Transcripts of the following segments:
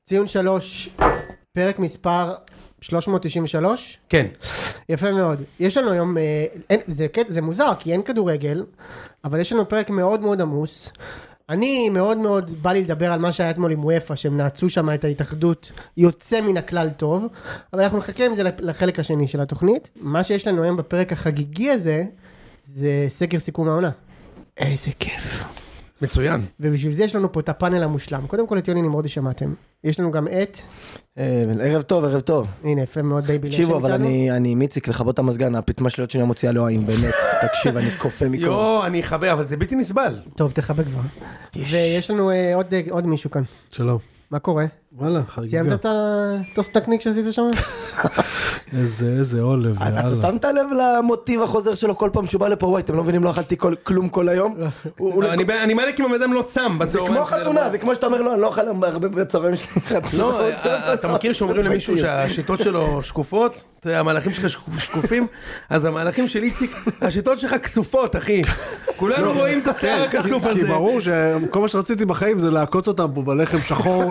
ציון 3, פרק מספר 393. כן. יפה מאוד. יש לנו היום, זה מוזר, כי אין כדורגל, אבל יש לנו פרק מאוד מאוד עמוס. אני מאוד מאוד בא לי לדבר על מה שהיה אתמול עם וופא, שהם נעצו שם את ההתאחדות, יוצא מן הכלל טוב, אבל אנחנו נחכה עם זה לחלק השני של התוכנית. מה שיש לנו היום בפרק החגיגי הזה, זה סקר סיכום העונה. איזה כיף. מצוין. ובשביל זה יש לנו פה את הפאנל המושלם. קודם כל את יוני נמרודי שמעתם. יש לנו גם את... ערב טוב, ערב טוב. הנה, יפה מאוד בייבי. תקשיבו, אבל אני מיציק לכבות את המזגן, הפתמה שליות שאני מוציאה לא האם, באמת. תקשיב, אני קופא מקור. יו, אני אחבא, אבל זה בלתי נסבל. טוב, תחבא כבר. ויש לנו עוד מישהו כאן. שלום. מה קורה? וואלה, חגיגה. סיימת את הטוסט נקניק שעשית שם? איזה עולב. אתה שמת לב למוטיב החוזר שלו כל פעם שהוא בא לפה, וואי, אתם לא מבינים, לא אכלתי כלום כל היום? אני מעלה כמו אדם לא צם. זה כמו חתונה, זה כמו שאתה אומר לו, אני לא אוכל הרבה בצהריים שלי חתונה. לא, אתה מכיר שאומרים למישהו שהשיטות שלו שקופות? המהלכים שלך שקופים? אז המהלכים של איציק, השיטות שלך כסופות, אחי. כולנו רואים את השיער הכסוף הזה. כי ברור שכל מה שרציתי בחיים זה להקוץ אותם פה בלחם שחור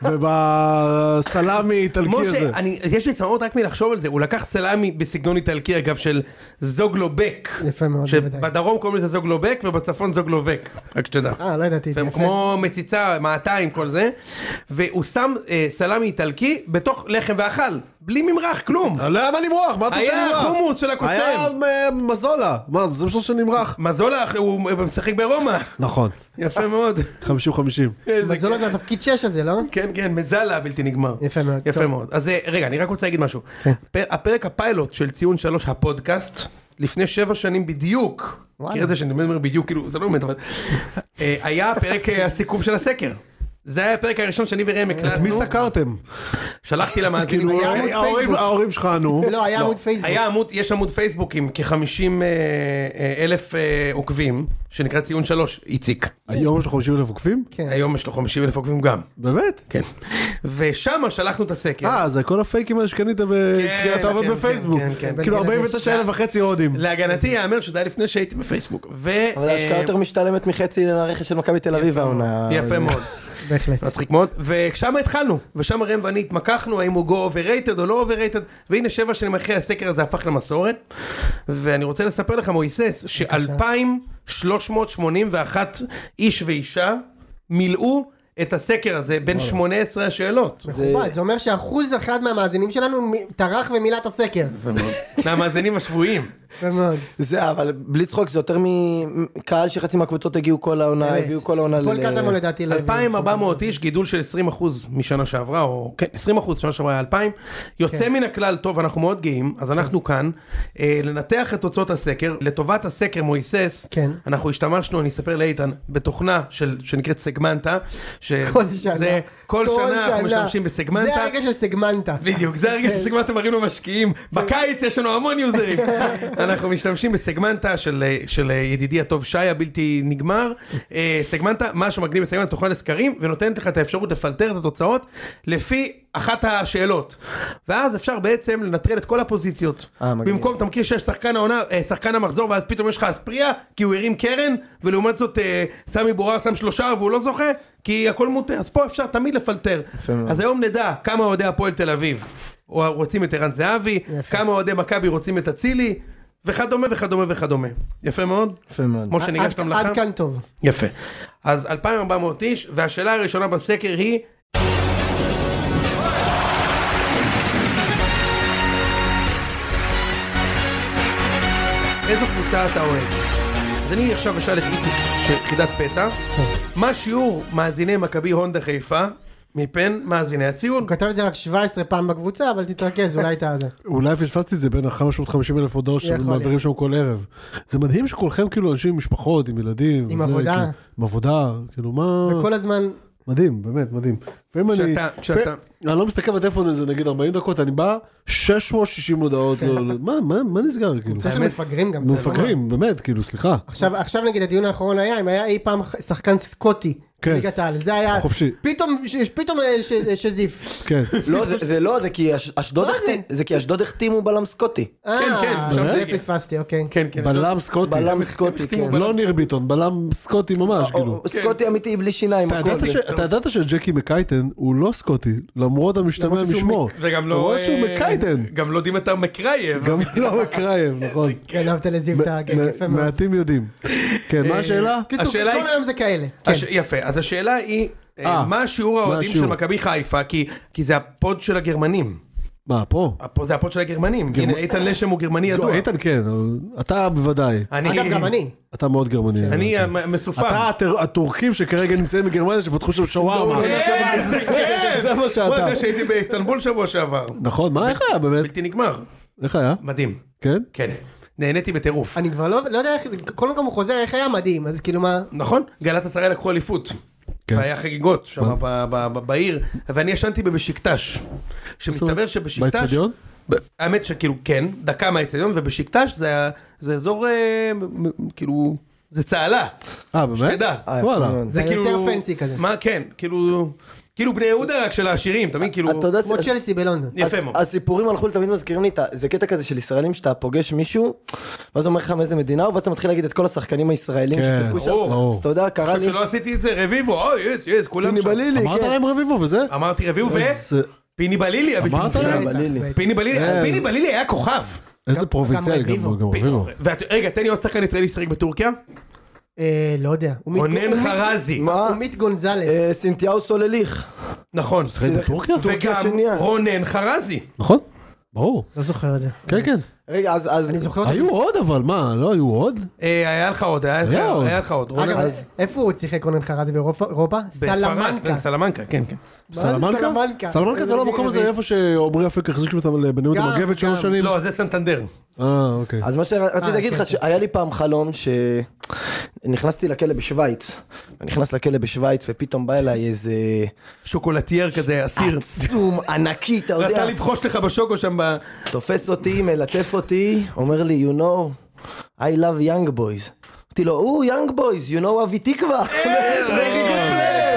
ובסלמי איטלקי הזה. יש לי צמאות רק מלחשוב על זה, הוא לקח סלמי בסגנון איטלקי, אגב, של זוגלובק. יפה מאוד. שבדרום קוראים לזה זוגלובק, ובצפון זוגלובק. רק שתדע. לא ידעתי. כמו מציצה, מעתיים, כל זה. והוא שם סלמי איטלקי בתוך לחם ואכל. בלי ממרח, כלום. לא היה מה למרוח, מה אתה עושה למרח? היה חומוס של הקוסם. היה מזולה. מה, זה משהו שנמרח? מזולה, הוא משחק ברומא. נכון. יפה מאוד. 50-50. מזולה זה התפקיד 6 הזה, לא? כן, כן, מזלה בלתי נגמר. יפה מאוד. יפה מאוד. אז רגע, אני רק רוצה להגיד משהו. הפרק הפיילוט של ציון 3, הפודקאסט, לפני 7 שנים בדיוק, מכיר את זה שאני אומר בדיוק, כאילו, זה לא באמת, אבל היה פרק הסיכום של הסקר. זה היה הפרק הראשון שאני וראם הקלטנו. את מי סקרתם? שלחתי למאזינים. ההורים שלך ענו. לא, היה עמוד פייסבוק. יש עמוד פייסבוק עם כ-50,000 עוקבים, שנקרא ציון 3, איציק. היום יש לו 50,000 עוקבים? כן. היום יש לו 50,000 עוקבים גם. באמת? כן. ושם שלחנו את הסקר. זה כל הפייקים האלה שקנית אתה עובד בפייסבוק. כאילו 49,500 הודים. להגנתי יאמר שזה היה לפני שהייתי בפייסבוק. אבל ההשקעה יותר משתלמת מחצי למערכת של מכבי תל אביב. יפה מאוד. בהחלט. מצחיק מאוד, ושם התחלנו, ושם ראם ואני התמקחנו, האם הוא go overrated או לא overrated, והנה 7 שנים אחרי הסקר הזה הפך למסורת, ואני רוצה לספר לך מויסס, ש2,381 איש ואישה מילאו את הסקר הזה בין 18 השאלות. מכובד, זה אומר שאחוז אחד מהמאזינים שלנו טרח ומילא את הסקר. מהמאזינים השבויים. זה, אבל בלי צחוק, זה יותר מקהל שחצי מהקבוצות הגיעו כל העונה, הביאו כל העונה. כל קטמון לדעתי. 2,400 איש, גידול של 20% משנה שעברה, או כן, 20% שנה שעברה היה 2,000, יוצא מן הכלל טוב, אנחנו מאוד גאים, אז אנחנו כאן, לנתח את תוצאות הסקר, לטובת הסקר מויסס, אנחנו השתמשנו, אני אספר לאיתן, בתוכנה שנקראת סגמנטה, כל שנה אנחנו משתמשים בסגמנטה. זה הרגע של סגמנטה. בדיוק, זה הרגע של סגמנטה מראים לו משקיעים. בקיץ יש לנו המון יוזרים. אנחנו משתמשים בסגמנטה של ידידי הטוב שי הבלתי נגמר. סגמנטה, מה שמגניב בסגמנטה תוכל לסקרים, ונותנת לך את האפשרות לפלטר את התוצאות לפי אחת השאלות. ואז אפשר בעצם לנטרל את כל הפוזיציות. במקום, אתה מכיר שיש שחקן המחזור, ואז פתאום יש לך אספריה, כי הוא הרים קרן, ולעומת זאת סמי בורר שם 3 והוא לא זוכה, כי הכל מותר. אז פה אפשר תמיד לפלטר. אז היום נדע כמה אוהדי הפועל תל אביב רוצים את ערן זהבי, כמה אוהדי מכבי רוצים את אצילי, וכדומה וכדומה וכדומה. יפה מאוד? יפה מאוד. כמו שניגש למלאכה? עד כאן טוב. יפה. אז 2,400 איש, והשאלה הראשונה בסקר היא, איזו קבוצה אתה אוהד? אז אני עכשיו אשאל את איציק של חידת פתע, מה שיעור מאזיני מכבי הונדה חיפה מפן מאזיני הציון? הוא כתב את זה רק 17 פעם בקבוצה, אבל תתרכז, אולי אתה זה. אולי פספסתי את זה בין 550,000 הודעות שמעבירים שם כל ערב. זה מדהים שכולכם כאילו אנשים עם משפחות, עם ילדים. עם עבודה. עם עבודה, כאילו מה... וכל הזמן... מדהים, באמת, מדהים. אני לא מסתכל בטלפון הזה, נגיד 40 דקות, אני בא 660 הודעות, מה נסגר? קבוצה של מפגרים גם. מפגרים, באמת, כאילו, סליחה. עכשיו נגיד הדיון האחרון היה, אם היה אי פעם שחקן סקוטי ליגת העל, זה היה, חופשי. פתאום שזיף. כן. לא, זה לא, זה כי אשדוד החתימו בלם סקוטי. שם זה פספסתי, אוקיי. כן, כן. בלם סקוטי. בלם סקוטי, כן. לא ניר ביטון, בלם סקוטי ממש, כאילו. סקוטי אמיתי בלי שיניים. אתה ידעת שג'קי מקייטן הוא לא סקוטי, למרות המשתמע משמו. וגם לא... למרות שהוא מקייטן. גם לא דימטר מקרייב. גם לא מקרייב, נכון. כן, אהבת לזיו את הגג, יפה מאוד. מעטים יודעים. כן, מה השאלה? קיצור, כל היום זה כאלה. יפה, אז השאלה היא, מה השיעור האוהדים של מכבי חיפה, כי זה הפוד של הגרמנים. מה, פה? פה זה הפוד של הגרמנים. הנה, איתן לשם הוא גרמני ידוע. איתן כן, אתה בוודאי. אגב, גם אני. אתה מאוד גרמני. אני מסופן. אתה הטורקים שכרגע נמצאים בגרמניה שפתחו שם שווארמה. זה מה שאתה. אתה יודע שהייתי באיסטנבול שבוע שעבר. נכון, מה, איך היה באמת? בלתי נגמר. איך היה? מדהים. כן? כן. נהניתי בטירוף. אני כבר לא יודע איך, כל מקום הוא חוזר, איך היה מדהים, אז כאילו מה... נכון, גלאטסראי לקחו אליפות. והיה חגיגות שם בעיר, ואני ישנתי בבשיקטש. שמסתבר שבשיקטש... באצטדיון? האמת שכאילו כן, דקה מהאצטדיון, ובשיקטש זה אזור כאילו... זה צהלה. באמת? שתדע. וואלה. זה יותר פנסי כזה. מה, כן, כאילו בני יהודה רק של העשירים, תמיד כאילו... כמו צ'לסי בלונדון. יפה מאוד. הסיפורים הלכו תמיד מזכירים לי, זה קטע כזה של ישראלים שאתה פוגש מישהו, ואז אומר לך מאיזה מדינה הוא, ואז אתה מתחיל להגיד את כל השחקנים הישראלים ששיחקו שם. אז אתה יודע, קרה לי... עכשיו שלא עשיתי את זה, רביבו, יש, כולם פיני שם. בלילי, אמרת כן. להם רביבו וזה? אמרתי רביבו פיני בלילי. אמרת להם? פיני בלילי היה כוכב. איזה פרובינציאלי גם רביבו. רגע, תן לי עוד שחקן ישראלי ששיחק בטורקיה. לא יודע. רונן חרזי. עמית גונזלס. סינתיהו סולליך. נכון. בטורקיה? וגם רונן חרזי. נכון, ברור. לא זוכר את זה. כן, כן. רגע, אז... אני זוכר... היו עוד אבל, מה? לא היו עוד? היה לך עוד, היה לך עוד. אגב, איפה הוא שיחק רונן חרזי באירופה? סלמנקה. סלמנקה, כן, כן. סלמנקה? סלמנקה זה לא המקום הזה איפה שעומרי אפק החזיק אותם בניהוד המגבת 3 שנים? לא, זה סנטנדר. אוקיי. אז מה שרציתי להגיד לך, שהיה לי פעם חלום שנכנסתי לכלא בשוויץ, נכנס לכלא בשוויץ ופתאום בא אליי איזה... שוקולטייר כזה, אסיר. עצום, ענקי, אתה יודע. רצה לבחוש לך בשוקו שם ב... תופס אותי, מלטף אותי, אומר לי, you know, I love young boys. אמרתי לו, young boys, you know אבי תקווה. very good player.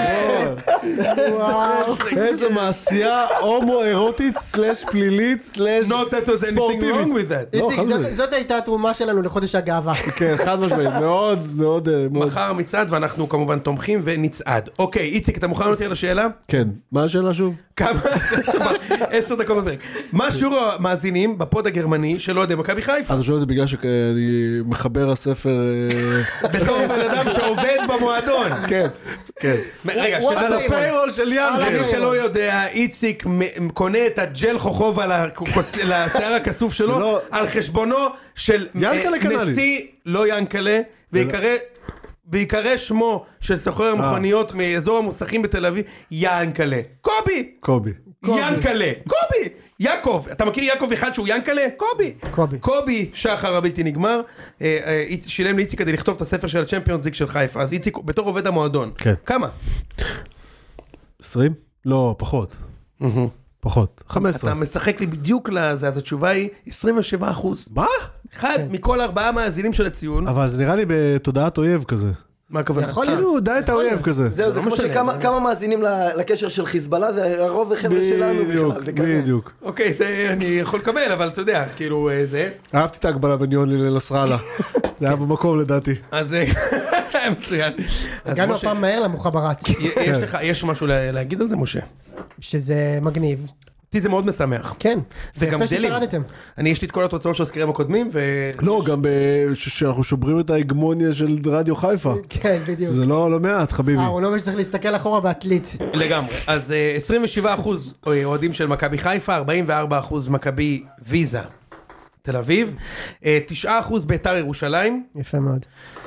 איזה מעשייה הומו-אירוטית סלש פלילית סלש Not that was anything wrong with that. איציק, זאת הייתה התרומה שלנו לחודש הגאווה. כן, חד משמעית, מאוד מאוד... מחר מצעד ואנחנו כמובן תומכים ונצעד. אוקיי, איציק, אתה מוכן יותר לשאלה? כן, מה השאלה שוב? כמה? 10 דקות בפרק. מה שיעור המאזינים בפוד הגרמני שלא יודע מכבי חיפה? אני שואל את זה בגלל שאני מחבר הספר... בתור בן אדם שעובד במועדון. כן, כן. רגע, על הפיירול של ינקל. למי שלא יודע, איציק קונה את הג'ל חוכוב על השיער הכסוף שלו, על חשבונו של נשיא לא ינקלה, ויקרא שמו של סוחר המכוניות מאזור המוסכים בתל אביב, ינקלה. קובי. ינקלה. קובי. יעקב, אתה מכיר יעקב אחד שהוא ינקלה? קובי שחר הבלתי נגמר, שילם לאיציק כדי לכתוב את הספר של הצ'מפיונס ליג של חיפה, אז איציק בתור עובד המועדון, כמה? 20? לא, פחות. פחות, 15. אתה משחק לי בדיוק לזה, אז התשובה היא 27%. מה? אחד מכל 4 מאזינים של הציון. אבל זה נראה לי בתודעת אויב כזה. מה הכוונה? יכול להיות. כאילו, די את האויב כזה. זהו, זה כמו שכמה מאזינים לקשר של חיזבאללה, זה הרוב החבר'ה שלנו בכלל. בדיוק. אוקיי, זה אני יכול לקבל, אבל אתה יודע, כאילו זה... אהבתי את ההגבלה בין יוני לנסראללה. זה היה במקום לדעתי. אז מצוין. הגענו הפעם מהר למוחברת. יש משהו להגיד על זה, משה? שזה מגניב. אותי זה מאוד משמח. כן, וגם יפה ששרדתם. יש לי את כל התוצאות של הסקרים הקודמים, לא, גם שאנחנו שוברים את ההגמוניה של רדיו חיפה. כן, בדיוק. זה לא מעט, חביבי. אהרונוביץ' צריך להסתכל אחורה בעתלית. לגמרי. אז 27% אוהדים של מכבי חיפה, 44% מכבי ויזה תל אביב, 9% בית"ר ירושלים. יפה מאוד.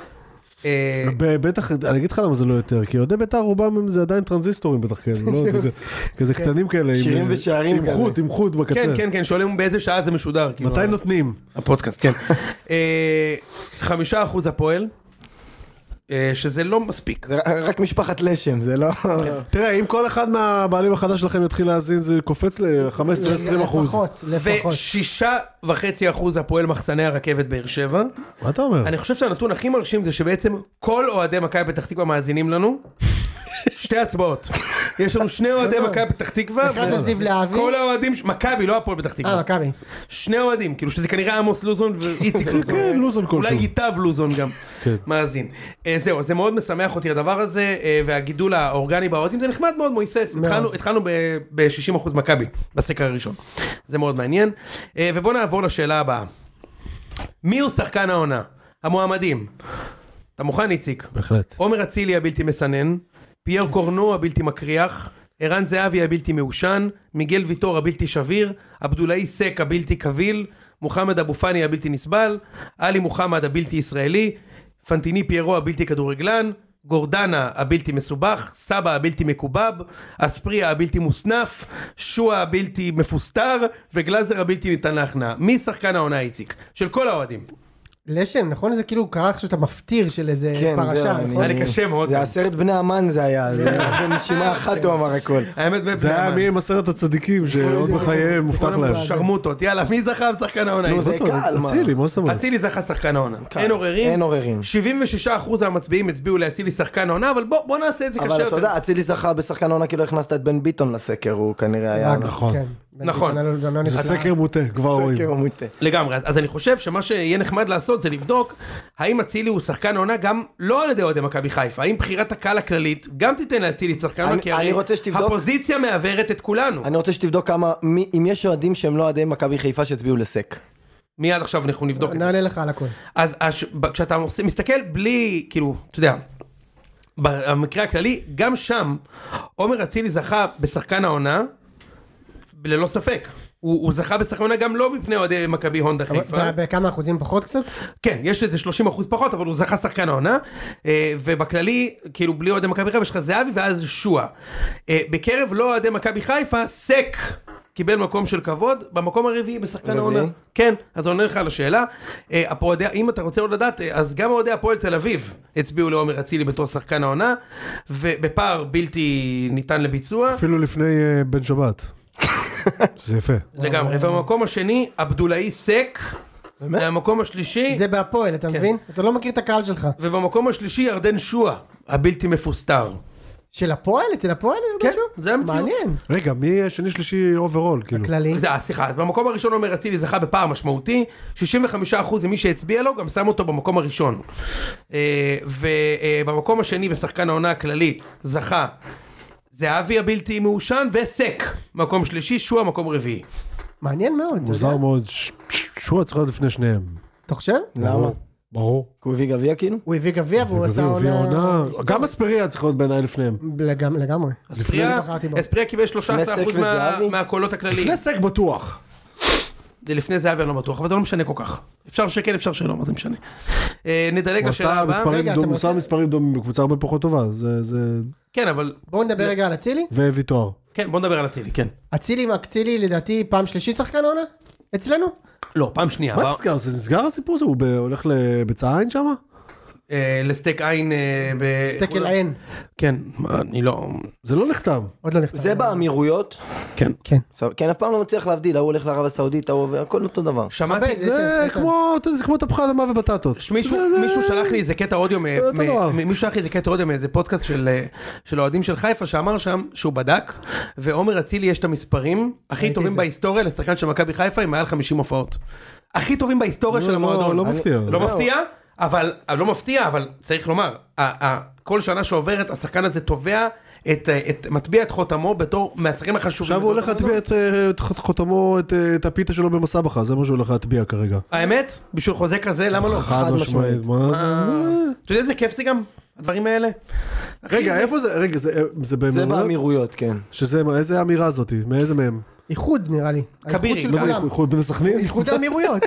בטח, אני אגיד לך למה זה לא יותר, כי אוהדי בית"ר רובם זה עדיין טרנזיסטורים בטח, כזה קטנים כאלה, שירים ושערים כאלה. עם חוט בקצה. כן, שואלים באיזה שעה זה משודר. מתי נותנים? הפודקאסט, כן. 5% הפועל, שזה לא מספיק. רק משפחת לשם, זה לא... תראה, אם כל אחד מהבעלים החדש שלכם יתחיל להזין, זה קופץ ל-15-20%. לפחות. ו6.5% הפועל מחסני הרכבת באר שבע. מה אתה אומר? אני חושב שהנתון הכי מרשים זה שבעצם כל אוהדי מכבי פתח תקווה מאזינים לנו, שתי הצבעות. יש לנו שני אוהדי מכבי פתח תקווה. אחד זה זיו להבי. כל האוהדים, מכבי, לא הפועל פתח תקווה. מכבי. שני אוהדים, כאילו שזה כנראה עמוס לוזון ואיציק לוזון. כן, לוזון כלשהו. אולי ייטב לוזון גם. מאזין. זהו, זה מאוד משמח אותי הדבר הזה, והגידול האורגני באוהדים, זה נחמד מאוד מויסס. התחלנו ב-60% מכבי, בסקר הראשון. זה מאוד מעניין. ובואו נעבור לשאלה הבאה. מי הוא שחקן העונה? המועמדים. אתה מוכן, איציק? בהחלט. עומר אצילי הבלתי מסנן, פייר קורנו הבלתי מקריח, ערן זהבי הבלתי מעושן, מיגל ויטור הבלתי שביר, עבדולאי סק הבלתי קביל, מוחמד אבו פאני הבלתי נסבל, עלי מוחמד הבלתי ישראלי, פנטיני פיירו הבלתי כדורגלן, גורדנה הבלתי מסובך, סבא הבלתי מקובב, אספריה הבלתי מוסנף, שואה הבלתי מפוסטר, וגלזר הבלתי ניתן להכנעה. מי שחקן העונה, איציק? של כל האוהדים. לשם, נכון? זה כאילו קרה עכשיו את המפטיר של איזה פרשה. היה לי קשה מאוד. זה 10 בני אמן זה היה, זה בנשימה אחת הוא אמר הכל. זה היה מי עם 10 הצדיקים שעוד בחייהם מובטח להם. שרמוטות, יאללה, מי זכה בשחקן העונה? זה קל, מה? אצילי, מה זאת אומרת? אצילי זכה שחקן העונה. אין עוררין. אין עוררין. 76% מהמצביעים הצביעו לאצילי שחקן העונה, אבל בוא נעשה את זה קשה יותר. אבל אתה יודע, אצילי זכה בשחקן העונה כי לא הכנסת את בן ביטון לסקר, הוא כנראה היה... נכון. זה סקר מוטה, כבר רואים. לגמרי, אז אני חושב שמה שיהיה נחמד לעשות זה לבדוק האם אצילי הוא שחקן העונה גם לא על ידי אוהדי מכבי חיפה, האם בחירת הקהל הכללית גם תיתן לאצילי שחקן העונה, כי הרי הפוזיציה מעברת את כולנו. אני רוצה שתבדוק כמה, אם יש אוהדים שהם לא אוהדי מכבי חיפה שהצביעו לסק. מיד עכשיו אנחנו נבדוק. נענה לך על הכל. אז כשאתה מסתכל בלי, כאילו, אתה יודע, במקרה הכללי, גם שם עומר אצילי זכה בשחקן העונה, ללא ספק. הוא זכה בשחקן העונה גם לא מפני אוהדי מכבי הונדה חיפה. בכמה אחוזים פחות קצת? כן, יש לזה 30% פחות, אבל הוא זכה שחקן העונה, ובכללי, כאילו בלי אוהדי מכבי חיפה, יש לך זהבי ואז שואה. בקרב לא אוהדי מכבי חיפה, סק קיבל מקום של כבוד, במקום הרביעי בשחקן העונה. כן, אז אני עונה לך על השאלה. אם אתה רוצה עוד לדעת, אז גם אוהדי הפועל תל אביב הצביעו לעומר אצילי בתור שחקן העונה, ובפער בלתי ניתן לביצוע. אפילו לפני בן שבת. זה יפה. לגמרי, ובמקום השני, עבדולאי סק, במקום השלישי... זה בהפועל, אתה מבין? אתה לא מכיר את הקהל שלך. ובמקום השלישי, ירדן שואה, הבלתי מפוסטר. של הפועל? אצל הפועל? כן, זה המציאות. מעניין. רגע, מי שני שלישי אוברול, כאילו? הכללי. סליחה, אז במקום הראשון עומר אצילי זכה בפער משמעותי, 65% ממי שהצביע לו, גם שם אותו במקום הראשון. ובמקום השני, בשחקן העונה הכללי, זכה זהבי הבלתי מעושן וסק, מקום שלישי, שואה מקום רביעי. מעניין מאוד. מוזר מאוד, שואה צריך להיות לפני שניהם. אתה חושב? למה? ברור. הוא הביא גביע כאילו? הוא הביא גביע והוא עשה עונה... גם אספריה צריך להיות בעיניי לפניהם. לגמרי. אספריה קיבל 13% מהקולות הכלליים. לפני סק בטוח. לפני זהבי אני לא בטוח, אבל זה לא משנה כל כך. אפשר שכן, אפשר שלא, מה זה משנה. נדלג לשאלה הבאה. הוא עשה מספרים דומים בקבוצה הרבה פחות טובה. כן, אבל... בואו נדבר רגע על אצילי. וויטור. כן, בואו נדבר על אצילי, כן. אצילי לדעתי פעם שלישית שחקן עונה? אצלנו? לא, פעם שנייה. מה נסגר? זה נסגר הסיפור הזה? הוא הולך לביצה עין שם? לסטייק עין סטייק אל עין. כן, אני לא... זה לא נחתם. עוד לא נחתם. זה באמירויות? כן. כן. כן, אף פעם לא מצליח להבדיל, הוא הולך לערב הסעודית, הכל אותו דבר. שמעתי... זה כמו תפוחי אדמה ובטטות. מישהו שלח לי איזה קטע אודיו מאיזה פודקאסט של אוהדים של חיפה, שאמר שם שהוא בדק, ועומר אצילי יש את המספרים הכי טובים בהיסטוריה לשחקן של מכבי חיפה עם מעל 50 הופעות. הכי טובים בהיסטוריה של המועדון. לא מפתיע. לא מפתיע? לא מפתיע, אבל צריך לומר, כל שנה שעוברת, השחקן הזה תובע, מטביע את חותמו בתור מהשחקנים החשובים. עכשיו הוא הולך להטביע את חותמו, את הפיתה שלו במסבחה, זה מה שהוא הולך להטביע כרגע. האמת? בשביל חוזה כזה, למה לא? חד משמעית. מה זה? אתה יודע איזה כיף זה גם? הדברים האלה? רגע, איפה זה? רגע, זה באמירויות, כן. איזה האמירה הזאת? מאיזה מהם? איחוד נראה לי. כבירי. מה זה איחוד בין הסכנין? איחוד האמירויות.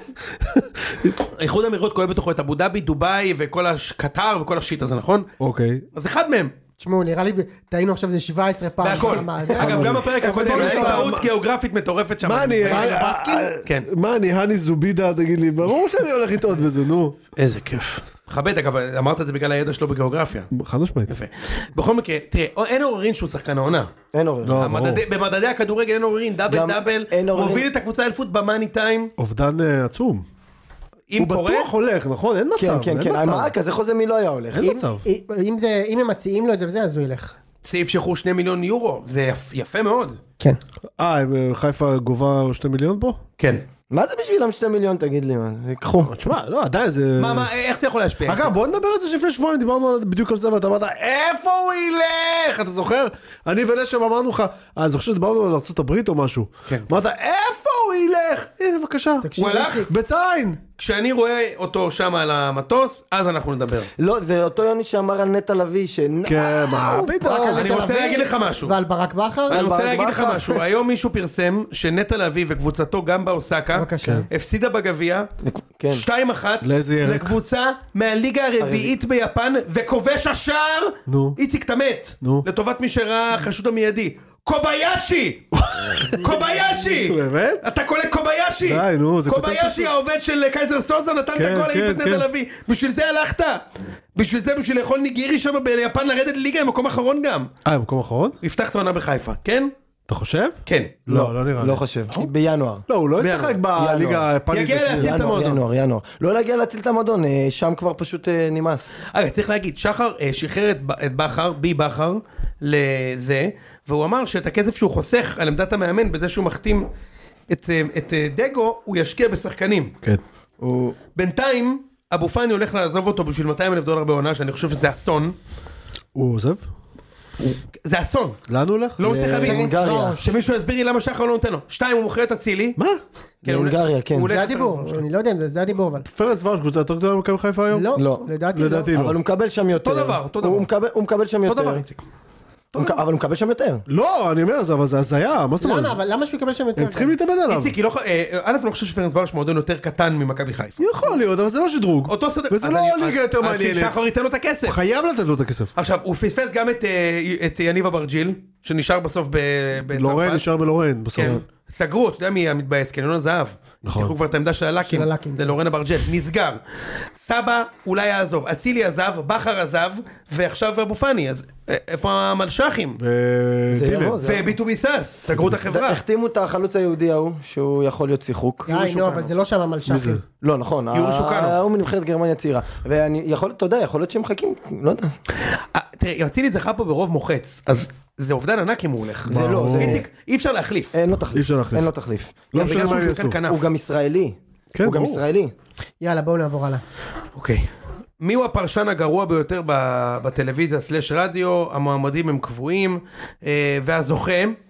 איחוד האמירויות כולל בתוכו את אבו דאבי, דובאי וכל קטר וכל השיט הזה, נכון? אוקיי. אז אחד מהם. תשמעו, נראה לי, טעינו עכשיו זה 17 פעם. בהכל. אגב, גם הפרק הקודם, היה טעות גיאוגרפית מטורפת שם. מה אני, הני זובידה, תגיד לי, ברור שאני הולך לטעות בזה, נו. איזה כיף. מכבד, אגב, אמרת את זה בגלל הידע שלו בגיאוגרפיה. חד משמעית. יפה. בכל מקרה, תראה, אין עוררין שהוא שחקן העונה. אין עוררין. במדדי הכדורגל אין עוררין, דאבל, מוביל את הקבוצה האליפות במאני טיים. אובדן עצום. הוא בטוח הולך, נכון? אין מצב. כן, כן, כן. מה, כזה חוזה מי לא היה הולך. אין מצב. אם הם מציעים לו את זה וזה, אז הוא ילך. יפשחו 2 מיליון יורו, זה יפה מאוד. כן. חיפה גובה 2 מיליון פה? כן. מה זה בשבילם 2 מיליון, תגיד לי, קחו. תשמע, לא, עדיין זה... איך זה יכול להשפיע? אגב, בוא נדבר על זה שלפני שבועיים, דיברנו בדיוק על זה, ואתה אמרת, איפה הוא ילך? אתה זוכר? אני ונשם אמרנו לך, אני זוכר שדיברנו על ארצות הברית או משהו. אמרת, איפה הוא ילך? הנה, בבקשה. הוא הלך? בציין. כשאני רואה אותו שם על המטוס, אז אנחנו נדבר. לא, זה אותו יוני שאמר על נטע לביא, כן, מה פתאום? אני רוצה להגיד לך משהו. ועל ברק בכר? אני רוצה להגיד לך משהו. היום מישהו פרסם שנטע לביא וקבוצתו גם באוסקה, הפסידה בגביע, 2-1 לקבוצה מהליגה הרביעית ביפן, וכובש השער, איציק תמת, לטובת מי שראה חשוד המיידי. קוביישי! קוביישי! באמת? אתה קולט קוביישי! די, נו, זה קוביישי העובד של קייזר סוזה נתן את הגול להעיף את נטע לביא. בשביל זה הלכת? בשביל זה, בשביל לאכול ניגירי שם ביפן לרדת ליגה עם מקום אחרון גם. מקום אחרון? הבטחת עונה בחיפה, כן? אתה חושב? כן. לא נראה לי. לא חושב. בינואר. לא, הוא לא ישחק בליגה היפנית. יגיע להציל את המועדון. ינואר. לא להגיע להציל את המועדון, שם כבר פשוט נמאס. צריך להגיד, שחר שחרר את בכר, בי בכר, לזה, והוא אמר שאת הכסף שהוא חוסך על עמדת המאמן, בזה שהוא מחתים את דגו, הוא ישקיע בשחקנים. כן. בינתיים, אבו פאני הולך לעזוב אותו בשביל $200,000 בעונה, שאני חושב שזה אסון. הוא עוזב? זה אסון. לאן הוא הולך? לא מצליח להבין. להונגריה. שמישהו יסביר לי למה שחר לא נותן לו. 2, הוא מוכר את הצילי. מה? להונגריה, כן. זה הדיבור, אני לא יודע אם זה הדיבור, אבל... פרנס ורש, קבוצה יותר גדולה ממכבי חיפה היום? לא, לדעתי לא. אבל הוא מקבל שם יותר. אותו דבר. הוא מקבל שם יותר. אותו דבר, איציק. אבל הוא מקבל שם יותר. לא, אני אומר, אבל זה הזיה, מה זאת אומרת? למה? אבל למה שהוא יקבל שם יותר? הם צריכים להתאבד עליו. איציק, אני חושב שפרנס ברש מועדון יותר קטן ממכבי חיפה. יכול להיות, אבל זה לא שדרוג. אותו סדר. וזה לא ליגה יותר מעניינת. אז שחר ייתן לו את הכסף. הוא חייב לתת לו את הכסף. עכשיו, הוא פספס גם את יניב אברג'יל, שנשאר בסוף בצרפת. לורן נשאר בלורן בסוף. כן. סגרו, אתה יודע מי המתבאס, כן, ינון זהב. נכון. תקחו כבר את העמדה של הלקים, ללורן אברג'ל, נסגר. סבא אולי יעזוב, אצילי עזב, בכר עזב, ועכשיו אבו פאני, אז איפה המלשחים? וביטו ביסס, סגרו את החברה. החתימו את החלוץ היהודי ההוא, שהוא יכול להיות שיחוק. נו, אבל זה לא שם המלשחים. לא, נכון. הוא מנבחרת גרמניה צעירה. אתה יודע, יכול להיות שהם מחכים, לא יודע. תראה, אצילי זכה פה ברוב מוחץ, אז זה אובדן ענק אם הוא הולך. זה לא, זה... איציק, אי אפשר להחליף. אין לו תחליף. אין לו תחליף. לא משנה מה יעשו. הוא גם ישראלי. הוא גם ישראלי. יאללה, בואו נעבור הלאה. אוקיי. מי הוא הפרשן הגרוע ביותר בטלוויזיה סלש רדיו? המועמדים הם קבועים, והזוכה,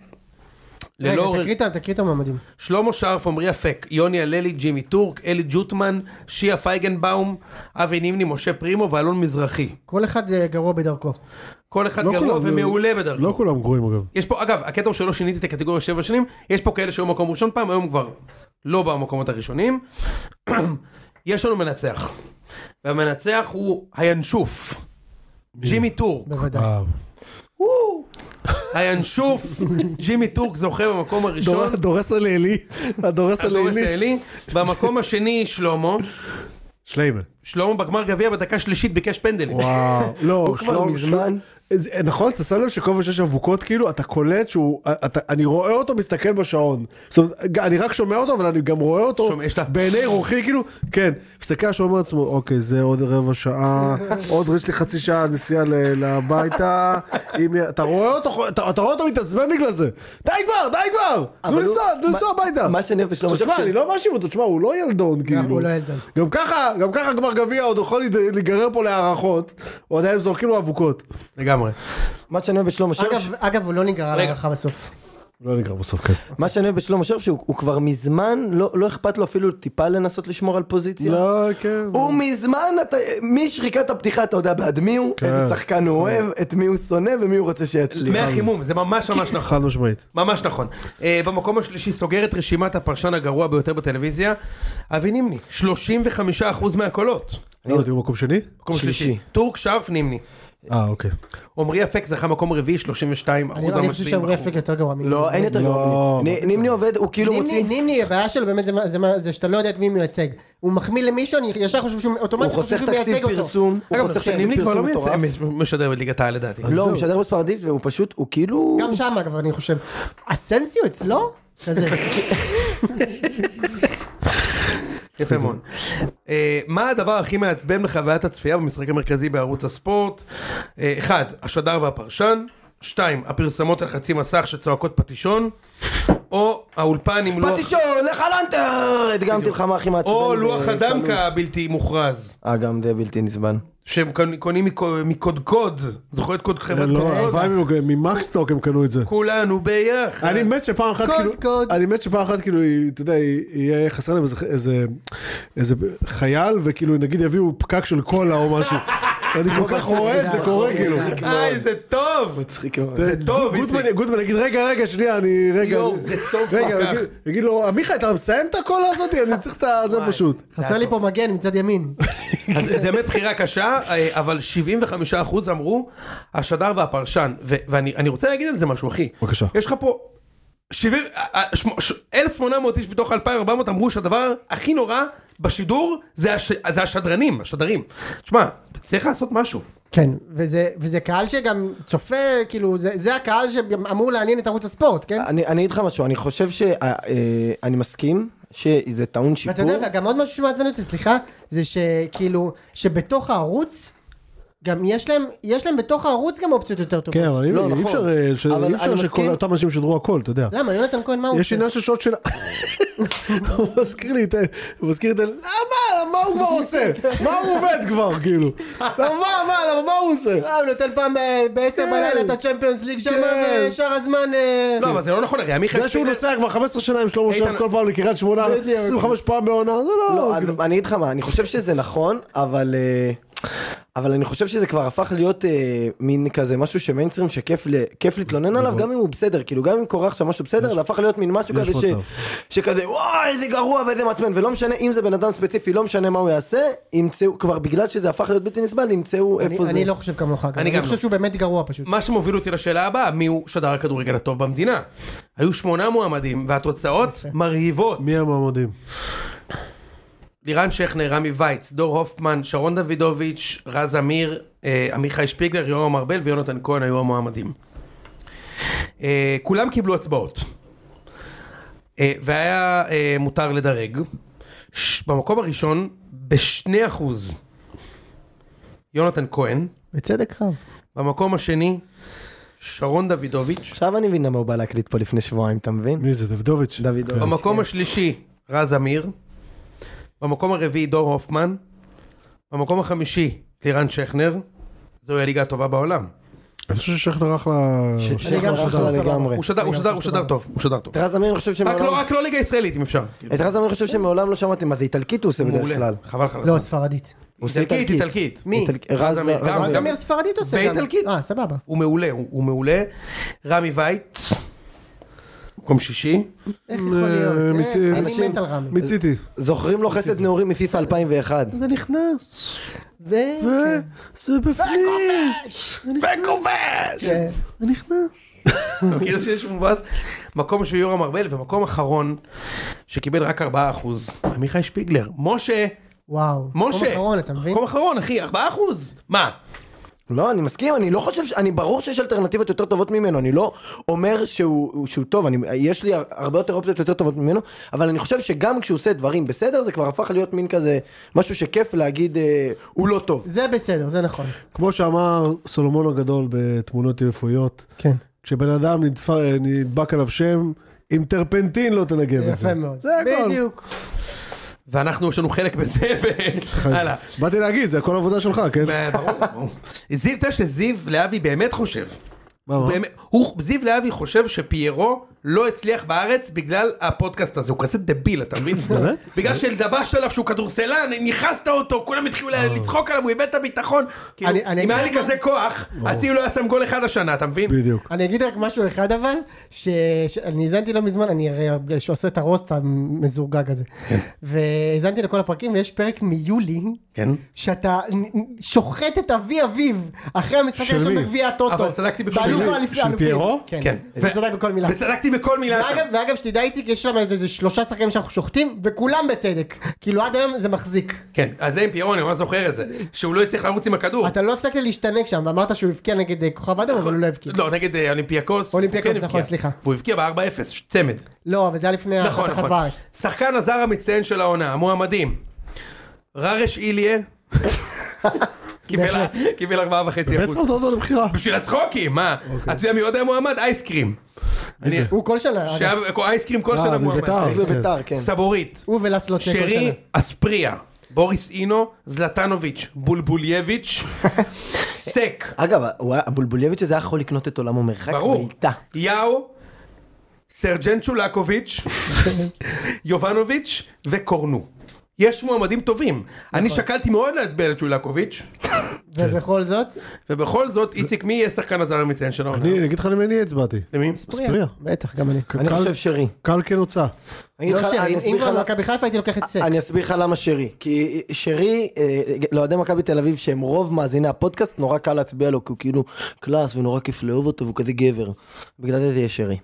תקריא את המועמדים. שלמה שרף, עמרי אפק, יוני הללי, ג'ימי טורק, אלי ג'וטמן, שיה פייגנבאום, אבי נימני, משה פרימו ואלון מזרחי. כל אחד גרוע בדרכו. כל אחד גרוע ומעולה בדרכו. לא כולם גרועים אגב. יש פה, אגב, הקטע הוא שלא שיניתי את הקטגוריה 7 שנים, יש פה כאלה שהיו מקום ראשון פעם, היום כבר לא במקומות הראשונים. יש לנו מנצח. והמנצח הוא הינשוף. ג'ימי טורק. בוודאי. הינשוף, ג'ימי טורק זוכה במקום הראשון. הדורס הלילי. הדורס הלילי. במקום השני שלמה. שלמה בגמר גביע בדקה שלישית ביקש פנדלים. וואו. לא, הוא כבר מזמן. נכון, אתה שם לב שכל שיש אבוקות, כאילו, אתה קולט שהוא, אני רואה אותו מסתכל בשעון. זאת אומרת, אני רק שומע אותו, אבל אני גם רואה אותו בעיני רוחי, כאילו, כן, מסתכל שאומר לעצמו, אוקיי, זה עוד רבע שעה, עוד יש לי חצי שעה נסיעה לביתה, אתה רואה אותו מתעצבן בגלל זה. די כבר, תנו לנסוע הביתה. מה שאני בשלום חושב אני לא מאשים אותו, תשמע, הוא לא ילדון, כאילו. גם ככה כבר גביע, עוד יכול להיגרר פה להערכות, או עדיין זורקים לו אבוקות. לגמרי. מה שאני אוהב בשלום השרף... אגב, הוא לא נגרר על הערכה בסוף. לא נגרר בסוף, כן. מה שאני אוהב בשלום השרף שהוא כבר מזמן, לא אכפת לו אפילו טיפה לנסות לשמור על פוזיציה. לא, כן. הוא מזמן, משריקת הפתיחה אתה יודע בעד מי הוא, איזה שחקן הוא אוהב, את מי הוא שונא ומי הוא רוצה שיצליח. מהחימום, זה ממש נכון. חד משמעית. ממש נכון. במקום השלישי סוגר את רשימת הפרשן הגרוע ביותר בטלוויזיה, אבי נימני, 35% מהקולות. לא, אתה במקום שני? מקום שלישי. טורק, שרף, נימני. אוקיי. עמרי אפק זכה מקום רביעי, 32%. אני חושב שעמרי אפק יותר גרוע. לא, אין יותר גרוע. נימני עובד, הוא כאילו מוציא... נימני, הבעיה שלו באמת זה שאתה לא יודע את מי מייצג. הוא מחמיא למישהו, אני ישר חושב שהוא אוטומטית חושב שהוא מייצג אותו. הוא חוסך תקציב פרסום מטורף. משדר בליגת העל לדעתי. לא, הוא משדר בספרדית והוא פשוט, הוא כאילו... גם שם אגב, אני חושב. אסנסיו אצלו? כזה. יפה מאוד. מה הדבר הכי מעצבן בחוויית הצפייה במשחק המרכזי בערוץ הספורט? 1. השדר והפרשן. 2, הפרסמות על חצי מסך שצועקות פטישון, או האולפן עם לוח... פטישון, לך לנטר! הדגמתי לך מה הכי מעצבן. או לוח הדמקה הבלתי מוכרז. גם זה בלתי נסבן. שהם קונים מקודקוד, זוכר את קוד חברת לא, קודקוד? אבל ממקסטוק הם קנו את זה. כולנו ביחד. אני מת שפעם אחת כאילו, אתה יודע, יהיה חסר להם איזה חייל, וכאילו נגיד יביאו פקק של קולה או משהו. אני כל כך רואה, זה קורה כאילו. זה טוב. מצחיק מאוד. זה טוב. גוטמן יגיד, רגע, שנייה, זה טוב כל רגע, כך. יגיד לו, עמיחי, אתה מסיים את הקולה הזאת? אני צריך את זה פשוט. חסר לי פה מגן מצד ימין. זה באמת בחירה קשה, אבל 75% אמרו השדר והפרשן, ואני רוצה להגיד על זה משהו, אחי. בבקשה. יש לך פה 1,800 איש בתוך 2,400 אמרו שהדבר הכי נורא בשידור זה השדרים. תשמע, צריך לעשות משהו. כן, וזה קהל שגם צופה, כאילו, זה הקהל שאמור לעניין את ערוץ הספורט, כן? אני אגיד לך משהו, אני חושב שאני מסכים שזה טעון שיפור. ואתה יודע, גם עוד משהו שמעצבן אותי, סליחה, זה שכאילו, שבתוך הערוץ, גם יש להם בתוך הערוץ גם אופציות יותר טובות. כן, אבל אי אפשר שכל אותם אנשים שדרו הכל, אתה יודע. למה? יונתן כהן, מה הוא עושה? יש עניין של שעות של... הוא מזכיר לי את... מה הוא כבר עושה? מה הוא עובד כבר, כאילו? מה הוא עושה? הוא נותן פעם ב-10 בלילה את הצ'מפיונס ליג שם, ושאר הזמן... לא, אבל זה לא נכון, הרי זה שהוא נוסע כבר 15 שנה עם שלמה שוב כל פעם לקריית שמונה, 25 פעם בעונה, זה לא... אני אגיד לך מה, אני חושב שזה נכון, אבל אני חושב שזה כבר הפך להיות מין כזה משהו שמיינסטרים שכיף להתלונן עליו, גם אם הוא בסדר, כאילו גם אם קורה עכשיו משהו בסדר, זה הפך להיות מין משהו כזה שכזה וואי איזה גרוע ואיזה מעצבן, ולא משנה אם זה בן אדם ספציפי, לא משנה מה הוא יעשה, ימצאו, כבר בגלל שזה הפך להיות בלתי נסבל, ימצאו איפה זה. אני לא חושב כמוך, אני חושב שהוא באמת גרוע פשוט. מה שמוביל אותי לשאלה הבאה, מי הוא שדר הכדורגל הטוב במדינה? היו 8 מועמדים, והתוצאות מרהיבות. מי המועמדים? לירן שכנר, רמי וייץ, דור הופמן, שרון דוידוביץ', רז אמיר, עמיחי שפיגלר, יורם ארבל ויונתן כהן היו המועמדים. כולם קיבלו הצבעות. והיה מותר לדרג. במקום הראשון, ב2%, יונתן כהן. בצדק רב. במקום השני, שרון דוידוביץ'. עכשיו אני מבין למה הוא בא להקליט פה לפני שבועיים, אתה מבין? מי זה? דוידוביץ'? במקום השלישי, רז אמיר. במקום הרביעי דור הופמן, במקום החמישי לירן שכנר, זוהי הליגה הטובה בעולם. אני חושב ששכנר אחלה... שכנר אחלה לגמרי. הוא שדר טוב, הוא שדר טוב. את רז אמיר אני חושב שמעולם... רק לא ליגה ישראלית אם אפשר. את רז אמיר אני חושב שמעולם לא שמעתי מה זה איטלקית הוא עושה בדרך כלל. חבל. לא, ספרדית. איטלקית. מי? רז אמיר ספרדית עושה גם. באיטלקית. סבבה. הוא מעולה. רמי וייץ. מקום שישי. איך יכול להיות? אני מת על רמי. מיציתי. זוכרים לו חסד נעורים מפיפה 2001. זה נכנס. זה בפנים. וכובש! זה נכנס. מכיר שיש מובאז? מקום של יורם ארבל, ומקום אחרון שקיבל רק 4%. עמיחי שפיגלר. משה. וואו. משה. מקום אחרון, אתה מבין? מקום אחרון, אחי, 4%. מה? לא, אני מסכים, אני לא חושב, אני ברור שיש אלטרנטיבות יותר טובות ממנו, אני לא אומר שהוא טוב, יש לי הרבה יותר אופציות יותר טובות ממנו, אבל אני חושב שגם כשהוא עושה דברים בסדר, זה כבר הפך להיות מין כזה, משהו שכיף להגיד, הוא לא טוב. זה בסדר, זה נכון. כמו שאמר סולומון הגדול בתמונות רפואיות, כן. כשבן אדם נדבק עליו שם, עם טרפנטין לא תנגב את זה. יפה מאוד. זה הכל. בדיוק. ואנחנו יש לנו חלק בזה, והלאה. באתי להגיד, זה הכל עבודה שלך, כן? ברור. זיו, אתה יודע שזיו להבי באמת חושב. מה? זיו להבי חושב שפיירו לא הצליח בארץ בגלל הפודקאסט הזה, הוא כזה דביל, אתה מבין? באמת? בגלל שלדבש עליו שהוא כדורסלן, נכנסת אותו, כולם התחילו לצחוק עליו, הוא איבד את הביטחון. אם היה לי כזה כוח, אצילי לא היה שם גול אחד השנה, אתה מבין? בדיוק. אני אגיד רק משהו אחד אבל, שאני הזנתי לא מזמן, אני הרי שעושה את הרוסט המזורגג הזה, והזנתי לכל הפרקים, ויש פרק מיולי, שאתה שוחט את אביו, אחרי המשחק הראשון בגביע הטוטו. אבל צדקתי בכל של פיירו? כן. וצדק בכל מילה. וצדקתי בכל מילה שם. ואגב, שתדע איציק, יש שם איזה 3 שחקנים שאנחנו שוחטים, וכולם בצדק. כאילו עד היום זה מחזיק. כן, אז זה עם פיירו, אני ממש זוכר את זה. שהוא לא הצליח לרוץ עם הכדור. אתה לא הפסקת להשתנק שם, ואמרת שהוא הבקיע נגד כוכב אדם, אבל הוא לא הבקיע. לא, נגד אולימפיאקוס. אולימפיאקוס, נכון, סליחה. והוא הבקיע ב-4-0, צמד. לא, אבל זה היה לפני אחת בארץ. שחקן הזר המצטיין של העונה, המועמדים. ררש איליה. קיבל 4.5%. בעצם אתה אותו לבחירה. בשביל הצחוקים, מה? אתה יודע מי עוד היה מועמד? אייסקרים. הוא כל שנה. אייסקרים כל שנה זה מועמד. בית"ר. בבית"ר, כן. סבורית. הוא ולסלוט כל שנה. שרי, אספריה, בוריס אינו, זלטנוביץ', בולבולייביץ', סק. אגב, בולבולייביץ' הזה יכול לקנות את עולם המרחק בעיטה. יאו, סרג'נט צ'ולקוביץ', יובנוביץ' וקורנו. יש מועמדים טובים. אני שקלתי מאוד להצביע לצ'ולקוביץ'. ובכל זאת, איציק, מי יהיה שחקן הזר המציין שלו? אני אגיד לך למי אני הצבעתי. למי? ספריה. בטח, גם אני. אני חושב שרי. קל כן הוצא. לא שרי, אם כבר מכבי חיפה הייתי לוקח את סק. אני אסביר לך למה שרי. כי שרי, לאוהדי מכבי תל אביב, שהם רוב מאזיני הפודקאסט, נורא קל להצביע לו, כי הוא כאילו קלאס ונורא כיף לאהוב אותו, והוא כזה גבר. בגלל זה תהיה שרי.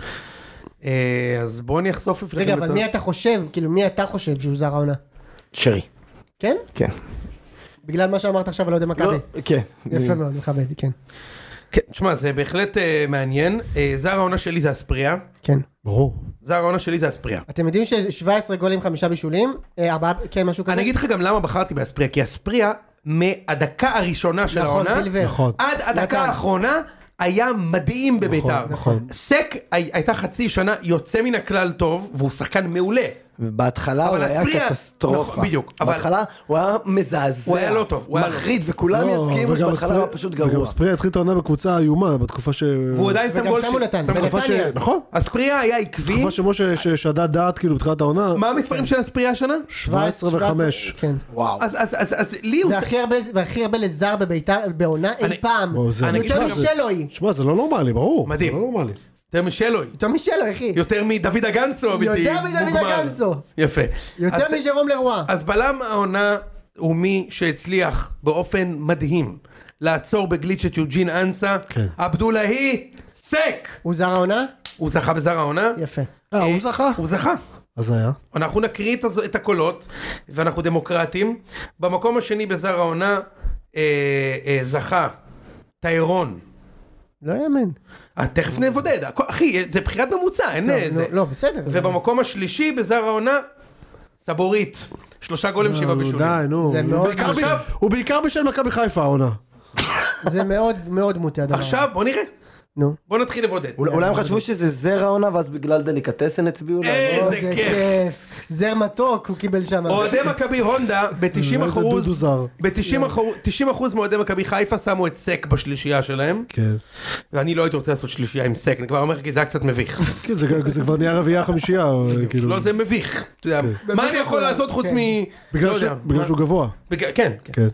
אז בואו נחשוף לפני. רגע, אבל מי אתה חושב, כאילו מי אתה חושב שהוא זר העונה? שרי. כן? כן. בגלל מה שאמרת עכשיו על אוהדי מכבי? כן. יפה מאוד, מכבד, כן. כן, תשמע, זה בהחלט מעניין. זר העונה שלי זה אספריה. כן. ברור. זר העונה שלי זה אספריה. אתם יודעים ש17 גולים 5 בישולים? 4, כן, משהו כזה? אני אגיד לך גם למה בחרתי באספריה, כי אספריה מהדקה הראשונה של העונה, עד הדקה האחרונה, היה מדהים בביתר. סק הייתה חצי שנה יוצא מן הכלל טוב, והוא שחקן מעולה. בהתחלה הוא היה קטסטרופה. בדיוק. בהתחלה הוא היה מזעזע. הוא היה לא טוב. מחריד, וכולם יסכימו שבהתחלה הוא פשוט גרוע. וגם אספריה התחיל את העונה בקבוצה איומה, בתקופה ש... והוא עדיין שם גול. וגם שם הוא נתן, בנתניה. נכון. אספריה היה עקבי. תקופה שמשה ששדד דעת כאילו בתחילת העונה. מה המספרים של אספריה השנה? 17 ו-5. כן. וואו. אז לי הוא... זה הכי הרבה לזר בביתר, בעונה אי פעם. יותר משלוי. שמע, זה לא נורמלי, ברור. מדהים. זה לא נורמלי. יותר משלוי. יותר משלוי, אחי. יותר מדוד אגנסו. יותר מדוד אגנסו. יפה. יותר מז'רום לרוע. אז בלם העונה הוא מי שהצליח באופן מדהים לעצור בגליץ' את יוג'ין אנסה. עבדולהי סק. הוא זר העונה? הוא זכה בזר העונה. יפה. הוא זכה? הוא זכה. אז היה. אנחנו נקריא את הקולות, ואנחנו דמוקרטים. במקום השני בזר העונה זכה טיירון. לא יאמן. תכף נבודד, אחי, זה בחירת ממוצע, אין איזה. לא, בסדר. ובמקום השלישי בזר העונה, סבורית. 3 גולים 7 בישולים. די, נו. הוא בעיקר בשל מכבי חיפה העונה. זה מאוד מאוד מוטה הדבר. עכשיו בוא נראה. נו. בוא נתחיל לבודד. אולי הם חשבו שזה זר העונה, ואז בגלל דליקטסן הצביעו להם. איזה כיף. זר מתוק הוא קיבל שם. אוהדי מכבי הונדה, ב-90% מאוהדי מכבי חיפה שמו את סק בשלישייה שלהם. כן. ואני לא הייתי רוצה לעשות שלישייה עם סק, אני כבר אומר כי זה היה קצת מביך. כן, זה כבר נהיה רביעייה חמישייה. לא, זה מביך. מה אני יכול לעשות חוץ מ... בגלל שהוא גבוה. כן.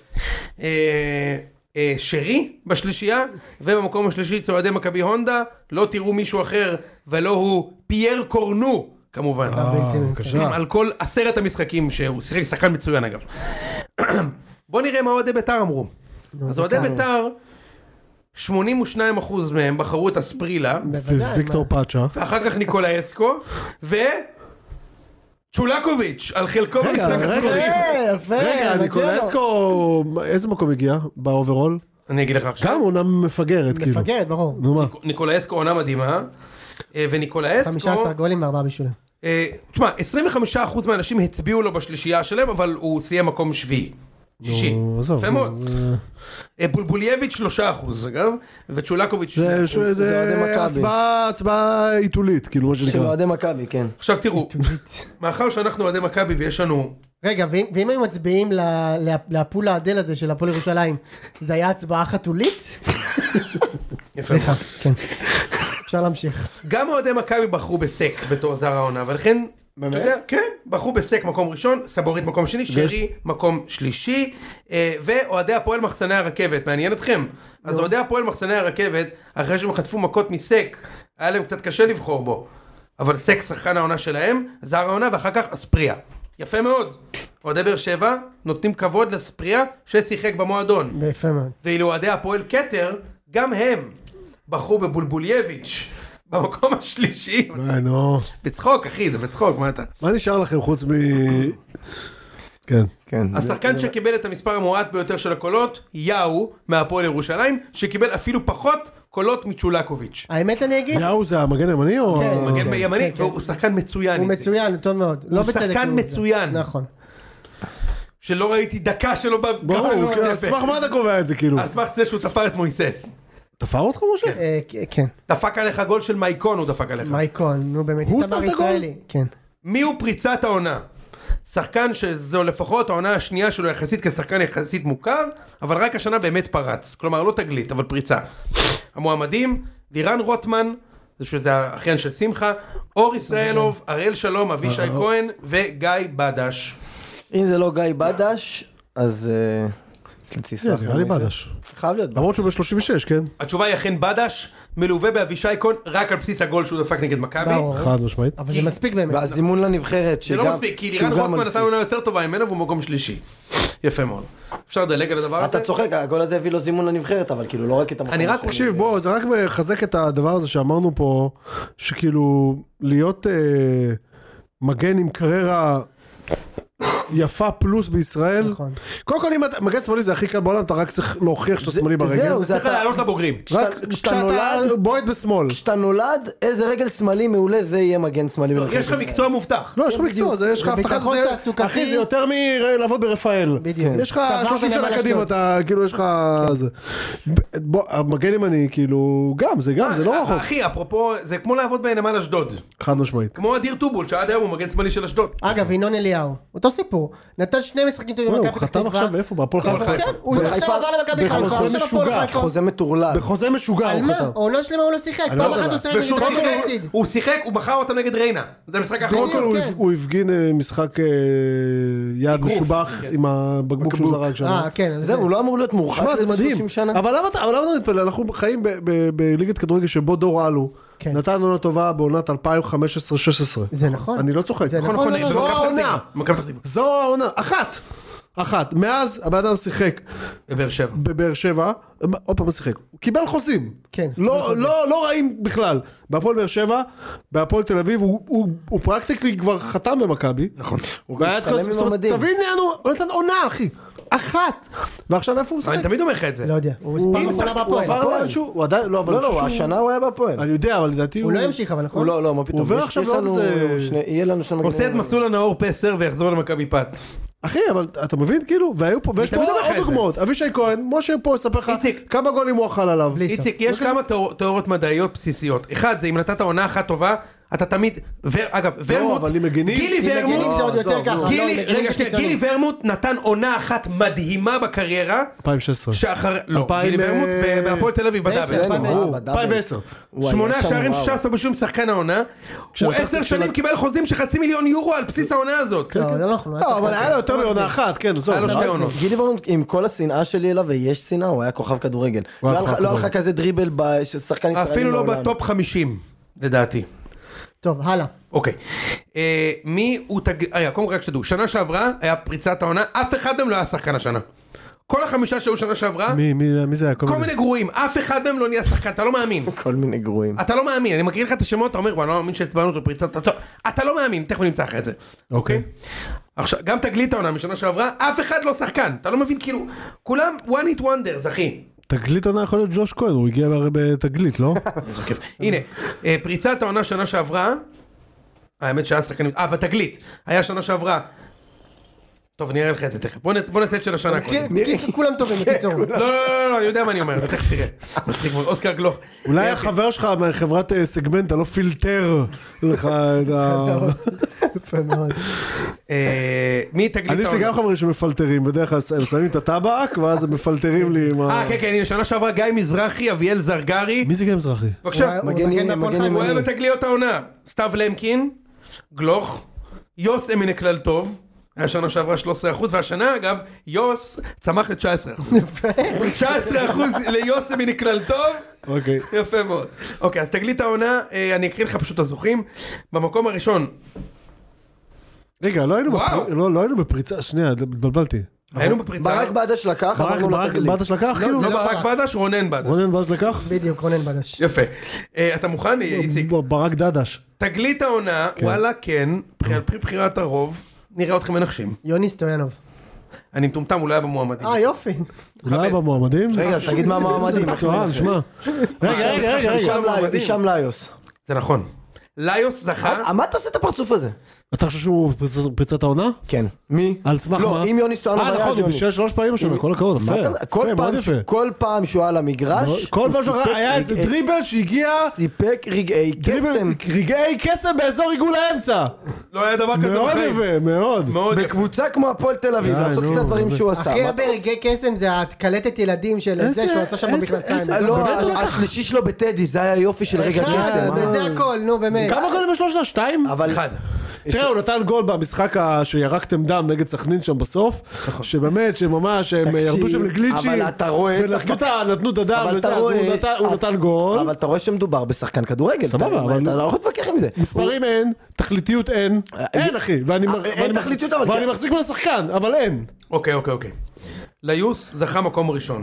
שרי בשלישייה, ובמקום השלישי אצל אוהדי מכבי הונדה, לא תראו מישהו אחר, ולא הוא פייר קורנו, כמובן. על כל 10 המשחקים שהוא שיחק שחקן מצוין אגב. בוא נראה מה אוהדי בית"ר אמרו. אז אוהדי בית"ר, 82% מהם בחרו את אספרילה, ויקטור פאצ'ה, ואחר כך ניקולה אסקו, צ'ולקוביץ' על חלקו במשחק הספורים. רגע, ניקולסקו, איזה מקום הגיע באוברול? אני אגיד לך עכשיו. גם עונה מפגרת, כאילו. מפגרת, ברור. נו מה? ניקולסקו עונה מדהימה, וניקולסקו... 15 גולים ו4 בישולים. תשמע, 25% מהאנשים הצביעו לו בשלישייה שלהם, אבל הוא סיים מקום שביעי. שישי. יפה מאוד. בולבולייביץ' 3%, אגב, וצ'ולקוביץ'... זה הצבעה עיתולית, כאילו, מה שנקרא. של אוהדי מכבי, כן. עכשיו תראו, מאחר שאנחנו אוהדי מכבי ויש לנו... רגע, ואם היו מצביעים להפול העדל הזה של הפועל ירושלים, זה היה הצבעה חתולית? יפה מאוד. כן. אפשר להמשיך. גם אוהדי מכבי בחרו בסק בתור זר העונה, ולכן... כן, בחרו בסק מקום ראשון, סבורית מקום שני, שרי מקום שלישי, ואוהדי הפועל מחסני הרכבת, מעניין אתכם? אז אוהדי הפועל מחסני הרכבת, אחרי שהם חטפו מכות מסק, היה להם קצת קשה לבחור בו, אבל סק שחקן העונה שלהם, זר העונה, ואחר כך אספריה. יפה מאוד. אוהדי באר שבע נותנים כבוד לספריה ששיחק במועדון. יפה מאוד. ואילו אוהדי הפועל כתר, גם הם בחרו בבולבולייביץ' במקום השלישי. בצחוק, אחי, זה בצחוק, מה אתה? מה נשאר לכם חוץ מ... כן. השחקן שקיבל את המספר המועט ביותר של הקולות, יאו, מהפועל ירושלים, שקיבל אפילו פחות קולות מצ'ולקוביץ'. האמת אני אגיד? יאו זה המגן הימני או... כן, מגן ימני, והוא שחקן מצוין. הוא מצוין, טוב מאוד. הוא שחקן מצוין. נכון. שלא ראיתי דקה שלו ברור, על סמך מה אתה קובע את זה כאילו? על סמך זה שהוא תפר את מויסס. תפר אותך משה? כן. דפק עליך גול של מייקון, הוא דפק עליך. מייקון, נו באמת, הוא איתמר שם את הגול? ישראלי. כן. מי הוא פריצת העונה? שחקן שזו לפחות העונה השנייה שלו יחסית כשחקן יחסית מוכר, אבל רק השנה באמת פרץ. כלומר, לא תגלית, אבל פריצה. המועמדים, לירן רוטמן, שזה האחיין של שמחה, אור ישראלוב, אריאל שלום, אבישי כהן וגיא בדש. אם זה לא גיא בדש, אז... תסלח נראה לי בדש. חייב להיות. למרות שהוא ב-36, כן? התשובה היא אכן בדש, מלווה באבישי כהן, רק על בסיס הגול שהוא דפק נגד מכבי. ברור. חד משמעית. אבל זה מספיק באמת. והזימון לנבחרת, זה לא מספיק, כי לירן רוטמן עשה עונה יותר טובה ממנו והוא מקום שלישי. יפה מאוד. אפשר לדלג על הדבר הזה? אתה צוחק, הגול הזה הביא לו זימון לנבחרת, אבל כאילו לא רק את המקום. אני רק תקשיב, בוא, זה רק מחזק את הדבר הזה שאמרנו פה, שכאילו להיות מגן עם קריירה יפה פלוס בישראל. נכון. קודם כל, אם אתה מגן שמאלי זה הכי קל בעולם, אתה רק צריך להוכיח שאתה שמאלי ברגל. זהו, צריך לעלות לבוגרים. רק כשאתה בועט בשמאל. כשאתה נולד, איזה רגל שמאלי מעולה, זה יהיה מגן שמאלי. יש לך מקצוע מובטח. לא, יש לך מקצוע, יש לך הבטחה, וביטחון תעסוקתי. אחי, זה יותר מלעבוד ברפאל. בדיוק. יש לך סבבה 30 שנה בנמל קדימה, אשדוד. אתה כאילו יש לך... בוא, המגן ימני, כאילו, גם, זה לא רחוק. אחי, אפרופו, זה כמו לעבוד בנמל אשדוד. חד משמעית. כמו אדיר טובול, שעד היום הוא מגן שמאלי של אשדוד. אגב, ינון אליהו, אותו סיפור. נתן 2 משחקים טובים הוא במכבי פתח חתם תקווה. עכשיו איפה? בהפועל חיפה? כן, הוא עכשיו עבר למכבי חיפה. בחוזה עכשיו הפועל משוגע, חיפה. חוזה מטורלל. בחוזה משוגע על הוא מה? חתם. עונה שלמה הוא לא שיחק. אני לא פעם יודע. אחת הוא צריך וכשהוא נגד שיחק, הפסיד. הוא שיחק, הוא בחר אותם נגד ריינה. זה המשחק האחרון. קודם כל כן. הוא הפגין משחק יד משובח עם הבקבוק שהוא זרק שם. כן. זהו, הוא לא אמור להיות מורחק שמע, זה לאיזה מדהים. 30 שנה. אבל למה אתה מתפלא? אנחנו חיים בליגת כדורגל שבו דור אלו כן. נתן עונה טובה בעונת 2015-16. זה נכון. אני לא צוחק. זה נכון. זו העונה. מכבי פתח תקווה. זו העונה. אחת. מאז הבן אדם שיחק בבאר שבע. בבאר שבע, עוד פעם שיחק. הוא קיבל חוזים. כן. לא רעים בכלל. בהפועל באר שבע, בהפועל תל אביב, הוא פרקטיקלי כבר חתם במכבי. נכון. הוא גם מצטלם עם המדים. תבין לנו, הוא נתן עונה אחי. אחת. ועכשיו איפה הוא משחק? אני תמיד אומר לך את זה. לא יודע. הוא פעם אחרונה בהפועל. הוא עבר לאנשהו? הוא עדיין, לא, אבל לא, השנה הוא היה בהפועל. אני יודע, אבל לדעתי הוא לא ימשיך אבל נכון? לא, מה פתאום. הוא עובר יש עכשיו לנו לעוד איזה- יהיה לנו שני מגנים. עושה את מסלול הנאור פסר ויחזור למכבי פת. אחי, אבל אתה מבין כאילו? והיו פה, ויש פה תמיד אומר לך עוד את זה. דוגמאות. אבישי כהן, משה פה יספר לך איציק. כמה גולים הוא אכל עליו. בלי סוף. איציק, יש כמה תיאוריות מדעיות בסיסיות. אחד, זה אם נתת עונה אחת טובה, אתה תמיד, אגב, ורמוט, אבל אם מגנים- גילי אם מגנים זה עוד יותר עזוב, ככה. לא, גילי, אם מגנים רגע, זה שנייה, קיצוני. גילי ורמוט נתן עונה אחת מדהימה בקריירה, 2016. שאחר, לא, 2000, גילי ורמוט בהפועל תל אביב בדאבל. עשר, 2010. 8 שערים 16 בשום שחקן העונה, הוא כשלקחתי- 10 שנים קיבל חוזים של €500,000 על בסיס העונה הזאת. לא, לא נכון. לא, אבל היה לו יותר מעונה אחת, כן, עזוב. היה לו שתי לא, עונות. גילי ורמוט, עם כל השנאה שלי אליו, ויש שנאה, הוא היה כוכב כדורגל. הוא היה לא כוכב היה לך כדורגל. כזה דריבל ששחקן ישראלי אפילו לא בעולם. בטופ 50, לדעתי. טוב, הלאה. אוקיי. מי הוא קודם כל רק שתדעו, שנה שעברה היה פריצת העונה, אף אחד מהם לא היה שחקן השנה. כל החמישה שהיו שנה שעברה, מי זה היה? כל מיני גרועים, אף אחד מהם לא נהיה שחקן, אתה לא מאמין. כל מיני גרועים. אתה לא מאמין, אני מקריא לך את השמות, אתה אומר, וואי, אני לא מאמין שהצבענו אותו פריצת, אתה לא מאמין, תכף נמצא לך את זה. אוקיי. עכשיו, גם תגלית העונה משנה שעברה, אף אחד לא שחקן, אתה לא מבין, כאילו, כולם one hit wonders, אחי. תגלית עונה יכול להיות ג'וש כהן, הוא הגיע הרי בתגלית, לא? הנה, פריצת העונה שנה שעברה, האמת שהיה שחקנים, בתגלית, היה שנה שעברה, טוב, אני אראה לך את זה תכף, בוא נעשה את של השנה קודם. כולם טובים, בקיצור. לא, אני יודע מה אני אומר, תכף תראה. מצחיק מאוד, אוסקר גלוך. אולי החבר שלך מחברת סגמנטה לא פילטר לך את ה... יפה מאוד. מי תגלית אני יש לי גם חברים שמפלטרים, בדרך כלל הם שמים את הטבק ואז הם מפלטרים לי עם ה... כן, הנה, שנה שעברה גיא מזרחי, אביאל זרגרי. מי זה גיא מזרחי? בבקשה. הוא מגן בהפועל חיפה. הוא אוהב את תגליות העונה. סתיו למקין, גלוך, יוס אמינה כלל טוב. היה שנה שעברה 13%, והשנה אגב, יוס צמח ל-19%. 19% ליוס אמינה כלל טוב. אוקיי. יפה מאוד. אוקיי, אז תגלית העונה, אני אקריא לך פשוט הזוכים. במקום הראשון, רגע, לא היינו בפריצה, שנייה, התבלבלתי. היינו בפריצה. ברק בדש לקח, עברנו ברק לתגלית. בדש לקח? כאילו? לא ברק בדש, רונן בדש. רונן בדש לקח? בדיוק, רונן בדש. יפה. אתה מוכן, איציק? ברק דדש. תגלית העונה, וואלה, כן, על פי בחירת הרוב, נראה אתכם מנחשים. יוני סטויאנוב. אני מטומטם, הוא לא היה במועמדים. יופי. אולי במועמדים? רגע, אז תגיד מה המועמדים. מקצוען, שמע. רגע. הישאם ליוס. זה נכון. ליוס זכה. מה אתה עושה את הפרצוף הזה? אתה חושב שהוא פריצת העונה? כן. מי? על סמך מה? לא, אם יוני סטואנו היה נכון, הוא בישל 3 פעמים השנה, כל הכבוד, כל פעם שהוא על המגרש, כל פעם שהוא היה איזה דריבל שהגיע, סיפק רגעי קסם. רגעי קסם באזור עיגול האמצע. לא היה דבר כזה מאוד בחיים. יפה, מאוד. בקבוצה כמו הפועל תל אביב, לעשות קצת דברים שהוא עשה. הכי הרבה רגעי קסם זה הקלטת ילדים של זה שהוא עשה שם במכנסיים. לא, השלישי שלו בטדי, זה היה יופי של רגע קסם. זה הכל, נו באמת. כמה גולים יש לו? 2? אחד. תראה, הוא נתן גול במשחק שירקתם דם נגד סכנין שם בסוף, שבאמת, שממש, הם ירדו שם לגליצ'ים, אבל אתה רואה ונתנו את הדם וזה, אז הוא נתן גול. אבל אתה רואה שמדובר בשחקן כדורגל. סבבה, אבל אתה לא יכול להתווכח עם זה. מספרים אין, תכליתיות אין, אין אחי, ואני מחזיק מהשחקן, אבל אין. אוקיי. ליוס זכה מקום ראשון.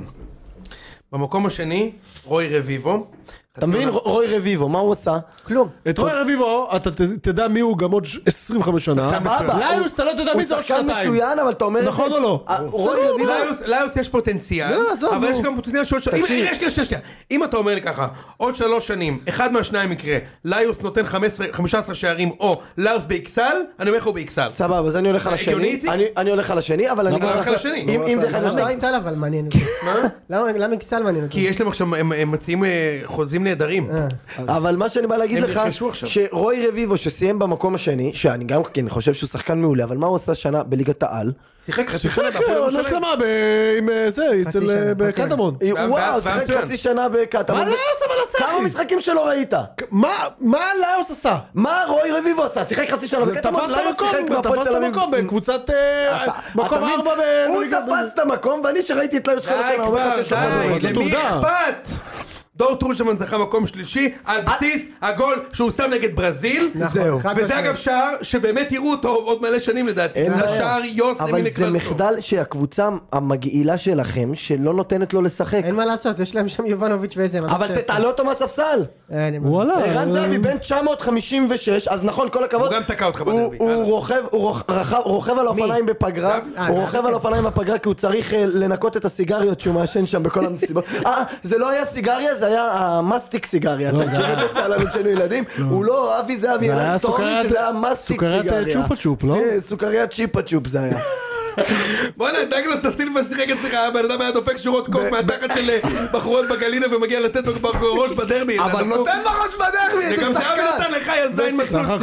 במקום השני, רוי רביבו. אתה מבין, רוי רביבו, מה הוא עשה? כלום. את רוי רביבו, אתה תדע מי הוא גם עוד 25 שנה. סבבה. ליוס, אתה לא תדע מי זה עוד הוא שחקן מצוין, אבל אתה אומר... נכון או לא? רוי רביבו... ליוס יש פוטנציאל, אבל יש גם פוטנציאל שעוד... שנייה. אם אתה אומר לי ככה, עוד 3 שנים, אחד מהשניים יקרה, ליוס נותן 15 שערים, או ליוס באיקסל, אני אומר לך הוא באיקסל. סבבה, אז אני הולך על השני. אני הולך על השני, אבל אני... למה הולך על השני? אם זה אחד למה לשתיים... איקסל אבל מעניין אותי? למה איקסל מעניין אותי? כי יש להם עכשיו, הם מציעים חוזים נהדרים. אבל מה שאני בא להגיד לך, שרוי רביבו שסיים במקום השני, שאני גם כן חושב שהוא שחקן מעולה, אבל מה הוא עושה שנה בליגת העל? שיחק חצי שנה בהפועל עונה שלמה עם זה, בקטמון. וואו, שיחק חצי שנה בקטמון. מה לאוס אבל עשה? כמה משחקים שלא ראית? מה לאוס עשה? מה רוי רביבו עשה? שיחק חצי שנה בקטמון, תפס את המקום בקבוצת מקום 4 הוא תפס את המקום, ואני שראיתי את ליוס כל השנה, אומר לך שיש לו כדורגל. למי אכפת? דור טרושמן זכה מקום שלישי על בסיס הגול שהוא שם נגד ברזיל. זהו. וזה אגב שער שבאמת יראו אותו עוד מלא שנים לדעתי. השער יוס אבל זה מחדל שהקבוצה המגעילה שלכם שלא נותנת לו לשחק. אין מה לעשות, יש להם שם יובנוביץ' ואיזה... אבל תעלה אותו מהספסל. וואלה. ערן זהבי בן 956, אז נכון, כל הכבוד. הוא גם תקע אותך בדרבי. הוא רוכב על האופניים בפגרה. הוא רוכב על האופניים בפגרה כי הוא צריך לנקות את הסיגריות שהוא מעשן שם בכל המסיבות. זה לא היה סיגריה, זה היה המסטיק סיגריה, אתה מכיר את זה שהיה לנו כשהיינו ילדים? הוא לא אבי זהבי, אלא סטורי שזה היה מסטיק סיגריה. סוכריית צ'ופה צ'ופ, לא? סוכריית צ'יפה צ'ופ זה היה. בוא'נה, דגלס הסילבה שיחק אצלך, הבן אדם היה דופק שורות קוק מהתחת של בחורות בגלינה ומגיע לתת לו בראש בדרבי. אבל נותן בראש בדרבי, זה גם זהבי נתן לך, יא זין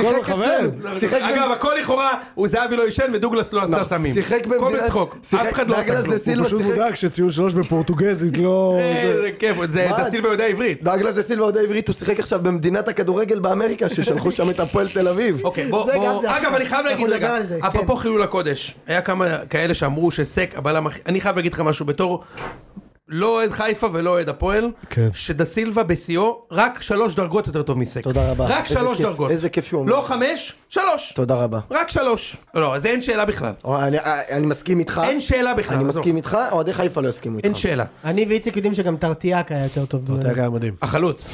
מסלול. אגב, הכל לכאורה, הוא זהבי לא ישן ודוגלס לא עשה סמים. שיחק כל בצחוק, אף אחד לא עשה כלום. הוא פשוט מודאג שציון 3 בפורטוגזית לא... זה כיף, זה סילבה יודע עברית. דגלס סילבה יודע עברית, הוא שיחק עכשיו במדינת הכדורגל באמריקה ששלחו שם את הפועל תל אביב. אוקיי, בוא, אגב, אני חייב להגיד רגע, אפרופו חילול הקודש, היה כמה כאלה שאמרו שסק, אני חייב להגיד לך משהו בתור לא אוהד חיפה ולא אוהד הפועל, שדסילבה בשיאו רק 3 דרגות יותר טוב מסק. תודה רבה. רק 3 דרגות. איזה כיף שהוא אומר. לא 5, 3. תודה רבה. רק 3. לא, אז אין שאלה בכלל. אני מסכים איתך. אין שאלה בכלל. אני מסכים איתך, אוהדי חיפה לא יסכימו איתך. אין שאלה. אני ואיציק יודעים שגם תרטיאק היה יותר טוב. תרטיאק היה מדהים. החלוץ.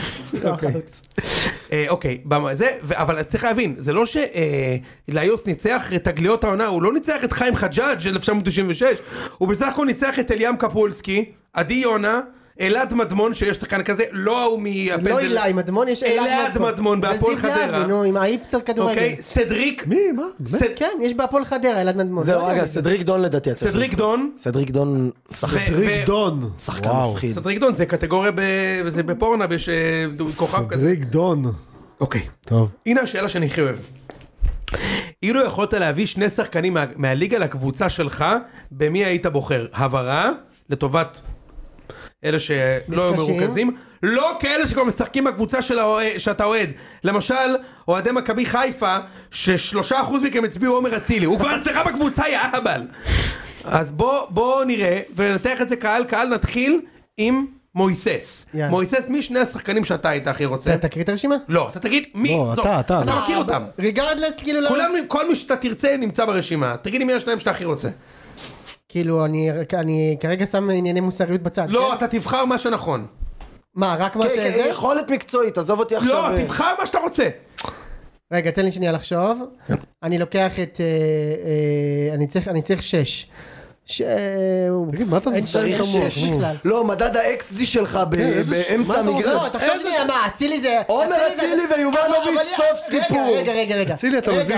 אוקיי, אבל צריך להבין, זה לא שליוס ניצח את תגליות העונה, הוא לא ניצח את חיים חג'אג' 1996, הוא בסך הכל ניצח את אליאם קפולסקי, עדי יונה, אלעד מדמון שיש שחקן כזה, לא הוא מהפנדל, לא אילאי מדמון, יש אלעד מדמון בהפועל חדרה, נו, עם האיפסר כדורגל. אוקיי, סדריק, מי? מה? כן, יש בהפועל חדרה, אלעד מדמון. זהו, רגע, סדריק דון לדעתי. סדריק דון, סדריק דון. שחקן מפחיד. סדריק דון זה קטגוריה בפורנה, בכוכב כזה. סדריק דון. אוקיי, טוב. הנה השאלה שאני הכי אוהב. אילו יכולת להביא 2 שחקנים מהליגה לקבוצה שלך, במי היית בוחר? הברה, לטובת אלה שלא היו מרוכזים, לא כאלה שכבר משחקים בקבוצה שאתה אוהד. למשל, אוהדי מכבי חיפה, ש3% מכם הצביעו עומר אצילי, הוא כבר אצלך בקבוצה, יא אהבל. אז בוא נראה, ונתח את זה קהל, נתחיל עם מויסס. מויסס, מי 2 השחקנים שאתה היית הכי רוצה? אתה תקריא את הרשימה? לא, אתה תגיד מי. לא, אתה מכיר אותם. ריגרדלס, כאילו לא... כל מי שאתה תרצה נמצא ברשימה. תגיד לי מי השניים שאתה הכי רוצה. כאילו, אני כרגע שם ענייני מוסריות בצד. לא, אתה תבחר מה שנכון. מה, רק מה שזה? יכולת מקצועית, עזוב אותי עכשיו. לא, תבחר מה שאתה רוצה. רגע, תן לי שנייה לחשוב. אני לוקח את... אני צריך 6. תגיד, מה אתה צריך לא, מדד ה-XG שלך באמצע המגרש. לא, תחשוב שנייה, מה, אצילי זה... עומר אצילי ויובנוביץ' סוף סיפור. רגע. אצילי אתה מביא,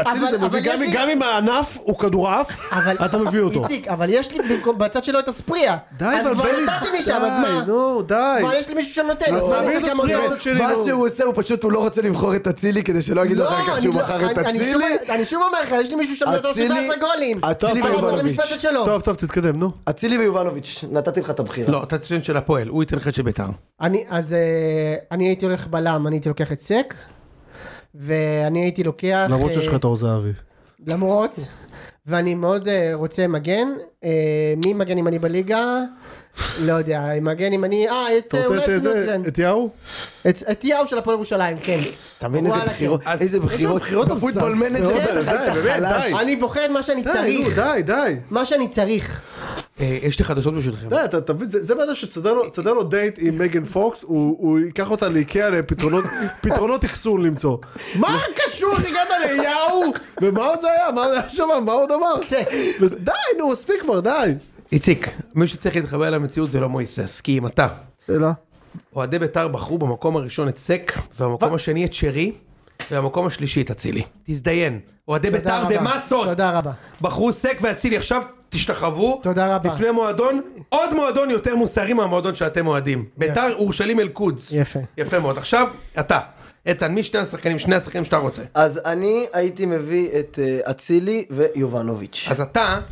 גם אם הענף הוא כדורעף, אתה מביא אותו. איציק, אבל יש לי בצד שלו את הספריה. די, אז כבר נתתי משם, אז מה? נו, די. אבל יש לי מישהו שם נותן. מה שהוא עושה, הוא פשוט לא רוצה לבחור את אצילי, כדי שלא יגידו אחר כך שהוא בחר את אצילי. אני שוב אומר לך, יש לי מישהו שם נותן 17 גולים. אצילי ויובנוביץ'. טוב, תתקדם, נו. אצילי ויובנוביץ', נתתי לך את הבחירה. לא, אתה תשן של הפועל, הוא ייתן לך את שביתר. אז אני הייתי הולך בלם, אני הייתי לוקח את סק, ואני הייתי לוקח... למרות שיש לך את אור זהבי. למרות, ואני מאוד רוצה מגן, מי מגן אם אני בליגה? לא יודע, מגן אם אני... אתה רוצה את יאו? את יאו של הפועל ירושלים, כן. אתה מבין איזה בחירות בפוטבול מנג'ר, אני בוחר את מה שאני צריך. די. מה שאני צריך. יש לי חדשות בשבילכם. די, אתה מבין, זה בעצם שצדר לו דייט עם מגן פוקס, הוא ייקח אותה להיקאה לפתרונות אחסון למצוא. מה קשור, הגעת ליהו? ומה עוד זה היה? מה היה שם? מה עוד אמר? די, נו, מספיק כבר, די. איציק, מי שצריך להתחבר למציאות זה לא מויסס, כי אם אתה. אלא? אוהדי בית"ר בחרו במקום הראשון את סק, ובמקום השני את שרי, ובמקום השלישי את אצילי. תזדיין. אוהדי בית"ר במסות. תודה רבה. בחרו סק ואצילי. עכשיו תשתחוו. תודה רבה. לפני מועדון, עוד מועדון יותר מוסרי מהמועדון שאתם אוהדים. בית"ר אורשלים אל-קודס. יפה. יפה מאוד. עכשיו, אתה. איתן, מי שני השחקנים שאתה רוצה? אז אני הייתי מביא את אצילי ויובנוביץ'. אז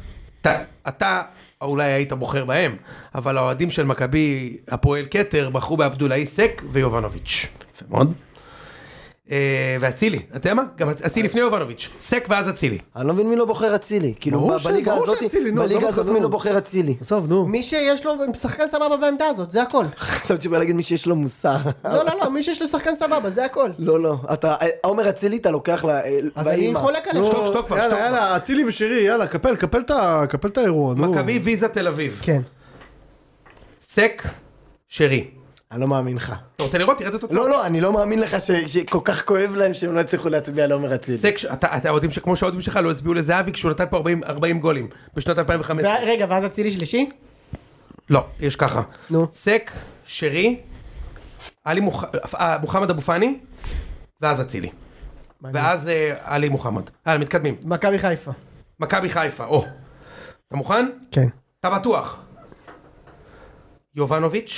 אתה אולי היית בוחר בהם, אבל האוהדים של מכבי הפועל כתר בחרו בעבדולאי סק ויובנוביץ'. יפה מאוד. ואצילי, אתה יודע מה? גם אצילי לפני יובנוביץ', סק ואז אצילי. אני לא מבין מי לא בוחר אצילי, כאילו בליגה הזאת מי לא בוחר אצילי. עזוב, נו. מי שיש לו שחקן סבבה בעמדה הזאת, זה הכל. חשבתי שבא להגיד מי שיש לו מוסר. לא, מי שיש לו שחקן סבבה, זה הכל. לא, אתה עומר אצילי אתה לוקח אז אני חולק עליו. שתוק כבר. יאללה, אצילי ושירי, יאללה, קפל את האירוע, נו. מכבי ויזה תל אביב. כן. סק, שרי. אני לא מאמין לך. אתה רוצה לראות? תראה את התוצאות. לא, אני לא מאמין לך שכל כך כואב להם שהם לא הצליחו להצביע על עומר אצילי. סק, אתה יודעים שכמו שהאוהדים שלך לא הצביעו לזהבי כשהוא נתן פה 40 גולים בשנת 2015. רגע, ואז אצילי שלישי? לא, יש ככה. נו. סק, שרי, מוחמד אבו פאני, ואז אצילי. ואז עלי מוחמד. מתקדמים. מכבי חיפה, או. אתה מוכן? כן. אתה בטוח. יובנוביץ'.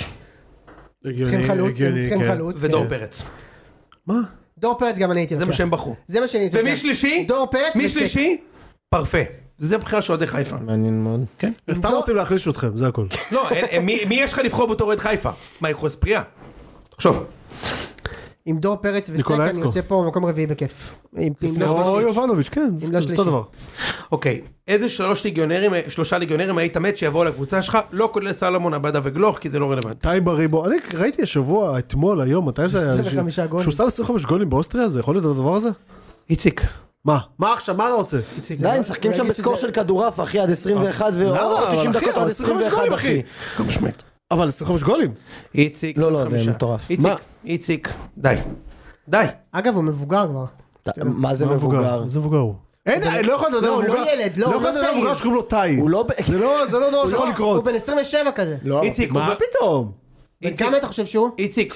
צריכים חלוץ. ודור פרץ. מה? דור פרץ גם אני הייתי זה מה שהם בחרו. זה מה שאני הייתי ומי שלישי? דור פרץ מי שלישי? פרפה. זה בחירה של אוהדי חיפה. מעניין מאוד. כן. סתם רוצים להחליש אתכם, זה הכל. לא, מי יש לך לבחור בתור אוהד חיפה? מה, יקחו אספריה? תחשוב. עם דור פרץ וסק אני עושה פה מקום רביעי בכיף. או יובנוביץ', כן, אותו דבר. אוקיי, איזה שלושה ליגיונרים היית מת שיבואו לקבוצה שלך, לא כולל סלומון, עבדה וגלוך, כי זה לא רלוונטי. טייב בריבו, אני ראיתי השבוע, אתמול, היום, מתי זה היה? 25 גולים. שהוא שם 25 גולים באוסטריה, זה יכול להיות הדבר הזה? איציק. מה עכשיו, מה אתה רוצה? די, משחקים שם בסקור של כדורף, אחי, עד 21 ועוד 90 דקות עד 21, אחי. אבל 25 גולים. איציק. לא, זה מטורף. איציק, די. אגב, הוא מבוגר כבר. מה זה מבוגר? זה מבוגר הוא. אין, לא יכול לדעת מבוגר. לא ילד, לא צעיר. מבוגר שקוראים לו טאי. זה לא דבר שיכול לקרות. הוא בן 27 כזה. איציק, מה פתאום? כמה אתה חושב שהוא? איציק.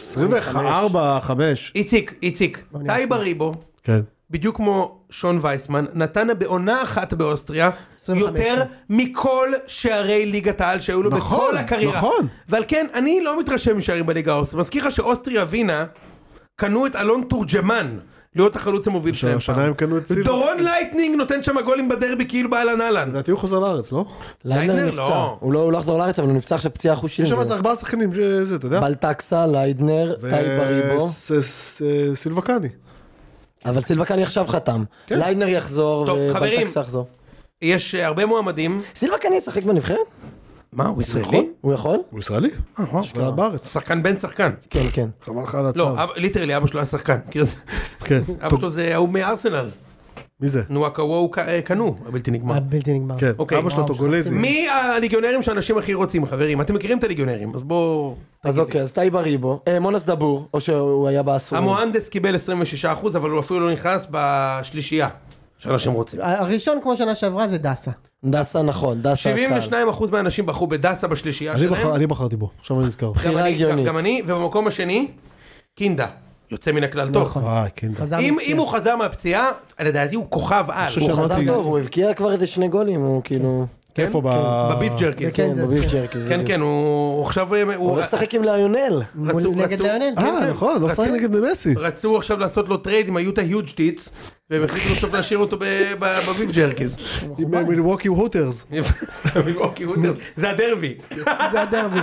24, 5. איציק. טייב בריבו. כן. בדיוק כמו שון וייסמן, נתן בעונה אחת באוסטריה יותר מכל שערי ליגת העל שהיו לו בכל הקריירה. נכון. ועל כן, אני לא מתרשם משערים בליגה האוסטרית. מזכיר לך שאוסטריה וינה קנו את אלון תורג'מן להיות החלוץ המוביל שלהם. השנה הם קנו את סילבה. דורון לייטנינג נותן שם גולים בדרבי כאילו באלן אלן. לדעתי הוא חוזר לארץ, לא? ליידנר נפצע. הוא לא יחזור לארץ, אבל הוא נפצע עכשיו פציעה חושית. יש שם 4 שחקנים שזה, אתה יודע? בלטקסה, ליידנר, טייב בריבו. סילבה קאני. אבל סילבה קאני עכשיו חתם. ליידנר יחזור ובלטקסה יחזור. יש הרבה מועמדים. סילבה קאני ישחק בנבחרת? מה, הוא ישראלי? הוא יכול? הוא ישראלי? שכנעת בארץ. שחקן בן שחקן. כן. חבל לך על הצו. לא, ליטרלי, אבא שלו היה שחקן. כן. אבא שלו זה הוא מארסנל. מי זה? נו, הקוואו קנו, הבלתי נגמר. הבלתי נגמר. כן, אבא שלו טוגולזי. מי הליגיונרים שאנשים הכי רוצים, חברים? אתם מכירים את הליגיונרים, אז בואו... אז אוקיי, אז טייב בריבו, מונס דבור, או שהוא היה בעשורים. המוהנדס קיבל 26%, אבל הוא אפילו לא נכנס בשלישייה שאנשים רוצים. הראשון כמו שנה שעברה זה דסה. דסה נכון, דסה קל. 72% מהאנשים בחרו בדסה בשלישייה שלהם. אני בחרתי בו, עכשיו אני נזכר. בחירה הגיונית. גם אני, ובמקום השני, קינדה. יוצא מן הכלל טוב. אם הוא חזר מהפציעה, לדעתי הוא כוכב על. הוא חזר טוב, הוא הבקיע כבר איזה 2 גולים, הוא כאילו... איפה? בביף ג'רקיז. כן, בביף ג'רקיז. כן, הוא עכשיו... הוא הולך לשחק עם ליונל. נגד ליונל. נכון, הוא משחק נגד מסי. רצו עכשיו לעשות לו טרייד עם היוטה היוג'טיץ, והם החליטו עכשיו להשאיר אותו בביף ג'רקיז. עם מילווקי הוטרס. מילווקי הוטרס, זה הדרבי. זה הדרבי.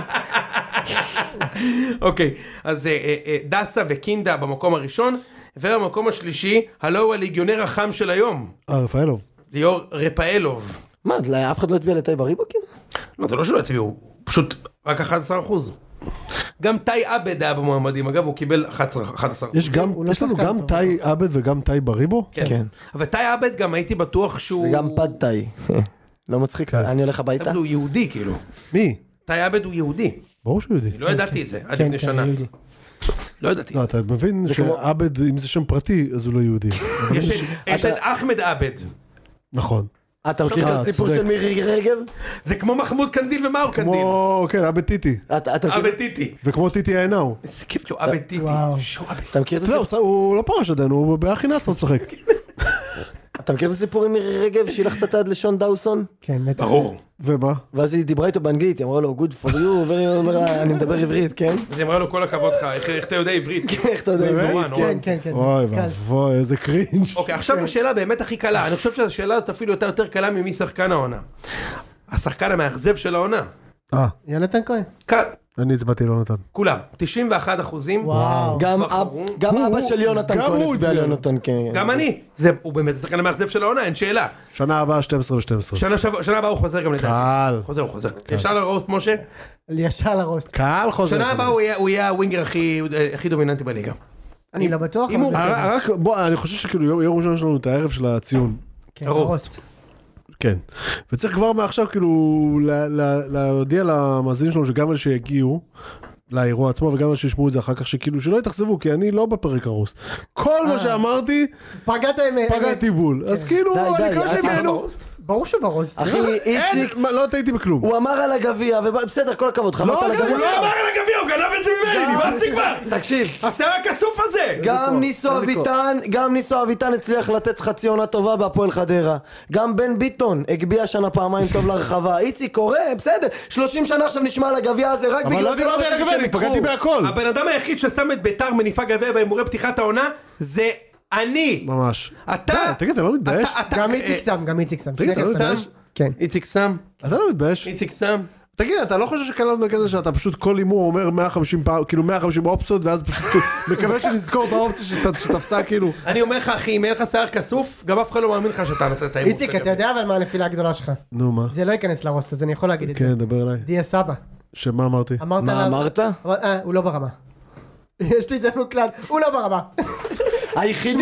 אוקיי, אז דסה וקינדה במקום הראשון, ובמקום השלישי, הלו הוא הליגיונר החם של היום. רפאלוב. ליאור רפאלוב. מה, אף אחד לא הצביע לטייב הריבוקים? לא, זה לא שלא הצביעו, פשוט רק 11%. גם טי עבד היה במועמדים, אגב, הוא קיבל 11%. יש לנו גם טי עבד וגם טי בריבו? כן. אבל טי עבד גם הייתי בטוח שהוא... וגם פד טי. לא מצחיק, אני הולך הביתה. הוא יהודי, כאילו. מי? טי עבד הוא יהודי. ברור שהוא יהודי. לא ידעתי את זה, עד לפני שנה. לא ידעתי. לא, אתה מבין שעבד, אם זה שם פרטי, אז הוא לא יהודי. יש את אחמד עבד. נכון. אתה מכיר את הסיפור של מירי רגב? זה כמו מחמוד קנדיל ומאור קנדיל. כמו, כן, עבד טיטי. עבד טיטי. וכמו טיטי העינאו. איזה כיף שהוא עבד טיטי. אתה מכיר את הסיפור? הוא לא פרש עדיין, הוא באחי נאצר צוחק. אתה מכיר את הסיפור עם מירי רגב שהיא לחצת עד לשון דאוסון? כן, בטח. ברור. ומה? ואז היא דיברה איתו באנגלית, היא אמרה לו good for you, והיא אמרה אני מדבר עברית, כן? אז היא אמרה לו כל הכבוד לך, איך אתה יודע עברית? איך אתה יודע עברית? כן. אוי ואבוי, איזה קרינג'. אוקיי, עכשיו השאלה באמת הכי קלה, אני חושב שהשאלה הזאת אפילו יותר קלה ממי שחקן העונה. השחקן המאכזב של העונה. יונתן כהן. קל. אני הצבעתי לא נתן. כולם, 91%. וואו. גם אבא של יונתן כהן הצביע ליונתן כהן. גם אני. הוא באמת השחקן המאכזב של העונה, אין שאלה. שנה הבאה 12 ו-12. שנה הבאה הוא חוזר גם לדעתי. קל. הוא חוזר. ישר לרוסט, משה? ישר לרוסט. קל חוזר. שנה הבאה הוא יהיה הווינגר הכי דומיננטי בליגה. אני לא בטוח. רק, בוא, אני חושב שכאילו יום ראשון יש לנו את הערב של הציון. כן, הרוסט. כן, וצריך כבר מעכשיו כאילו להודיע למאזינים שלנו שגם אלה שיגיעו לאירוע עצמו וגם אלה שישמעו את זה אחר כך שכאילו שלא יתאכזבו כי אני לא בפרק הרוסט. כל מה שאמרתי פגעתי בול, אז כאילו אני מקווה שהם יענו. ברור שברוסט. אחי, איציק, לא טעיתי בכלום. הוא אמר על הגביע, ובסדר, כל הכבוד, חמרת על הגביע. הוא לא אמר על הגביע, הוא גנב את זה ממני, נמאסתי כבר. תקשיב. השיער הכסוף הזה. גם ניסו אביטן הצליח לתת חצי עונה טובה בהפועל חדרה. גם בן ביטון הגביע שנה פעמיים טוב לרחבה. איציק קורא, בסדר. 30 שנה עכשיו נשמע על הגביע הזה, רק בגלל זה לא דיברתי על הגביע, אני פגעתי בהכל. הבן אדם היחיד ששם את ביתר מניפה גביע בהימורי פתיחת העונה, זה אני. ממש. אתה... תגיד, אתה לא מתבייש? גם איציק שם. תגיד, אתה לא מתבייש? כן. איציק שם. אתה לא מתבייש? איציק שם. תגיד, אתה לא חושב שקלטנו כזה שאתה פשוט כל אימור אומר 150 פעם, כאילו 150 אופציות, ואז פשוט מקווה שנזכור את האופציה שתפסה כאילו. אני אומר לך אחי, אם אין לך שיער כסוף, גם אף אחד לא מאמין לך שאתה נתת את האימור. איציק, אתה יודע אבל מה הנפילה הגדולה שלך? נו, מה? זה לא ייכנס לרוסט, אז אני יכול להגיד את זה. כן, דבר אליי. דיה סבא. שמה אמרתי? מה אמרת? הוא לא ברמה. יש לי את זה מוקלט, הוא לא ברמה. היחידי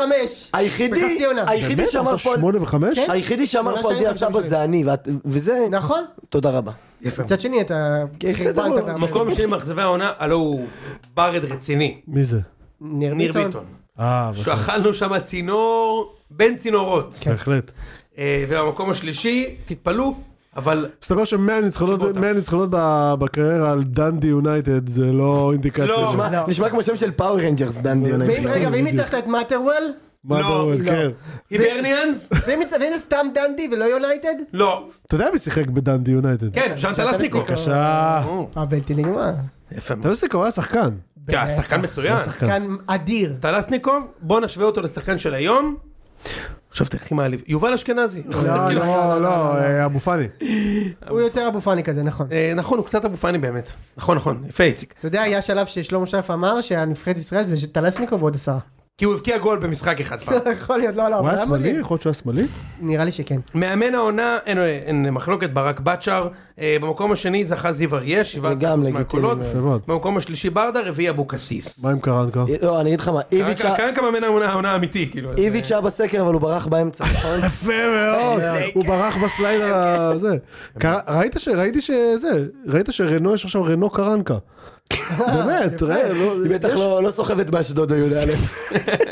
8 ו5 היחידי שאמר פה 8 ו5? היחידי שאמר פה דיה סבא זה אני וזה נכון. תודה רבה. מצד שני אתה חירבנת. מקום שני מאכזבי העונה, הלו הוא ברד רציני. מי זה? ניר ביטון. בהחלט. שאכלנו שם צינור בין צינורות. בהחלט. ובמקום השלישי, תתפלו, אבל... מסתבר ש100 ניצחונות בקריירה על דנדי יונייטד זה לא אינדיקציה. לא. נשמע כמו שם של פאוור רנג'רס דנדי יונייטד. רגע, ואם ניצחת את מאטרוול? לא. כן. היברניאנס? ואם זה סתם דנדי ולא יונייטד? לא. אתה יודע מי שיחק בדנדי יונייטד? כן, ז'אן טלסניקו. בבקשה. בלתי נגמר. יפה. טלסניקו היה שחקן. שחקן מצוין. שחקן אדיר. טלסניקוב, בוא נשווה אותו לשחקן של היום. עכשיו תלכי מעליב. יובל אשכנזי. לא, אבו פאני. הוא יותר אבו פאני כזה, נכון. נכון, הוא קצת אבו פאני באמת. נכון, יפה איציק. אתה יודע, היה שלב ששלמה שרף אמר שהנבחרת ישראל זה טלסניקוב ועוד 10. כי הוא הבקיע גול במשחק אחד פעם. יכול להיות, לא. הוא היה שמאלי? יכול להיות שהוא היה שמאלי? נראה לי שכן. מאמן העונה, אין מחלוקת, ברק בצ'ר. במקום השני זכה זיו אריה, 17% מהקולות. במקום השלישי ברדה, רביעי אבוקסיס. מה עם קרנקה? לא, אני אגיד לך מה, קרנקה מאמן העונה האמיתי. איביץ' היה בסקר, אבל הוא ברח באמצע. יפה מאוד. הוא ברח בסלייד הזה. ראיתי שרנו, יש עכשיו רנו קרנקה. באמת, היא בטח לא סוחבת באשדוד ביהודה א'.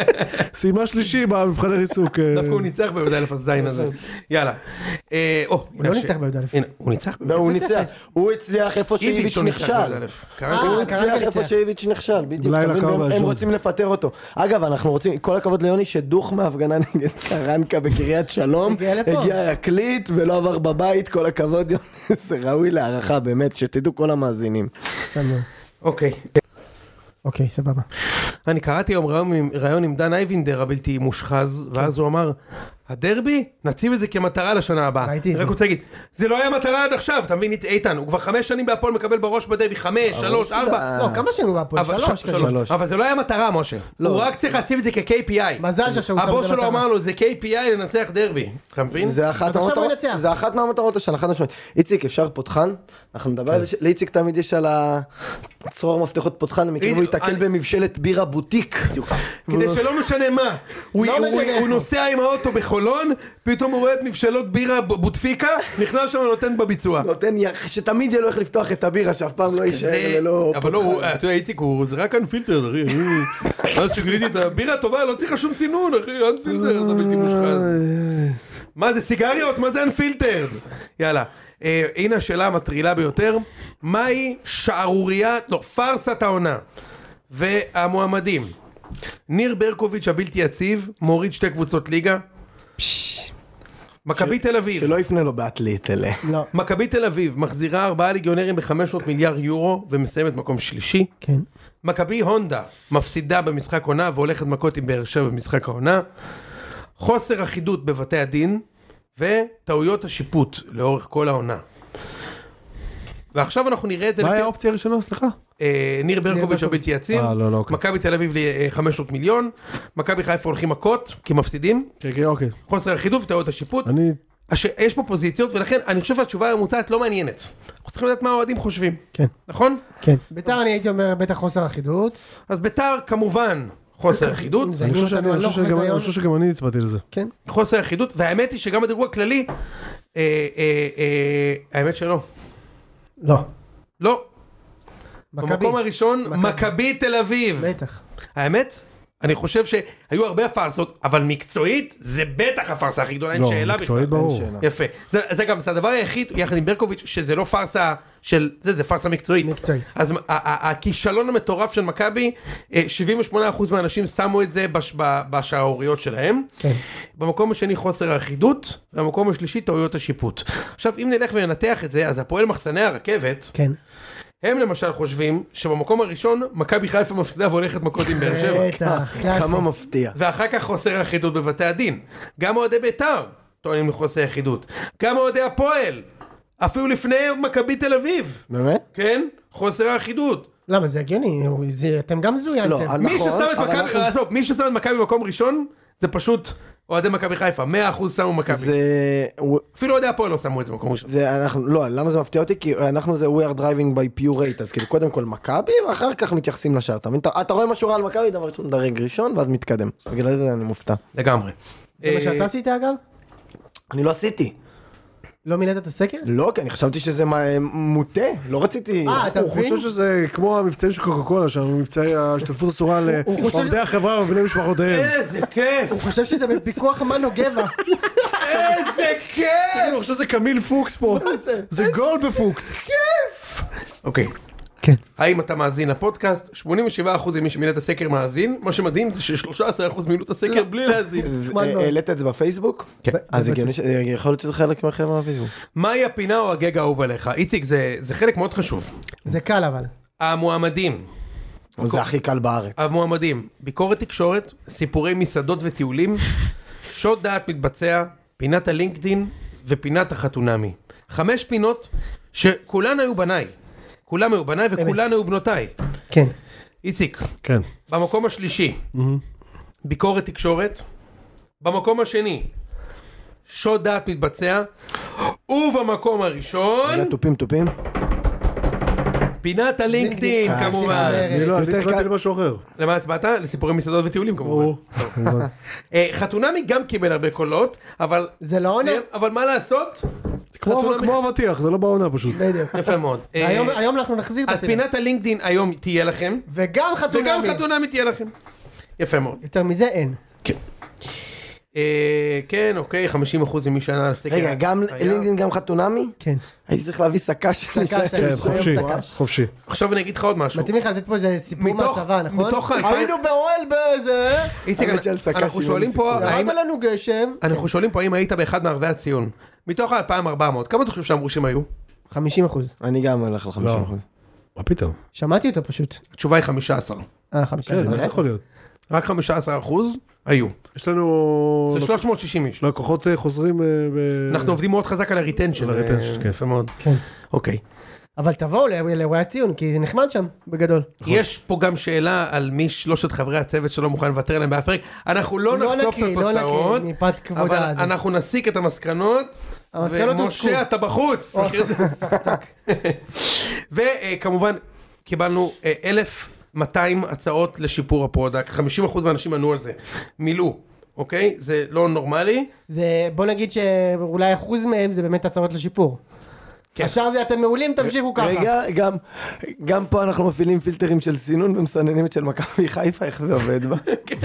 סיימה שלישי במבחני ריסוק. דווקא הוא ניצח בי"א הזין הזה. יאללה. הוא לא ניצח בי"א. הוא ניצח? הוא ניצח. הוא הצליח איפה שאיביץ' נכשל. הוא הצליח איפה שאיביץ' נכשל. בדיוק. הם רוצים לפטר אותו. אגב, אנחנו רוצים, כל הכבוד ליוני שדוך מהפגנה נגד קרנקה בקריית שלום. הגיע להקליט ולא עבר בבית. כל הכבוד יוני. זה ראוי להערכה באמת. שתדעו כל המאזינים. אוקיי. אוקיי, סבבה. אני קראתי היום ראיון עם דן אייבינדר הבלתי מושחז, ואז הוא אמר, הדרבי, נציב את זה כמטרה לשנה הבאה. ראיתי את זה. רק רוצה להגיד, זה לא היה מטרה עד עכשיו, אתה מבין, איתן, הוא כבר 5 שנים בהפועל מקבל בראש בדרבי, 5, 3, 4. לא, כמה שנים הוא בהפועל? 3. אבל זה לא היה מטרה, משה. הוא רק צריך להציב את זה כ-KPI. מזל שעכשיו הוא שם את הבוס שלו אמר לו, זה KPI לנצח דרבי. אתה מבין? זה אחת מהמטרות השנה, אחת משמעית. איציק, אפשר פותחן? אנחנו נדבר על זה, לאיציק תמיד יש על הצרור מפתחות פותחן, מכיר הוא יתקל במבשלת בירה בוטיק. כדי שלא משנה מה, הוא נוסע עם האוטו בחולון, פתאום הוא רואה את מבשלות בירה בוטפיקה, נכנס שם ונותן בביצוע. נותן שתמיד יהיה לו איך לפתוח את הבירה, שאף פעם לא יישאר ללא פותחן. אבל לא, אתה יודע איציק, זה רק אנפילטר, אחי. אז שגיליתי את הבירה טובה, לא צריכה שום סינון, אחי, אנפילטר, זה בלתי מושחז. מה זה סיגריות? מה זה אנפילטר? יאללה. הנה השאלה המטרילה ביותר, מהי שערורייה, לא, פרסת העונה והמועמדים? ניר ברקוביץ' הבלתי יציב, מוריד 2 קבוצות ליגה. מכבי תל אביב. שלא יפנה לו באתלית אלה. מכבי תל אביב מחזירה 4 ליגיונרים ב-500 מיליארד יורו ומסיימת מקום שלישי. כן. מכבי הונדה מפסידה במשחק עונה והולכת מכות עם באר שבע במשחק העונה. חוסר אחידות בבתי הדין. וטעויות השיפוט לאורך כל העונה. ועכשיו אנחנו נראה את זה... מה היה האופציה הראשונה, סליחה? ניר ברקוביץ' הבלתי יציב, מכבי תל אביב ל-500 מיליון, מכבי חיפה הולכים מכות, כי מפסידים, אוקיי. חוסר אחידות וטעויות השיפוט. יש פה פוזיציות, ולכן אני חושב שהתשובה הממוצעת לא מעניינת. אנחנו צריכים לדעת מה האוהדים חושבים. כן. נכון? כן. ביתר אני הייתי אומר בטח חוסר אחידות. אז ביתר כמובן... חוסר אחידות. אני חושב שגם אני הצבעתי לזה. כן. חוסר אחידות, והאמת היא שגם בדירוג הכללי, האמת שלא. לא. לא. במקום הראשון, מכבי תל אביב. בטח. האמת, אני חושב שהיו הרבה פרסות, אבל מקצועית, זה בטח הפרסה הכי גדולה, אין שאלה בכלל. מקצועית ברור. יפה. זה גם, זה הדבר היחיד, יחד עם ברקוביץ', שזה לא פרסה של, זה פרסה מקצועית. מקצועית. אז הכישלון המטורף של מכבי, 78% מהאנשים שמו את זה בשערוריות שלהם. כן. במקום השני חוסר האחידות, ובמקום השלישי טעויות השיפוט. עכשיו, אם נלך וננתח את זה, אז הפועל מחסני הרכבת, כן. הם למשל חושבים שבמקום הראשון מכבי חיפה מפסידה והולכת מכות עם באר שבע. כמה מפתיע. ואחר כך חוסר אחידות בבתי הדין. גם אוהדי בית"ר טוענים לחוסר אחידות. גם אוהדי הפועל. אפילו לפני מכבי תל אביב. באמת? כן? חוסר אחידות. למה זה הגיוני? אתם גם זוינתם. מי ששם את מכבי במקום ראשון זה פשוט אוהדי מכבי חיפה, 100% שמו מכבי. אפילו אוהדי הפועל לא שמו את זה במקום ראשון. לא, למה זה מפתיע אותי? כי אנחנו זה we are driving by pure rate, אז כאילו קודם כל מכבי, ואחר כך מתייחסים לשאר. אתה רואה משהו רע על מכבי, דבר ראשון דרג ראשון, ואז מתקדם. בגלל זה אני מופתע. לגמרי. זה מה שאתה עשית אגב? אני לא עשיתי. לא מילאת את הסקר? לא, כי אני חשבתי שזה מוטה, לא רציתי... אתה מבין? הוא חושב שזה כמו המבצעים של קוקה קולה, שהמבצעי ההשתתפות אסורה לעובדי החברה ובני משפחותיהם. איזה כיף! הוא חושב שזה בפיקוח מנו גבע. איזה כיף! הוא חושב שזה קמיל פוקס פה. זה גול בפוקס. כיף! אוקיי. כן. האם אתה מאזין לפודקאסט? 87% ממי שמילא את הסקר מאזין, מה שמדהים זה ש13% מילאו את הסקר בלי להאזין. העלית את זה בפייסבוק? כן. אז יכול להיות שזה חלק מהחלק מהפייסבוק. מהי הפינה או הגג האהוב עליך? איציק, זה חלק מאוד חשוב. זה קל אבל. המועמדים. זה הכי קל בארץ. המועמדים, ביקורת תקשורת, סיפורי מסעדות וטיולים, שוד דעת מתבצע, פינת הלינקדין ופינת החתונמי. 5 פינות שכולן היו בניי. כולם היו בניי וכולן היו בנותיי. כן. איציק. כן. במקום השלישי, ביקורת תקשורת. במקום השני, שוד דעת מתבצע. ובמקום הראשון, טופים. פינת הלינקדין, כמובן. אני הצבעתי למשהו אחר. למה הצבעת? לסיפורי מסעדות וטיולים, כמובן. חתונמי גם קיבל הרבה קולות, אבל... זה לא עונה. אבל מה לעשות? כמו אבטיח, זה לא בעונה פשוט. יפה מאוד. היום אנחנו נחזיר את הפינה. אז פינת הלינקדין היום תהיה לכם. וגם חתונמי. תהיה לכם. יפה מאוד. יותר מזה אין. כן. כן, אוקיי, 50% ממי שענה על הסקר. רגע, גם לינקדאין גם חתונמי? כן. הייתי צריך להביא סקש. חופשי. עכשיו אני אגיד לך עוד משהו. מתאים לך לתת פה איזה סיפור מהצבא, נכון? מתוך היינו באוהל באיזה... אנחנו שואלים פה, ירד לנו גשם. אנחנו שואלים פה האם היית באחד מערבי הציון. מתוך ה-2400, כמה אתה חושב שאמרו שהם היו? 50%. אני גם הולך על 50%. מה פתאום? שמעתי אותו פשוט. התשובה היא 15. 15. כן, זה יכול להיות. רק 15% היו. יש לנו... זה 360 איש. לקוחות חוזרים אנחנו עובדים מאוד חזק על הריטנשן. כן. יפה מאוד. כן. אוקיי. אבל תבואו לאירועי הציון, כי זה נחמד שם, בגדול. יש פה גם שאלה על מי שלושת חברי הצוות שלא מוכן לוותר עליהם באף פרק. אנחנו לא נחשוף את התוצאות, מפאת כבודה אבל הזה. אנחנו נסיק את המסקנות, ומשה אתה בחוץ. וכמובן קיבלנו 1,200 הצעות לשיפור הפרודקט, 50% מהאנשים ענו על זה, מילאו, אוקיי? זה לא נורמלי. בוא נגיד שאולי אחוז מהם זה באמת הצעות לשיפור. השאר זה אתם מעולים, תמשיכו ככה. רגע, גם פה אנחנו מפעילים פילטרים של סינון ומסננים את של מכבי חיפה, איך זה עובד בה?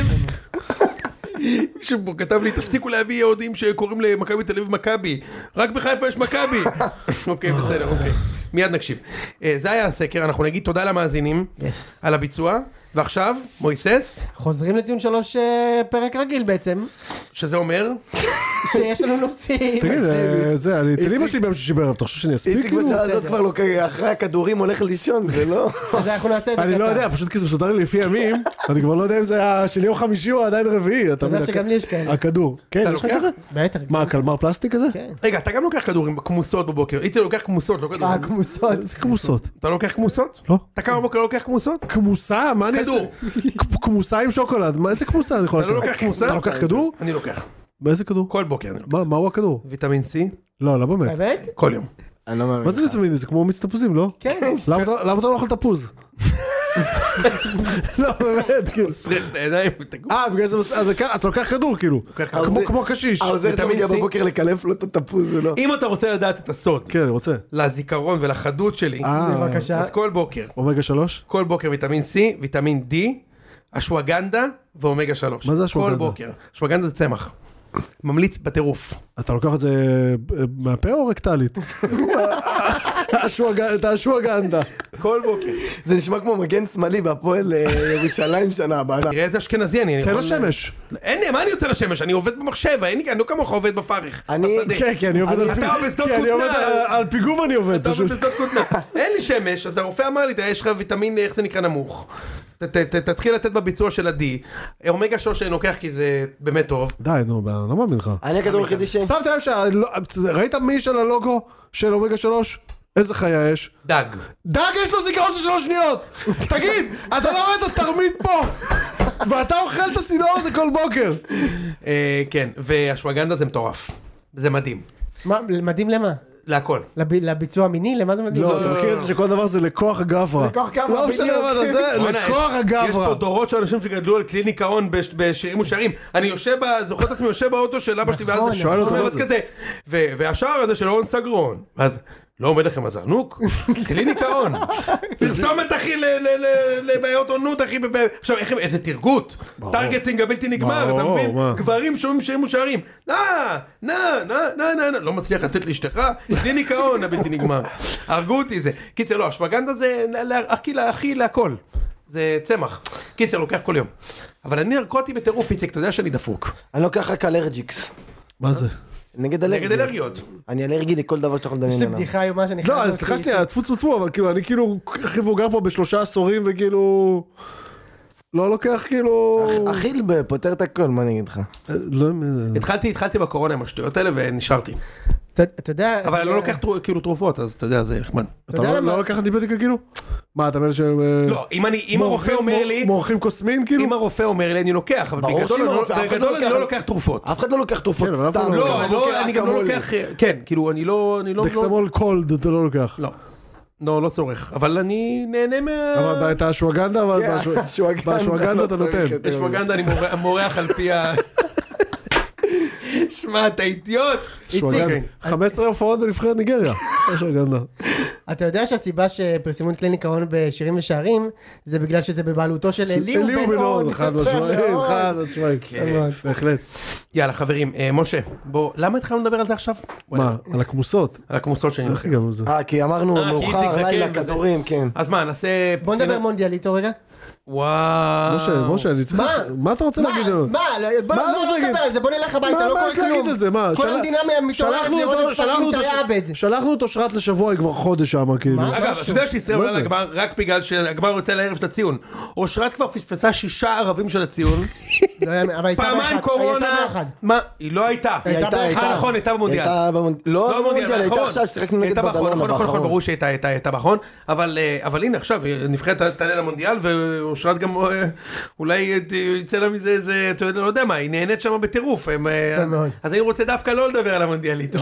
מישהו פה כתב לי, תפסיקו להביא יהודים שקוראים למכבי תל אביב מכבי, רק בחיפה יש מכבי. אוקיי, בסדר, אוקיי. מיד נקשיב. זה היה הסקר, אנחנו נגיד תודה למאזינים על הביצוע, ועכשיו, מויסס. חוזרים לציון 3 פרק רגיל בעצם. שזה אומר? שיש לנו נושאים. תגיד, אני אצל אמא שלי ביום שישי בערב, אתה חושב שאני אספיק? איציק בשעה הזאת כבר לא, אחרי הכדורים הולך לישון, זה לא... אז אנחנו נעשה את זה קצר. אני לא יודע, פשוט כי זה מסודר לי לפי ימים, אני כבר לא יודע אם זה של יום חמישי או עדיין רביעי. אתה יודע שגם לי יש כאלה. הכדור. כן, יש לך כזה? בטח. מה, קלמר פלסטיק כזה? כן. רגע, אתה גם לוקח כדורים כמוסות בבוקר. איתי לוקח כמוסות, לא כדורים. כמוסות. זה כמוסות. אתה לוקח כמוסות? לא. אתה כמה בבוקר לוקח כמוסות? כמוסה? מה אני אעשה? כדור. כמוסה עם שוקולד, מה איזה כמוסה אני יכול לקחת? אתה לא לוקח כמוסה? אתה לוקח כדור? אני לוקח. באיזה כדור? כל בוקר אני לוקח. מהו הכדור? ויטמין C? לא, לא באמת. באמת? כל יום. מה זה ויטמין C? זה כמו מיץ תפוזים, לא? כן. למה אתה לא אוכל תפוז? לא, באמת, כאילו. סריח את העיניים. בגלל זה, אז אתה לוקח כדור, כאילו. כמו קשיש. העוזר אתה מגיע בבוקר לקלף לו את התפוז ולא. אם אתה רוצה לדעת את הסוד. כן, אני רוצה. לזיכרון ולחדות שלי. בבקשה. אז כל בוקר. אומגה 3? כל בוקר ויטמין C, ויטמין D, אשווגנדה ואומגה 3. מה זה אשווגנדה? כל בוקר. אשווגנדה זה צמח. ממליץ בטירוף. אתה לוקח את זה מהפה או רקטלית? את האשווגנדה. כל בוקר. זה נשמע כמו מגן שמאלי בהפועל ירושלים שנה הבאה. תראה איזה אשכנזי אני. צא לשמש. אין לי, מה אני יוצא לשמש? אני עובד במחשב, אני לא כמוך עובד בפרך. כן, כי אני עובד על פיגום אני עובד. אתה עובד בשדות כותנה. אין לי שמש, אז הרופא אמר לי, יש לך ויטמין, איך זה נקרא נמוך. תתחיל לתת בביצוע של ה-D. אומגה 3 שאני לוקח כי זה באמת טוב. די, נו, לא מאמין לך. אני הכדור היחידי ש... שמת לב ראית מי של הלוגו של אומגה 3? איזה חיה יש? דג. דג יש לו זיכרון של 3 שניות! תגיד, אתה לא רואה את התרמית פה! ואתה אוכל את הצינור הזה כל בוקר! כן, והשווגנדה זה מטורף. זה מדהים. מדהים למה? להכל. לביצוע מיני? למה זה מדהים? לא, אתה מכיר את זה שכל דבר זה לכוח הגברה. לכוח גברה, לא משנה מה זה, לכוח הגברה. יש פה דורות של אנשים שגדלו על קליניקה און בשירים ושערים. אני יושב, זוכר את עצמי, יושב באוטו של אבא שלי, ואז שואל אותו מה זה. והשער הזה של אורן סגרון. אז לא עומד לכם הזרנוק? קליניקה און. פרסומת אחי לבעיות עונות אחי. עכשיו איזה תרגות. טרגטינג הבלתי נגמר, אתה מבין? גברים שומעים שירים ושערים. לא מצליח לתת לאשתך, קליניקה און הבלתי נגמר. הרגו אותי זה. קיצר לא, אשווגנדה זה הכי להכל. זה צמח. קיצר לוקח כל יום. אבל אני הרגותי בטירוף איציק, אתה יודע שאני דפוק. אני לוקח רק אלרג'יקס. מה זה? נגד אלרגיות. אני אלרגי לכל דבר שאתה יכול לדמיין. יש לי בדיחה היום מה שאני חייב... לא, סליחה שנייה, תפו, אבל כאילו, אני כאילו הכי מבוגר פה ב3 עשורים וכאילו... לא לוקח כאילו... אכיל פותר את הכל, מה אני אגיד לך? התחלתי בקורונה עם השטויות האלה ונשארתי. אתה יודע... אבל אני לא לוקח כאילו תרופות, אז אתה יודע, זה נחמד. אתה לא לוקח אנטיביוטיקה כאילו? מה, אתה אומר שהם... לא, אם הרופא אומר לי... מורחים קוסמין כאילו? אם הרופא אומר לי, אני לוקח, אבל בגדול אני לא לוקח תרופות. אף אחד לא לוקח תרופות סתם. לא, אני גם לא לוקח... כן, כאילו, אני לא... דקסמול קולד אתה לא לוקח. לא. לא צורך, אבל אני נהנה מה... אבל את האשווגנדה, אבל באשווגנדה אתה נותן. אשווגנדה אני מורח על פי ה... שמע, אתה אידיוט. 15 הופעות בנבחרת ניגריה. אשווגנדה. אתה יודע שהסיבה שפרסמו את קליני קרון בשירים ושערים, זה בגלל שזה בבעלותו של אליהו בן און. חד משמעית. בהחלט. יאללה חברים, משה, בוא, למה התחלנו לדבר על זה עכשיו? מה? על הכמוסות? על הכמוסות שאני איך הגענו לזה? כי אמרנו מאוחר, לילה, כדורים, כן. אז מה, נעשה... בוא נדבר מונדיאליטו רגע. וואו. משה, אני צריך... מה אתה רוצה להגיד לנו? בוא לא נדבר על זה, בוא נלך הביתה, לא קורה כלום. כל המדינה מתעוררת לראות את פאקינג תיאבד. שלחנו אותו שרת לשבוע, היא כבר חודש שם, כאילו. אגב, אתה יודע שישראל עולה לגמר רק בגלל שהגמר יוצא לערב של הציון. אושרת כבר פספסה 6 ערבים של הציון. פעמיים קורונה. מה? היא לא הייתה. היא הייתה. נכון, הייתה במונדיאל. לא במונדיאל, הייתה עכשיו ששיחקנו נגד בדרום. נכון, ברור שהייתה באחרון. אבל הנה עכשיו, נבחרת תעלה למונדיאל, ואושרת גם אולי יצא לה מזה איזה, אתה יודע, לא יודע מה, היא נהנית שם בטירוף. אז אני רוצה דווקא לא לדבר על המונדיאליטו.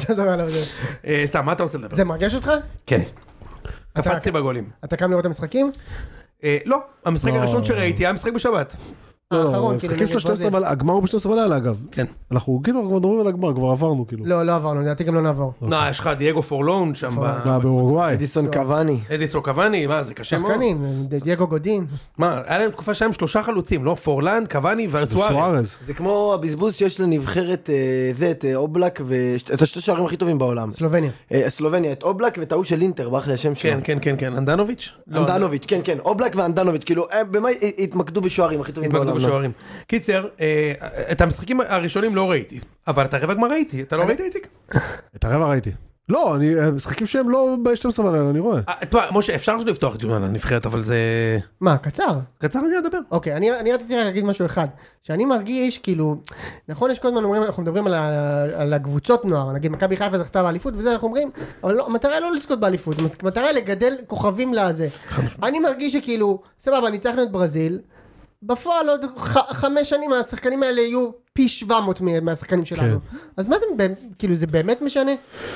סתם, מה אתה רוצה לדבר? זה מרגש אותך? כן. קפצתי בגולים. אתה קם לראות את המשחקים? לא, המשחק הראשון שראיתי היה משחק בשבת. האחרון, משחקים של 12 בלילה, הגמר הוא ב-12 בלילה אגב. כן. אנחנו כאילו כבר מדברים על הגמר, כבר עברנו כאילו. לא עברנו, לדעתי גם לא נעבור. יש לך דייגו פורלון שם באורוגוואי. אדיסון קוואני. אדיסון קוואני, מה זה קשה מאוד. שחקנים, דייגו גודין. מה, היה להם תקופה שהם 3 חלוצים, לא? פורלן, קוואני וסוארז. זה כמו הבזבוז שיש לנבחרת זה, את אובלק, ואת השתי שערים הכי טובים בעולם. סלובניה, את אובלק ואת ההוא של אינטר, ברח לי השם שלו. כן, אנדנוביץ'? אנדנוביץ', כן, אובלק ואנדנוביץ', כאילו, במה התמקדו בשוערים הכי טובים בעולם. קיצר, את המשחקים הראשונים לא ראיתי, אבל את הרבע גמר ראיתי, אתה לא ראית איציק? את הרבע ראיתי. לא, משחקים שהם לא ב-12 בלילה, אני רואה. משה, אפשר לפתוח דיון על הנבחרת, אבל זה... מה, קצר? קצר אני אדבר. אוקיי, אני רציתי להגיד משהו אחד, שאני מרגיש כאילו, נכון יש כל הזמן אומרים, אנחנו מדברים על הקבוצות נוער, נגיד מכבי חיפה זכתה באליפות וזה אנחנו אומרים, אבל המטרה לא לזכות באליפות, המטרה לגדל כוכבים לזה. אני מרגיש שכאילו, סבבה, ניצחנו את ברזיל, בפועל עוד 5 שנים השחקנים האלה יהיו פי 700 מהשחקנים שלנו. אז מה זה, כאילו זה באמת משנה?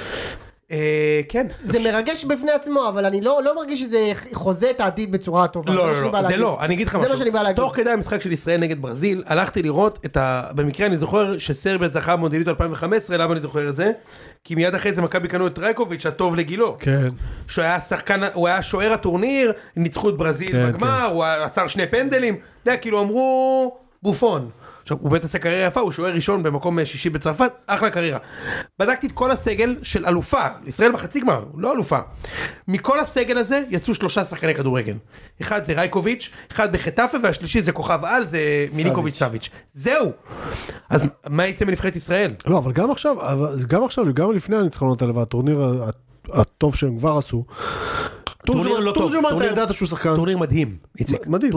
כן. זה מרגש בפני עצמו, אבל אני לא מרגיש שזה חוזה את העתיד בצורה טובה. לא, זה לא, אני אגיד לך משהו. תוך כדי המשחק של ישראל נגד ברזיל, הלכתי לראות את במקרה אני זוכר שסרביה זכה במונדיאליטו 2015, למה אני זוכר את זה? כי מיד אחרי זה מכבי קנו את רייקוביץ' הטוב לגילו. כן. שהוא היה שחקן, הוא היה שוער הטורניר, ניצחו את ברזיל בגמר, הוא עצר 2 פנדלים, אתה יודע, כאילו אמרו בופון. עכשיו, הוא בית עשה קריירה יפה, הוא שוער ראשון במקום 6 בצרפת, אחלה קריירה. בדקתי את כל הסגל של אלופה, ישראל בחצי גמר, לא אלופה. מכל הסגל הזה יצאו 3 שחקני כדורגל. אחד זה רייקוביץ', אחד בחטאפה, והשלישי זה כוכב על, זה מיליקוביץ' סאביץ'. זהו! אז מה יצא מנבחרת ישראל? לא, אבל גם עכשיו, גם לפני הניצחונות האלה, והטורניר הטוב שהם כבר עשו, טורניר לא טוב. תורג'מן אתה ידעת שהוא שחקן. טורניר מדהים, איציק. מדהים.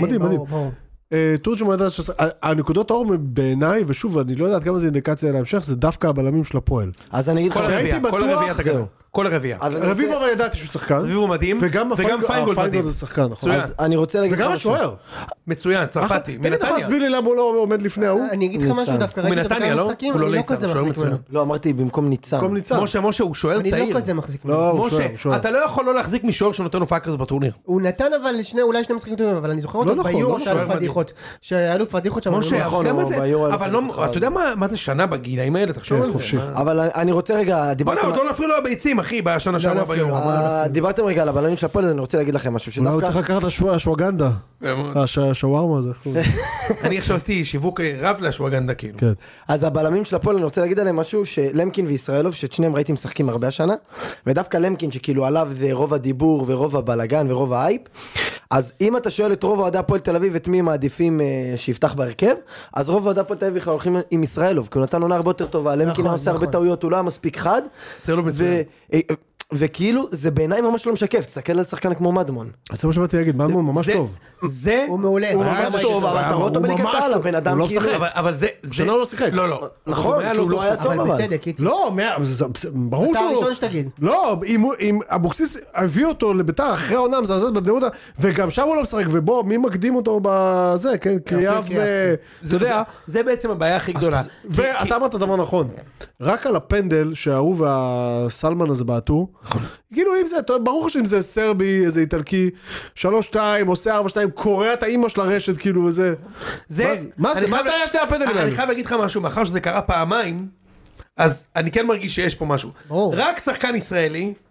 תורג'מן ידעת שהוא שחקן. הנקודות האור בעיניי, ושוב, אני לא יודעת כמה זה אינדיקציה להמשך, זה דווקא הבלמים של הפועל. אז אני אגיד לך, כל הרביעה תגנו. כל הרביעה. רביבו אבל ידעתי שהוא שחקן. רביבו מדהים. וגם פיינגולד מדהים. זה שחקן, נכון. אז אני רוצה להגיד לך וגם השוער. מצוין, צרפתי. תגיד לך, הסביר לי למה הוא לא עומד לפני ההוא. אני אגיד לך משהו דווקא, ראיתי את בכמה משחקים, אני לא כזה מחזיק ממנו. לא, אמרתי במקום ניצן. משה, הוא שוער צעיר. אני לא כזה מחזיק ממנו. משה, אתה לא יכול לא להחזיק משוער שנותן הופעה כזאת בטורניר. הוא נתן אבל אולי 2 משחקים טובים, אבל אני זוכר אותו ביורו שאלו פדיחות שם. משה, אבל אתה יודע מה זה שנה בגילאים האלה, תחשוב על זה. אבל אני רוצה רגע, לא נפריע לו הביצים, אחי, בשנה שעברה ביום. דיברתם רגע על הבלמים של הפועל, אני רוצה להגיד לכם משהו שדווקא... הוא צריך לקחת השוואגנדה. השווארמה הזה. אני עכשיו עשיתי שיווק רב להשוואגנדה כאילו. אז הבלמים של הפועל, אני רוצה להגיד עליהם משהו, שלמקין וישראלוב, שאת שניהם ראיתי משחקים הרבה השנה, ודווקא למקין שכאילו עליו זה רוב הדיבור ורוב הבלגן ורוב האייפ, אז אם אתה שואל את רוב אוהדי הפועל תל אביב את מי מעדיפים שיפתח בהרכב, אז רוב אוהדי הפועל תל אביב הולכים עם ישראלוב, כי הוא נתן עונה הרבה יותר טובה, למקין עושה הרבה טעויות, הוא לא היה מספיק חד, וכאילו זה בעיניי ממש לא משקף, תסתכל על שחקן כמו מדמון. אז זה מה שבאתי להגיד, מדמון ממש טוב. זה הוא מעולה. הוא ממש טוב, אבל אתה רואה אותו בליגת העל, הבן אדם כאילו. אבל זה... שנה לא שיחק. לא. נכון, הוא לא היה טוב אבל בצדק, איציק. לא, ברור אתה שהוא... הראשון שתגיד. לא, אם אבוקסיס הביא אותו לביתר אחרי העונה מזעזעת בבני יהודה, וגם שם הוא לא משחק, ובוא, מי מקדים אותו בזה, כן, קריאב ו... אתה יודע... זה בעצם הבעיה הכי גדולה. ואתה אמרת דבר נכון, רק על הפנדל שההוא והסלמן הזה בעטו, כאילו אם זה, ברור שאם זה סרבי, איזה איטלקי, 3-2, עושה 4-2, קורא את האמא של הרשת, כאילו, וזה... מה זה היה שתי הפנדלים האלה? אני חייב להגיד לך משהו, מאחר שזה קרה פעמיים, אז אני כן מרגיש שיש פה משהו. רק שחקן ישראלי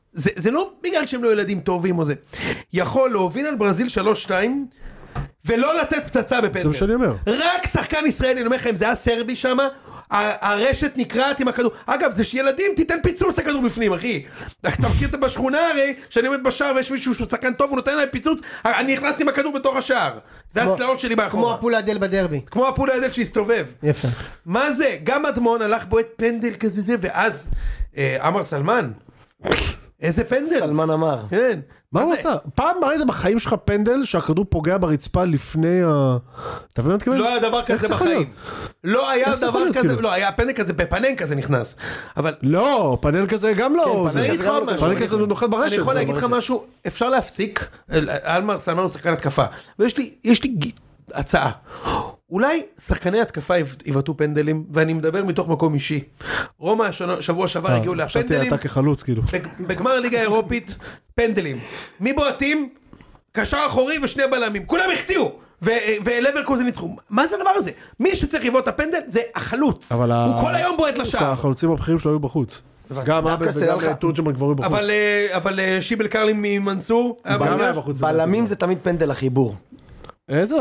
זה לא בגלל שהם לא ילדים טובים או זה. יכול להוביל על ברזיל 3-2, ולא לתת פצצה בפנדל. זה מה שאני אומר. רק שחקן ישראלי, אני אומר לכם, זה היה סרבי שם, הרשת נקרעת עם הכדור. אגב, זה שילדים, תיתן פיצוץ לכדור בפנים, אחי. אתה מכיר את בשכונה הרי, שאני עומד בשער ויש מישהו שהוא שחקן טוב, הוא נותן להם פיצוץ, אני נכנס עם הכדור בתוך השער. זה הצלעות שלי מאחורה. כמו הפול הדל בדרבי. כמו הפול הדל שהסתובב. יפה. מה זה? גם אדמון הלך בו את פנדל כזה זה, ואז עמר סלמן. איזה פנדל? סלמן אמר. כן. מה הוא עשה? פעם ראית בחיים שלך פנדל שהכדור פוגע ברצפה לפני ה... אתה מבין מה מתכוון? לא היה דבר כזה בחיים. לא היה דבר כזה, לא, היה פנדל כזה, בפנן כזה נכנס. אבל... לא, פנדל כזה גם לא. אני אגיד לך עוד משהו. פנדל כזה נוחת ברשת. אני יכול להגיד לך משהו, אפשר להפסיק, עמר סלמן הוא שחקן התקפה. ויש לי הצעה. אולי שחקני התקפה יבטאו פנדלים, ואני מדבר מתוך מקום אישי. רומא שבוע שעבר הגיעו לפנדלים. אתה כחלוץ כאילו. בגמר הליגה האירופית, פנדלים. מי בועטים? קשר אחורי ושני בלמים. כולם החטיאו. ולברקוזן ניצחו. מה זה הדבר הזה? מי שצריך לבעוט את הפנדל זה החלוץ. הוא כל היום בועט לשער. החלוצים הבכירים שלו היו בחוץ. גם אבא וגם תורג'מן כבר היו בחוץ. אבל שיבל קרלי ממנסור בלמים זה תמיד פנדל החיבור. איזה?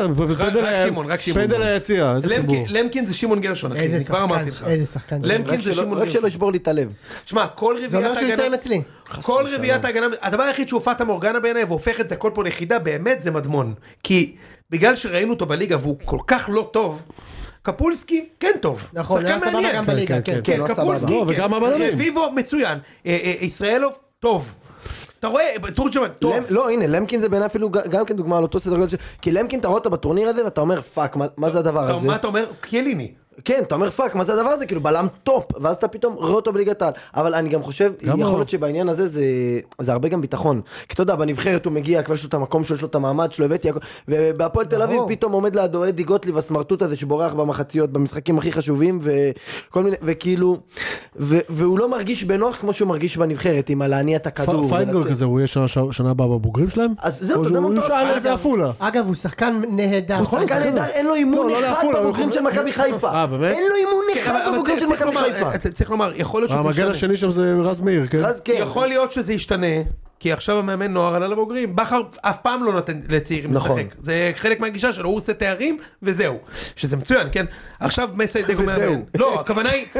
פנדל היציאה, איזה חיבור. למקין זה שמעון גרשון, אחי, אני כבר אמרתי לך. איזה שחקן. למקין זה שמעון גרשון. רק שלא ישבור לי את הלב. שמע, כל זה אומר שהוא יסיים אצלי. כל רביעיית ההגנה, הדבר היחיד שהוא הופעת מורגנה בעיניי, והופך את הכל פה ליחידה, באמת זה מדמון. כי בגלל שראינו אותו בליגה, והוא כל כך לא טוב, קפולסקי כן טוב. נכון, היה סבבה גם בליגה, כן. כן, קפולסקי, וגם הבלמים. רביבו מצוין, ישראלוב טוב. אתה רואה, תורג'מן, טוב. לא, הנה, למקין זה בעיניי אפילו גם כן דוגמה על אותו סדר גודל, כי למקין אתה רואה אותו בטורניר הזה, ואתה אומר, פאק, מה זה הדבר הזה? מה אתה אומר? קיאליני. כן, אתה אומר פאק, מה זה הדבר הזה? כאילו בלם טופ, ואז אתה פתאום רואה אותו בליגת העל. אבל אני גם חושב, יכול להיות שבעניין הזה זה הרבה גם ביטחון. כי אתה יודע, בנבחרת הוא מגיע, כבר יש לו את המקום שלו, יש לו את המעמד שלו, הבאתי, ובהפועל תל אביב פתאום עומד לידו אדי גוטליב הסמרטוט הזה שבורח במחציות, במשחקים הכי חשובים, וכל מיני, וכאילו, והוא לא מרגיש בנוח כמו שהוא מרגיש בנבחרת, עם להניע את הכדור. פיינגול כזה, הוא יהיה שנה הבאה בבוגרים שלהם? אז זהו, אתה יודע מה אגב, הוא שחקן נהדר. הוא שחקן נהדר, אין לו אימון אחד בבוגרים של מכבי חיפה. אין לו אימון אחד בבוגרים של מכבי חיפה. צריך לומר, יכול להיות שזה ישתנה. המגן השני שם זה רז מאיר, כן? יכול להיות שזה ישתנה, כי עכשיו המאמן נוער עלה לבוגרים, בכר אף פעם לא נותן לצעירים לשחק. זה חלק מהגישה שלו, הוא עושה תארים וזהו. שזה מצוין, כן? עכשיו מסי דגו מאמן. לא, הכוונה היא,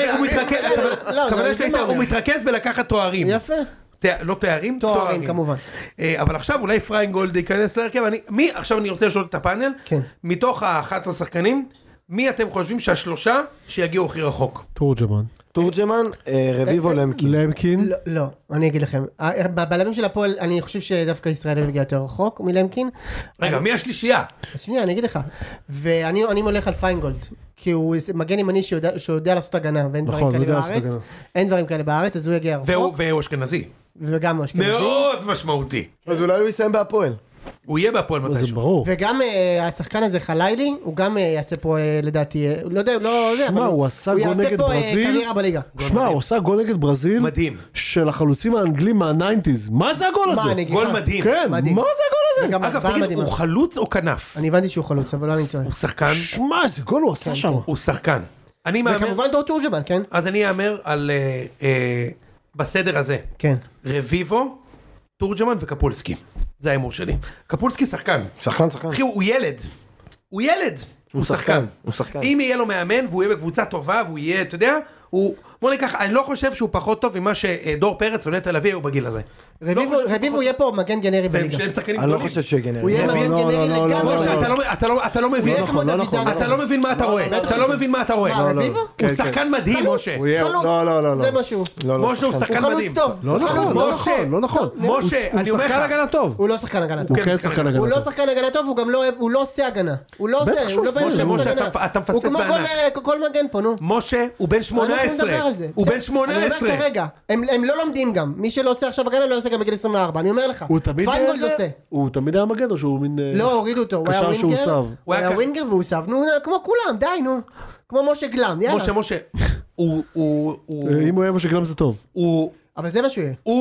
הוא מתרכז בלקחת תוארים. יפה. לא תארים? תוארים כמובן. אבל עכשיו אולי פריינגולד ייכנס להרכב, עכשיו אני רוצה לשאול את הפאנל, מתוך ה-11 שחקנים, מי אתם חושבים שהשלושה שיגיעו הכי רחוק? תורג'מן, רביבו, למקין. לא, אני אגיד לכם. בבלמים של הפועל, אני חושב שדווקא ישראל הגיע יותר רחוק מלמקין. רגע, מי השלישייה? שנייה, אני אגיד לך. ואני מולך על פיינגולד. כי הוא מגן ימני שיודע לעשות הגנה, ואין דברים כאלה בארץ. אין דברים כאלה בארץ, אז הוא יגיע רחוק. והוא אשכנזי. וגם הוא אשכנזי. מאוד משמעותי. אז אולי הוא יסיים בהפועל. הוא יהיה בהפועל מתישהו. זה ברור. וגם השחקן הזה חלילי, הוא גם יעשה פה לדעתי, לא יודע, שמע, הוא עשה גול נגד ברזיל. הוא יעשה פה קריירה בליגה. שמע, הוא עשה גול נגד ברזיל. מדהים. של החלוצים האנגלים מה-90s. מה זה הגול הזה? גול מדהים. כן, מה זה הגול הזה? אגב, תגיד, הוא חלוץ או כנף? אני הבנתי שהוא חלוץ, אבל לא אני טועה. הוא שחקן. שמע, איזה גול הוא עשה שם. הוא שחקן. וכמובן דור תורג'מן, כן? אז אני אאמר על בסדר הזה. כן. רביבו, תורג'מן וקפולסקי. זה האמור שלי. קפולסקי שחקן. שחקן. אחי, הוא ילד. הוא שחקן. אם יהיה לו מאמן והוא יהיה בקבוצה טובה והוא יהיה, אתה יודע, בוא ניקח, אני לא חושב שהוא פחות טוב ממה שדור פרץ ונטע לביא היו בגיל הזה. רביבו יהיה פה מגן גנרי בליגה. אני לא חושב שיהיה גנרי. הוא יהיה מגן גנרי לגמרי. אתה לא מבין. אתה לא מבין מה אתה רואה. אתה לא מבין מה אתה רואה. מה, רביבו? הוא שחקן מדהים, משה. לא. זה משהו. משה הוא שחקן מדהים. לא נכון. משה, אני אומר לך. הוא שחקן הגנה טוב. הוא לא שחקן הגנה טוב. הוא כן שחקן הגנה טוב. הוא לא שחקן הגנה טוב, הוא גם לא עושה הגנה. הוא לא עושה, הוא לא בן 18. הוא כמו כל מגן פה, נו. משה, הוא בן 18. הוא בן 18. אני אומר כרגע, הם לא לומדים גם. מי שלא עושה עכשיו הגנה לא עושה גם בגיל 24. אני אומר לך. הוא תמיד היה מגן או שהוא מין... לא, הורידו אותו. הוא היה ווינגר והוא סב. נו, כמו כולם, די, נו. כמו משה גלם, יאללה. משה. אם הוא היה משה גלם זה טוב. אבל זה מה שהוא יהיה. הוא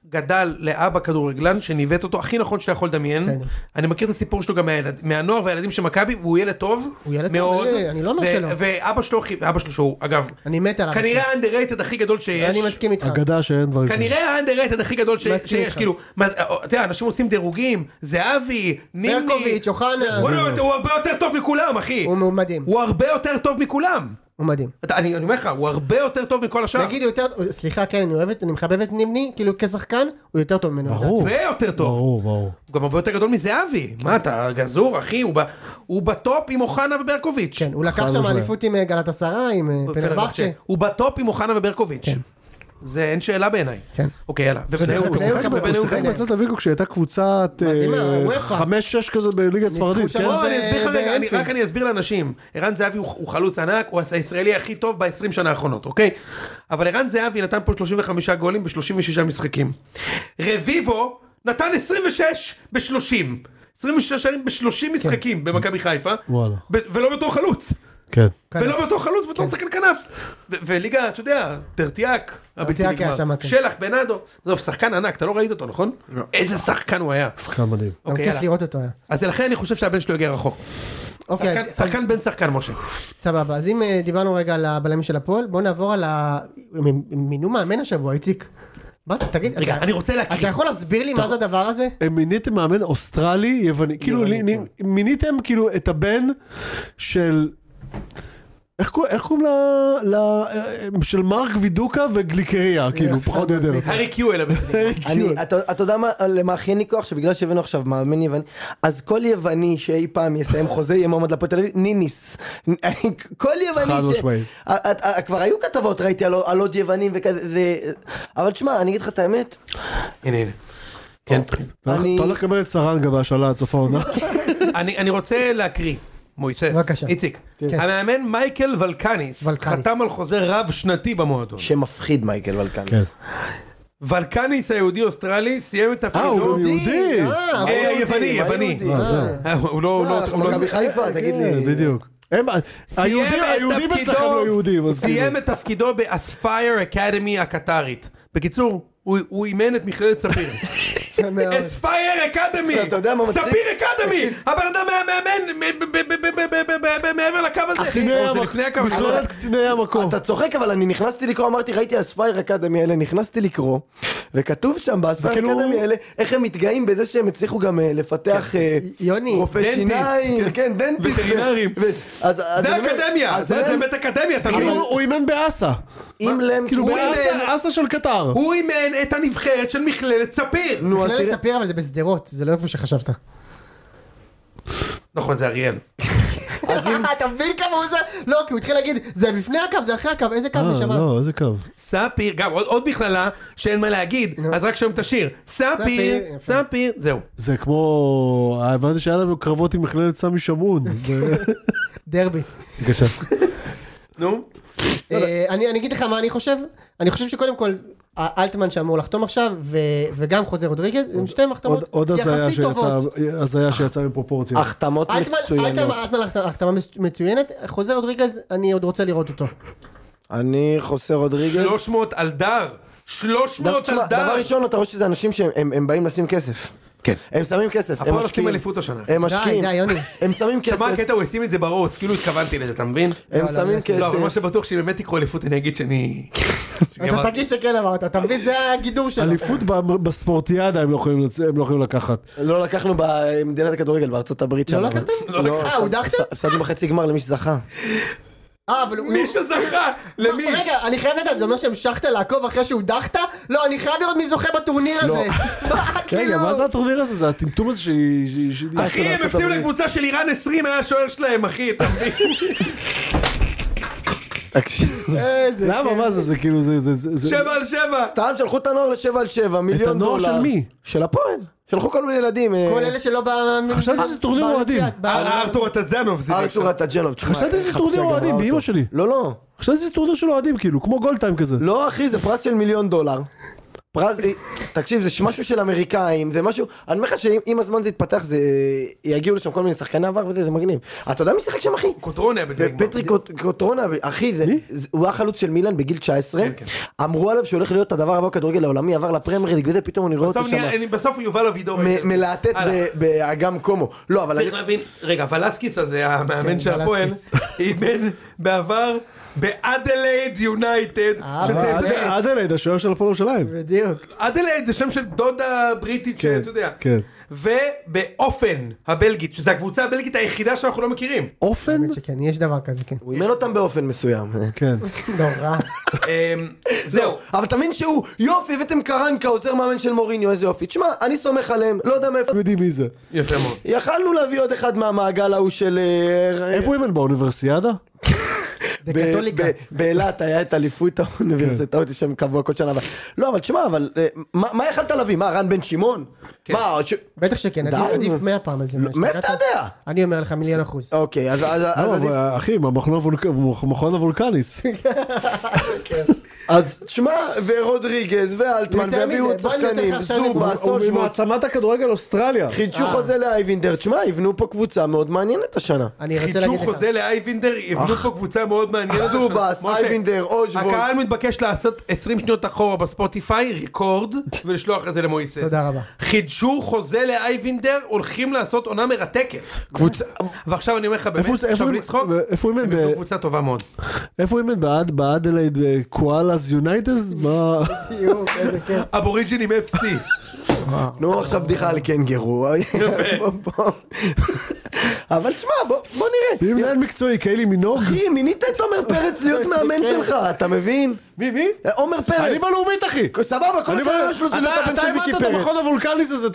גדל לאבא כדורגלן שניווט אותו הכי נכון שאתה יכול לדמיין. אני מכיר את הסיפור שלו גם מהנוער והילדים של מכבי, והוא ילד טוב מאוד. אני לא אומר שלא. ואבא שלו שהוא, אגב, כנראה האנדררייטד הכי גדול שיש. אני מסכים איתך. אגדה שאין דברים. כנראה האנדררייטד הכי גדול שיש, כאילו, אתה יודע, אנשים עושים דירוגים, זהבי, נימני. ברקוביץ', אוחנה. הוא הרבה יותר טוב מכולם, אחי. הוא מדהים. הוא הרבה יותר טוב מכולם. הוא מדהים. אני אומר לך, הוא הרבה יותר טוב מכל השאר. נגיד יותר, סליחה, כן, אני מחבב את נימני, כאילו כשחקן, הוא יותר טוב ממנו. הרבה יותר טוב. ברור. הוא גם הרבה יותר גדול מזהבי. מה, אתה גזור, אחי? הוא בטופ עם אוחנה וברקוביץ'. כן, הוא לקח שם אליפות עם גלאטסראי, עם פנרבחצ'ה. הוא בטופ עם אוחנה וברקוביץ'. זה אין שאלה בעיניי. כן. אוקיי, יאללה. הוא שיחק בסלטה ויגו כשהייתה קבוצת 5-6 כזה בליגה ספרדית. רק אני אסביר לאנשים. ערן זהבי הוא חלוץ ענק, הוא הישראלי הכי טוב ב-20 שנה האחרונות, אוקיי? אבל ערן זהבי נתן פה 35 גולים ב-36 משחקים. רביבו נתן 26 ב-30. 26 שנים ב-30 משחקים במכבי חיפה. ולא בתור חלוץ. כן. ולא בתור חלוץ, בתור שחקן כנף. וליגה, אתה יודע, טרטיאק, שלח, בנאדו, זה שחקן ענק, אתה לא ראית אותו, נכון? איזה שחקן הוא היה. שחקן מדהים. גם כיף לראות אותו היה. אז לכן אני חושב שהבן שלו יגיע רחוק. שחקן בן שחקן, משה. סבבה, אז אם דיברנו רגע על הבלמים של הפועל, בואו נעבור על מינו מאמן השבוע, איציק. מה זה, תגיד, רגע, אני רוצה להקריא. אתה יכול להסביר לי מה זה הדבר הזה? הם מיניתם מאמן אוסטרלי, יווני, כאילו מיניתם כאילו את הבן של... איך קוראים של מרק וידוקה וגליקריה, כאילו, פחות או יותר. הארי קיואל. אתה יודע למה הכי אין לי כוח? שבגלל שהבאנו עכשיו מאמן יווני, אז כל יווני שאי פעם יסיים חוזה יהיה מועמד להפועל תל אביב, ניניס. כל יווני כבר היו כתבות, ראיתי על עוד יוונים וכזה, אבל תשמע, אני אגיד לך את האמת. הנה. כן. אתה הולך לקבל את סרן גם בהשאלה עד סוף העונה. אני רוצה להקריא. מויסס, איציק, המאמן מייקל ולקניס חתם על חוזה רב שנתי במועדון. שמפחיד מייקל ולקניס. ולקניס היהודי אוסטרלי סיים את תפקידו. הוא יהודי. יווני. הוא לא... מכבי חיפה, תגיד לי. בדיוק. היהודים אצלכם לא יהודים. סיים את תפקידו באספייר אקדמי הקטרית. בקיצור, הוא אימן את מכללת ספיר. אספייר אקדמי, ספיר אקדמי, הבן אדם מאמן מעבר לקו הזה, לפני הקו, מכללת קציני המקום. אתה צוחק, אבל אני נכנסתי לקרוא, אמרתי ראיתי אספייר אקדמי האלה, נכנסתי לקרוא, וכתוב שם באספייר אקדמי האלה, איך הם מתגאים בזה שהם הצליחו גם לפתח רופא שיניים, כן, דנטיסט, זה אקדמיה, זה בית אקדמיה, הוא אימן באסה, כאילו באסה של קטר, הוא אימן את הנבחרת של מכללת ספיר. מכללת ספיר, אבל זה בסדרות, זה לא איפה שחשבת. נכון, זה אריאל. אתה מבין כמה הוא זה? לא, כי הוא התחיל להגיד, זה לפני הקו, זה אחרי הקו, איזה קו נשמע? לא, איזה קו? ספיר, גם עוד מכללה שאין מה להגיד, אז רק שומעים את השיר. ספיר, זהו. זה כמו, הבנתי שהיה לנו קרבות עם מכללת סמי שמון. דרבי. בבקשה. נו? אני אגיד לך מה אני חושב. אני חושב שקודם כל, אלטמן שאמור לחתום עכשיו, וגם חוזה רודריגז, הם שתי מחתמות יחסית טובות. אז היה שיצא מפרופורציה. החתמות מצוינות. אלטמן החתמה מצוינת, חוזה רודריגז, אני עוד רוצה לראות אותו. אני חוזה רודריגז. 300 על דר. 300 על דר. דבר ראשון, אתה רואה שזה אנשים שהם באים לשים כסף. כן. הם שמים כסף, הם משקיעים. הם משקיעים. די, יוני. הם שמים כסף. שמה הקטע, הוא ישים את זה בראש, כאילו התכוונתי לזה, אתה מבין? הם שמים כסף. לא, אבל מה שבטוח שאם באמת תקראו אליפות, אני אגיד שאני... אתה תגיד שכן אמרת, אתה מבין? זה הגידור שלו. אליפות בספורטיאדה הם לא יכולים לקחת. לא לקחנו במדינת הכדורגל בארצות הברית. לא לקחתם? הודחתם? הפסדנו בחצי גמר למי שזכה. אבל מי שזכה? למי? רגע, אני חייב לדעת, זה אומר שהמשכת לעקוב אחרי שהודחת? לא, אני חייב לראות מי זוכה בטורניר הזה. רגע, מה זה הטורניר הזה? זה הטמטום הזה אחי, הם הפסיעו לקבוצה של איראן 20, היה שוער שלהם, אחי, אתה מבין? למה? מה זה? זה כאילו זה... 7 על 7. סתם שלחו את הנוער ל7 על 7, $1,000,000. את הנוער של מי? של הפועל. שלחו כל מיני ילדים. כל אלה שלא חשבתי שזה טורניר אוהדים. ארתור אטג'נוב. ארתור אטג'נוב. חשבתי שזה טורניר אוהדים, באמא שלי. לא. חשבתי שזה טורניר של אוהדים, כאילו, כמו גולדטיים כזה. לא אחי, זה פרס של $1,000,000. פרס, תקשיב, זה משהו של אמריקאים, זה משהו, אני אומר לך שאם הזמן זה יתפתח, זה יגיעו לשם כל מיני שחקני עבר וזה מגניב. אתה יודע מי שחק שם, אחי? קוטרונה בזה. פטרי קוטרונה, אחי, הוא החלוץ של מילאן בגיל 19, אמרו עליו שהוא הולך להיות הדבר הבא בכדורגל העולמי, עבר לפרמייר ליג וזה, פתאום אני רואה אותו שם. בסוף יובל אבידור. מלהטט באגם קומו. לא, אבל... צריך להבין, רגע, ולסקיס הזה, המאמן של הפועל, אימן בעבר באדלייד יונייטד. אדלייד, השוער של הפועל ירושלים. בדיוק. אדלייד זה שם של דודה בריטית שאתה יודע. כן. ובאופן הבלגית, שזו הקבוצה הבלגית היחידה שאנחנו לא מכירים. אופן? באמת שכן, יש דבר כזה, כן. הוא אימן אותם באופן מסוים. כן. נורא. זהו. אבל תאמין שהוא, יופי, הבאתם קרנקה, עוזר מאמן של מוריניו, איזה יופי. תשמע, אני סומך עליהם, לא יודע מאיפה. יודעים מי זה. יפה מאוד. יכלנו להביא עוד אחד מהמעגל ההוא של... איפה הוא אימן? באוניברסיאדה? דקתוליקה. באילת היה את אליפות האוניברסיטאות שם קבוע כל שנה. לא, אבל תשמע, מה יכלת להביא? מה, רן בן שמעון? בטח שכן, עדיף 100 פעם על זה. מאיפה אתה יודע? אני אומר לך 1,000,000%. אוקיי, אז עדיף... אחי, מכון הוולקניס. אז תשמע, ורודריגז ואלטמן, והביאו עוד שחקנים, זובה, סולשבוט. ומעצמת הכדורגל אוסטרליה. חידשו חוזה לאייבינדר, תשמע, יבנו פה קבוצה מאוד מעניינת השנה. חידשו חוזה לאייבינדר, יבנו פה קבוצה מאוד מעניינת. זובס, אייבינדר, אוז'בולט. הקהל מתבקש לעשות 20 שניות אחורה בספוטיפיי, ריקורד, ולשלוח את זה למויסס. תודה רבה. חידשו חוזה לאייבינדר, הולכים לעשות עונה מרתקת. קבוצה... ועכשיו אני אומר לך באמת, עכשיו לצחוק, איפה הוא אימן? הם יבנו קבוצה טובה מאוד. איפה הוא אימן? באדלייד קואלאס יונייטד? מה? אבוריג'ינים FC. נו, עכשיו בדיחה על קנגרו. אבל תשמע, בוא נראה. מי מנהל מקצועי? קיילי מינוג? אחי, מינית את עומר פרץ להיות מאמן שלך, אתה מבין? מי? עומר פרץ. אני בלאומית, אחי. סבבה, כל הקריירה שלו זה להיות הבן של ויקי אתה פרץ. הבנת את המכון הוולקניס הזה,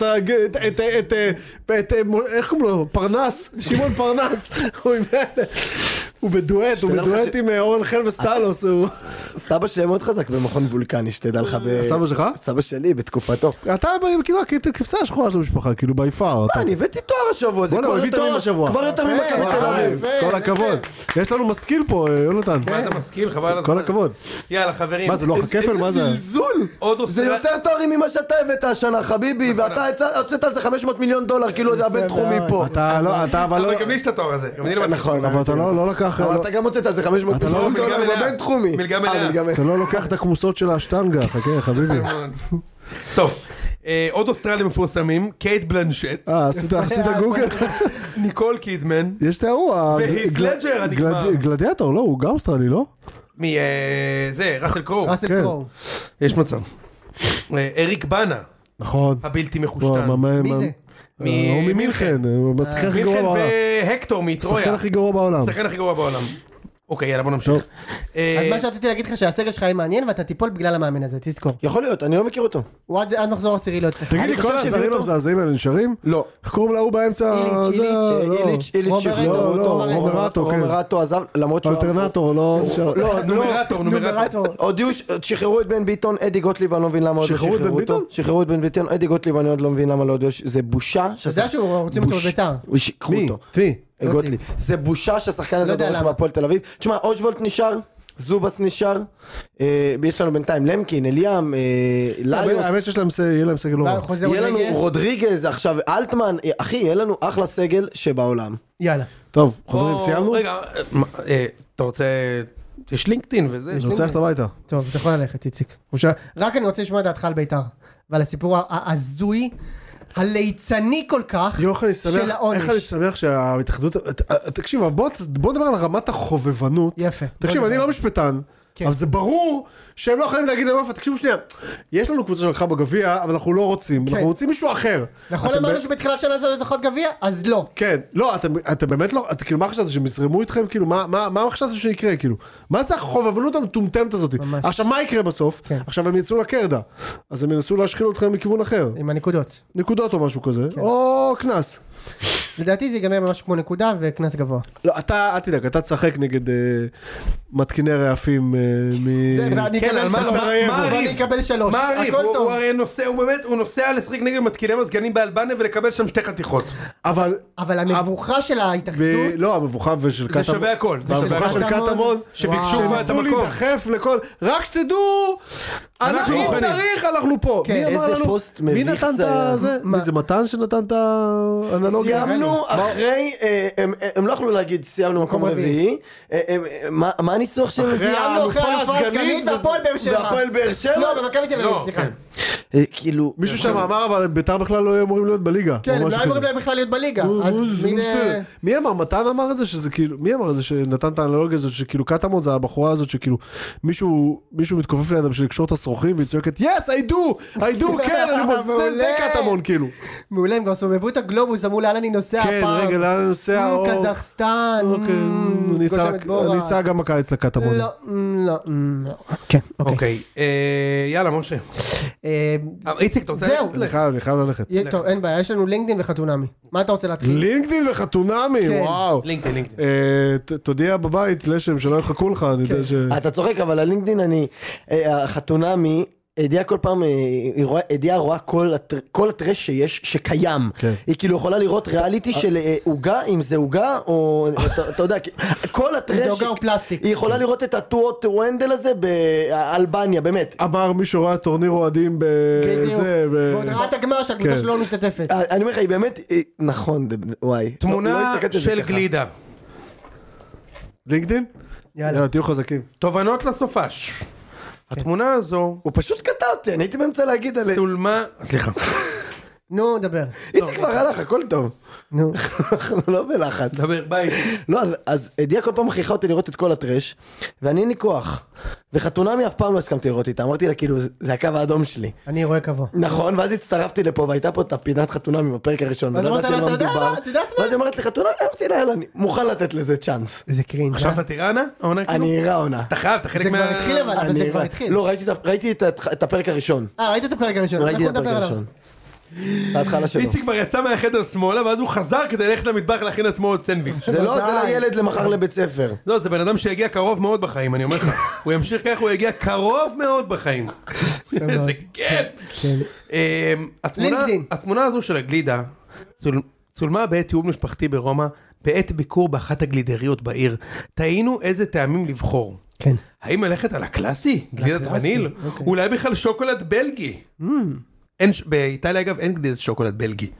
איך קוראים לו? פרנס, שמעון פרנס. הוא בדואט עם אורן חן וסטלוס. סבא שלי מאוד חזק במכון וולקני, שתדע לך. סבא שלך? סבא שלי, בתקופתו. אתה כאילו כבשה השחורה של המשפחה, כאילו ביפר. אני הבאתי תואר השבוע, זה כבר יותר ממכבי תל אביב. כל הכבוד. יש לנו משכיל פה, יונתן. מה זה משכיל? חבל על כל הזמן. הכבוד. יאללה חברים. מה זה לא הכפל? מה זה? זלזול. זה יותר תוארים ממה שאתה הבאת השנה, חביבי, ואתה הוצאת על זה $500 מיליון, כאילו זה הבן תחומי פה. אתה אבל לא... גם לי יש את התואר הזה. נכון. אבל אתה לא לקח... אבל אתה גם הוצאת על זה $500 מיליון בבן תחומי. מלגה מלאה. אתה לא לוקח את הכמוסות של השטנגה, חכה חביבי. טוב. עוד אוסטרלים מפורסמים, קייט בלנשט. עשית גוגל? ניקול קידמן. יש את ההוא, והית' לג'ר הנגמר. גלדיאטור, לא? הוא גם אוסטרלי, לא? זה, ראסל קרואו. ראסל קרואו. יש מצב. אריק בנה. נכון. הבלתי מחושטן. מי זה? הוא ממינכן. הוא השחקן הכי גרוע בעולם. מינכן והקטור מטרויה. השחקן הכי גרוע בעולם. השחקן הכי גרוע בעולם. אוקיי, יאללה, בוא נמשיך. אז מה שרציתי להגיד לך שהסגל שלך יהיה מעניין ואתה תיפול בגלל המאמן הזה, תזכור. יכול להיות, אני לא מכיר אותו. הוא עד מחזור עשירי לא אצלך. תגיד לי, כל הזרים המזעזעים האלה נשארים? לא. איך קוראים להוא באמצע? איליץ' רומרטו עזב, למרות שהוא... אלטרנטור, לא... נומרטור. הודיעו, שחררו את בן ביטון, אדי גוטליב, אני לא מבין למה עוד לא שחררו אותו. שחררו את בן ביטון, אדי גוטליב, אני עוד לא מבין למה לא הודיעו, זה בושה. אתה יודע שהוא רוצים אותו בביתר. שיקחו אותו. גוטליב. זה בושה שהשחקן הזה דורך בהפועל תל אביב. תשמע, אוז'וולט נשאר, זובס נשאר, יש לנו בינתיים למקין, אליאם, ליוס. האמת שיש להם סגל לא רע. יהיה לנו רודריגז, עכשיו אלטמן, אחי, יהיה לנו אחלה סגל שבעולם. יאללה. טוב, חברים, סיימנו? רגע, אתה רוצה... יש לינקדאין וזה. אני רוצה ללכת הביתה. טוב, אתה יכול ללכת, איציק. רק אני רוצה לשמוע דעתך על ביתר. ועל הסיפור ההזוי, הליצני כל כך של העונש. איך אני שמח שההתאחדות... תקשיב, בוא נדבר על רמת החובבנות. יפה. תקשיב, אני לא משפטן, אבל זה ברור שהם לא יכולים להגיד למאפה, תקשיבו שנייה, יש לנו קבוצה שלך בגביע, אבל אנחנו לא רוצים, אנחנו רוצים מישהו אחר. נכון אמרנו שבתחילת שנה זה זוכות גביע? אז לא. כן, לא, אתה באמת לא, כאילו מה חשבת, שהם יזרמו איתכם, כאילו, מה חשבת שיקרה, כאילו? מה זה החובבנות המטומטמת הזאת? עכשיו, מה יקרה בסוף? עכשיו הם יצאו לקרדה, אז הם ינסו להשחיל אתכם מכיוון אחר. עם הנקודות. נקודות או משהו כזה, או כנס. לדעתי זה ייגמר ממש כמו נקודה וקנס גבוה. לא, אתה, אל תדאג, אתה תשחק נגד מתקיני רעפים ואני אקבל 3. מה הריב? הוא הרי נוסע לשחק נגד מתקיני מזגנים באלבניה ולקבל שם 2 חתיכות. אבל המבוכה של ההתאחדות... לא, המבוכה של קטמון. זה שווה הכל. המבוכה של קטמון. שביקשו את שניסו המקום. להידחף לכל... רק שתדעו, אם צריך, אנחנו פה. איזה פוסט מביך זה היה. מי זה מתן שנתן את האנלוגיה? סיימנו אחרי, הם לא יכלו להגיד סיימנו מקום רביעי, מה הניסוח שלנו? סיימנו אחרי אלופה הסגנית והפועל באר שבע. והפועל באר שבע? לא, במכבי תל אביב, סליחה. כאילו... מישהו שם אמר, אבל בית"ר בכלל לא היו אמורים להיות בליגה. כן, לא היו אמורים בכלל להיות בליגה. מי אמר? מתן אמר את זה שזה כאילו, מי אמר את זה שנתן את האנלוגיה הזאת שכאילו קטמון זה הבחורה הזאת שכאילו מישהו מתכופף לידם בשביל לקשור את השרוכים והיא צועקת yes I do כן זה קטמון כאילו. מעולה, הם גם סובבו את הגלובוס, אמרו לאן אני נוסע כן רגע לאן אני נוסע קזחסטן. ניסה גם הקיץ לקטמון. לא כן אוקיי יאללה משה. איציק אתה רוצה זהו. אני חייב ללכת. טוב אין בעיה יש לנו לינקדין וחתונמי. מה אתה רוצה להתחיל? לינקדין וחתונמי וואו. לינקדין. תודיע בבית לשם שלא יחכו לך. אתה צוחק אבל הלינקדין החתונמי ידיעה כל פעם, ידיעה רואה כל הטרש שיש, שקיים. היא כאילו יכולה לראות ריאליטי של עוגה, אם זה עוגה, או אתה יודע, כל הטרש... זה עוגה או פלסטיק. היא יכולה לראות את הטוט וונדל הזה באלבניה, באמת. אמר מישהו רואה טורניר אוהדים בזה... ועוד ראה את הגמר שהקבוצה שלו לא משתתפת. אני אומר לך, היא באמת... נכון, וואי. תמונה של גלידה. לינקדין? יאללה, תהיו חזקים. תובנות לסופש. התמונה הזו... הוא פשוט קטע אותי, אני הייתי באמצע להגיד עליה. צולמה... סליחה. נו, דבר. איציק כבר הלך, הכל טוב. נו. אנחנו לא בלחץ. דבר, ביי. לא, אז ידיעה כל פעם מכריחה אותי לראות את כל הטרש, ואני אין לי כוח. וחתונמי אף פעם לא הסכמתי לראות איתה, אמרתי לה כאילו, זה הקו האדום שלי. אני רואה קבוע. נכון, ואז הצטרפתי לפה, והייתה פה את הפינת חתונמי בפרק הראשון, ולא ידעתי על מה מדובר. ואז היא אומרת לי חתונמי, אמרתי לה, אני מוכן לתת לזה צ'אנס. איזה קרינג'. עכשיו אתה תראה עונה? אני אראה עונה. אתה חייב, אתה חלק זה מה... כבר התחיל אבל זה כבר התחיל. לא, ראיתי את הפרק הראשון. ראית את הפרק הראשון? ראיתי את הפרק הראשון. ההתחלה שלו. איציק כבר יצא מהחדר שמאלה ואז הוא חזר כדי ללכת למטבח להכין עצמו עוד סנדוויץ'. זה לא, זה לילד למחר לבית ספר. לא, זה בן אדם שהגיע קרוב מאוד בחיים, אני אומר לך. הוא ימשיך כך, הוא יגיע קרוב מאוד בחיים. איזה כיף. התמונה הזו של הגלידה צולמה בעת טיול משפחתי ברומא, בעת ביקור באחת הגלידריות בעיר. תהינו איזה טעמים לבחור. כן. האם ללכת על הקלאסי? גלידת וניל? אולי בכלל שוקולד בלגי? באיטליה אגב אין גלידת שוקולד בלגי.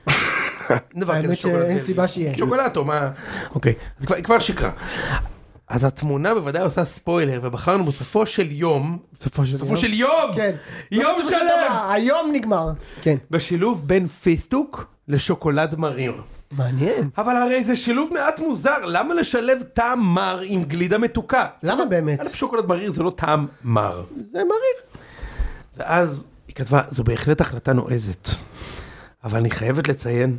האמת שאין סיבה שיהיה. שוקולטו, מה? אוקיי, אז כבר שקרה. אז התמונה בוודאי עושה ספוילר, ובחרנו בסופו של יום, בסופו של יום! כן. יום שלם! היום נגמר. כן. בשילוב בין פיסטוק לשוקולד מריר. מעניין. אבל הרי זה שילוב מעט מוזר, למה לשלב טעם מר עם גלידה מתוקה? למה באמת? אלף שוקולד מריר זה לא טעם מר. זה מריר. ואז היא כתבה, זו בהחלט החלטה נועזת. אבל אני חייבת לציין,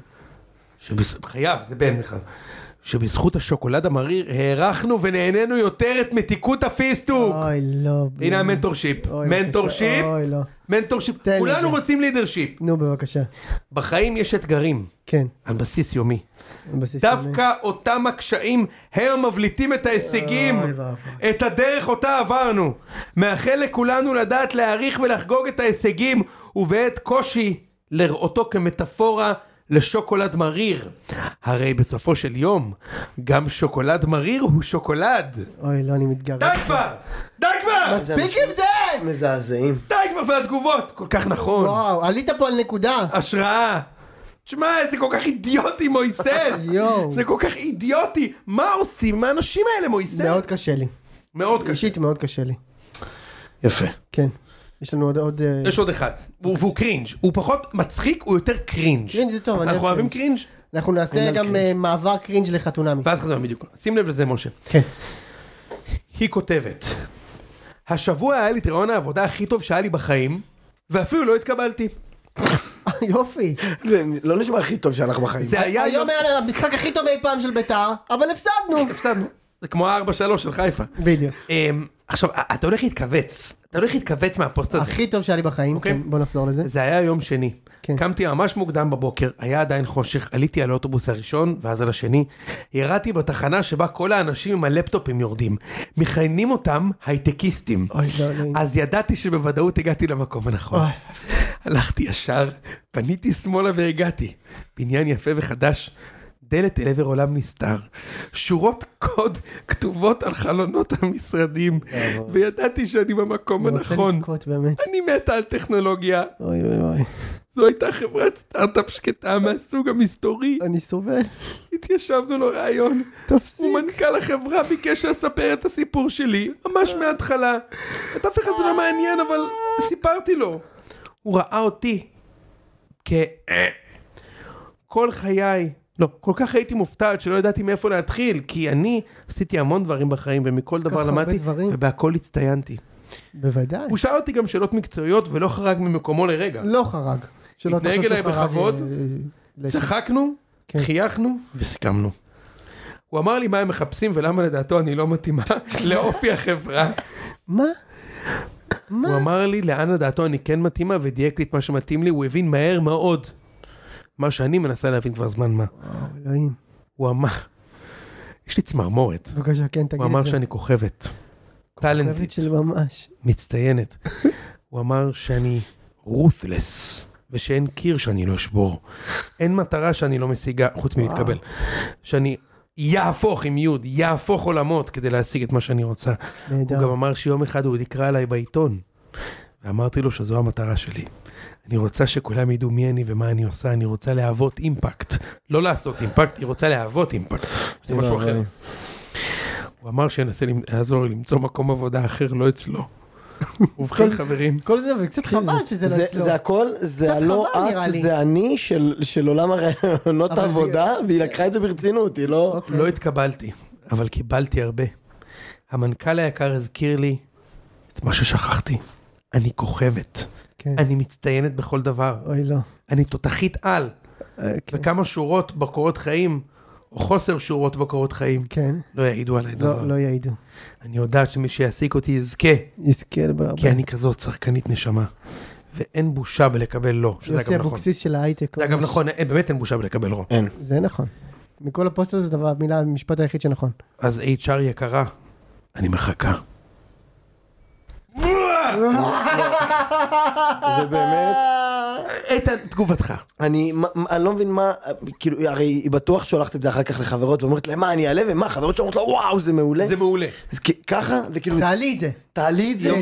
חייב, זה בן בכלל, שבזכות השוקולד המריר הערכנו ונהנינו יותר את מתיקות הפיסטוק. אוי לא. הנה המנטורשיפ. מנטורשיפ. אוי לא. מנטורשיפ. כולנו רוצים לידרשיפ. נו בבקשה. בחיים יש אתגרים. כן. על בסיס יומי. דווקא אותם הקשיים הם מבליטים את ההישגים, את הדרך אותה עברנו. מאחל לכולנו לדעת להעריך ולחגוג את ההישגים, ובעת קושי לראותו כמטאפורה לשוקולד מריר. הרי בסופו של יום, גם שוקולד מריר הוא שוקולד. אוי לא, אני מתגרש. די כבר! די כבר! מספיק עם זה! מזעזעים. די כבר, והתגובות, כל כך נכון. וואו, עלית פה על נקודה. השראה. תשמע, זה כל כך אידיוטי מויסס. זה כל כך אידיוטי. מה עושים? מה האנשים האלה מויסס? מאוד קשה לי. מאוד קשה. אישית מאוד קשה לי. יפה. כן. יש לנו עוד... יש עוד אחד. והוא קרינג'. הוא פחות מצחיק, הוא יותר קרינג'. קרינג' זה טוב. אנחנו אוהבים קרינג'. אנחנו נעשה גם מעבר קרינג' לחתונמי. ואז חזרנו בדיוק. שים לב לזה, משה. כן. היא כותבת, השבוע היה לי את רעיון העבודה הכי טוב שהיה לי בחיים, ואפילו לא התקבלתי. יופי. לא נשמע הכי טוב שהלך בחיים. היום היה המשחק הכי טוב אי פעם של בית"ר, אבל הפסדנו. זה כמו 4-3 של חיפה. בדיוק. עכשיו, אתה הולך להתכווץ. מהפוסט הזה. הכי טוב שהיה לי בחיים, בוא נחזור לזה. זה היה יום שני. קמתי ממש מוקדם בבוקר, היה עדיין חושך, עליתי על האוטובוס הראשון, ואז על השני, ירדתי בתחנה שבה כל האנשים עם הלפטופים יורדים, מכיינים אותם הייטקיסטים. אז ידעתי שבוודאות הגעתי למקום הנכון. הלכתי ישר, פניתי שמאלה והגעתי. בניין יפה וחדש, דלת אל עבר עולם נסתר, שורות קוד כתובות על חלונות המשרדים, וידעתי שאני במקום הנכון. אני מתה על טכנולוגיה. זו הייתה חברת סטארט-אפ שקטה מהסוג המסתורי. אני סובל. התיישבנו לו רעיון. תפסיק. ומנכ"ל החברה ביקש לספר את הסיפור שלי, ממש מההתחלה. את אף אחד זה לא מעניין, אבל סיפרתי לו. הוא ראה אותי כל חיי. לא, כל כך הייתי מופתעת שלא ידעתי מאיפה להתחיל, כי אני עשיתי המון דברים בחיים, ומכל דבר למדתי, ובהכל הצטיינתי. בוודאי. הוא שאל אותי גם שאלות מקצועיות, ולא חרג ממקומו לרגע. לא חרג. התנהג אליי בכבוד, צחקנו, חייכנו, וסיכמנו. הוא אמר לי מה הם מחפשים, ולמה לדעתו אני לא מתאימה לאופי החברה. מה? הוא אמר לי לאן לדעתו אני כן מתאימה, ודייק לי את מה שמתאים לי, הוא הבין מהר מאוד. מה שאני מנסה להבין כבר זמן מה. אלוהים. הוא אמר, יש לי צמרמורת. בבקשה, כן, תגיד את זה. הוא אמר שאני כוכבת. טלנטית. כוכבת של ממש. מצטיינת. הוא אמר שאני ruthless, ושאין קיר שאני לא אשבור. אין מטרה שאני לא משיגה, חוץ מלהתקבל. שאני יהפוך עם יוד, יהפוך עולמות כדי להשיג את מה שאני רוצה. הוא גם אמר שיום אחד הוא יקרא עליי בעיתון. ואמרתי לו שזו המטרה שלי. אני רוצה שכולם ידעו מי אני ומה אני עושה, אני רוצה להוות אימפקט. לא לעשות אימפקט, היא רוצה להוות אימפקט. זה משהו אחר. הוא אמר שינסה לעזור למצוא מקום עבודה אחר, לא אצלו. ובכן חברים. כל זה, וקצת חבל שזה לא אצלו. זה הכל, זה הלא את, זה אני של עולם הרעיונות העבודה, והיא לקחה את זה ברצינות, היא לא... לא התקבלתי, אבל קיבלתי הרבה. המנכ"ל היקר הזכיר לי את מה ששכחתי. אני כוכבת. אני מצטיינת בכל דבר. אוי לא. אני תותחית על. וכמה שורות בקורות חיים, או חוסר שורות בקורות חיים, לא יעידו עליי דבר. לא יעידו. אני יודעת שמי שיעסיק אותי יזכה. יזכה בהרבה. כי אני כזאת צרכנית נשמה. ואין בושה בלקבל לא. שזה אגב נכון. יוסי אבוקסיס של ההייטק. זה אגב נכון, באמת אין בושה בלקבל לא. אין. זה נכון. מכל הפוסט הזה, דבר, מילה, המשפט היחיד שנכון. אז HR יקרה, אני מחכה. זה באמת... איתן, תגובתך. אני לא מבין מה, כאילו, הרי היא בטוח שולחת את זה אחר כך לחברות, ואומרת להם, מה, אני אעלה, ומה, חברות שאומרות לה, וואו, זה מעולה. זה מעולה. אז ככה, וכאילו... תעלי את זה. תעלי את זה.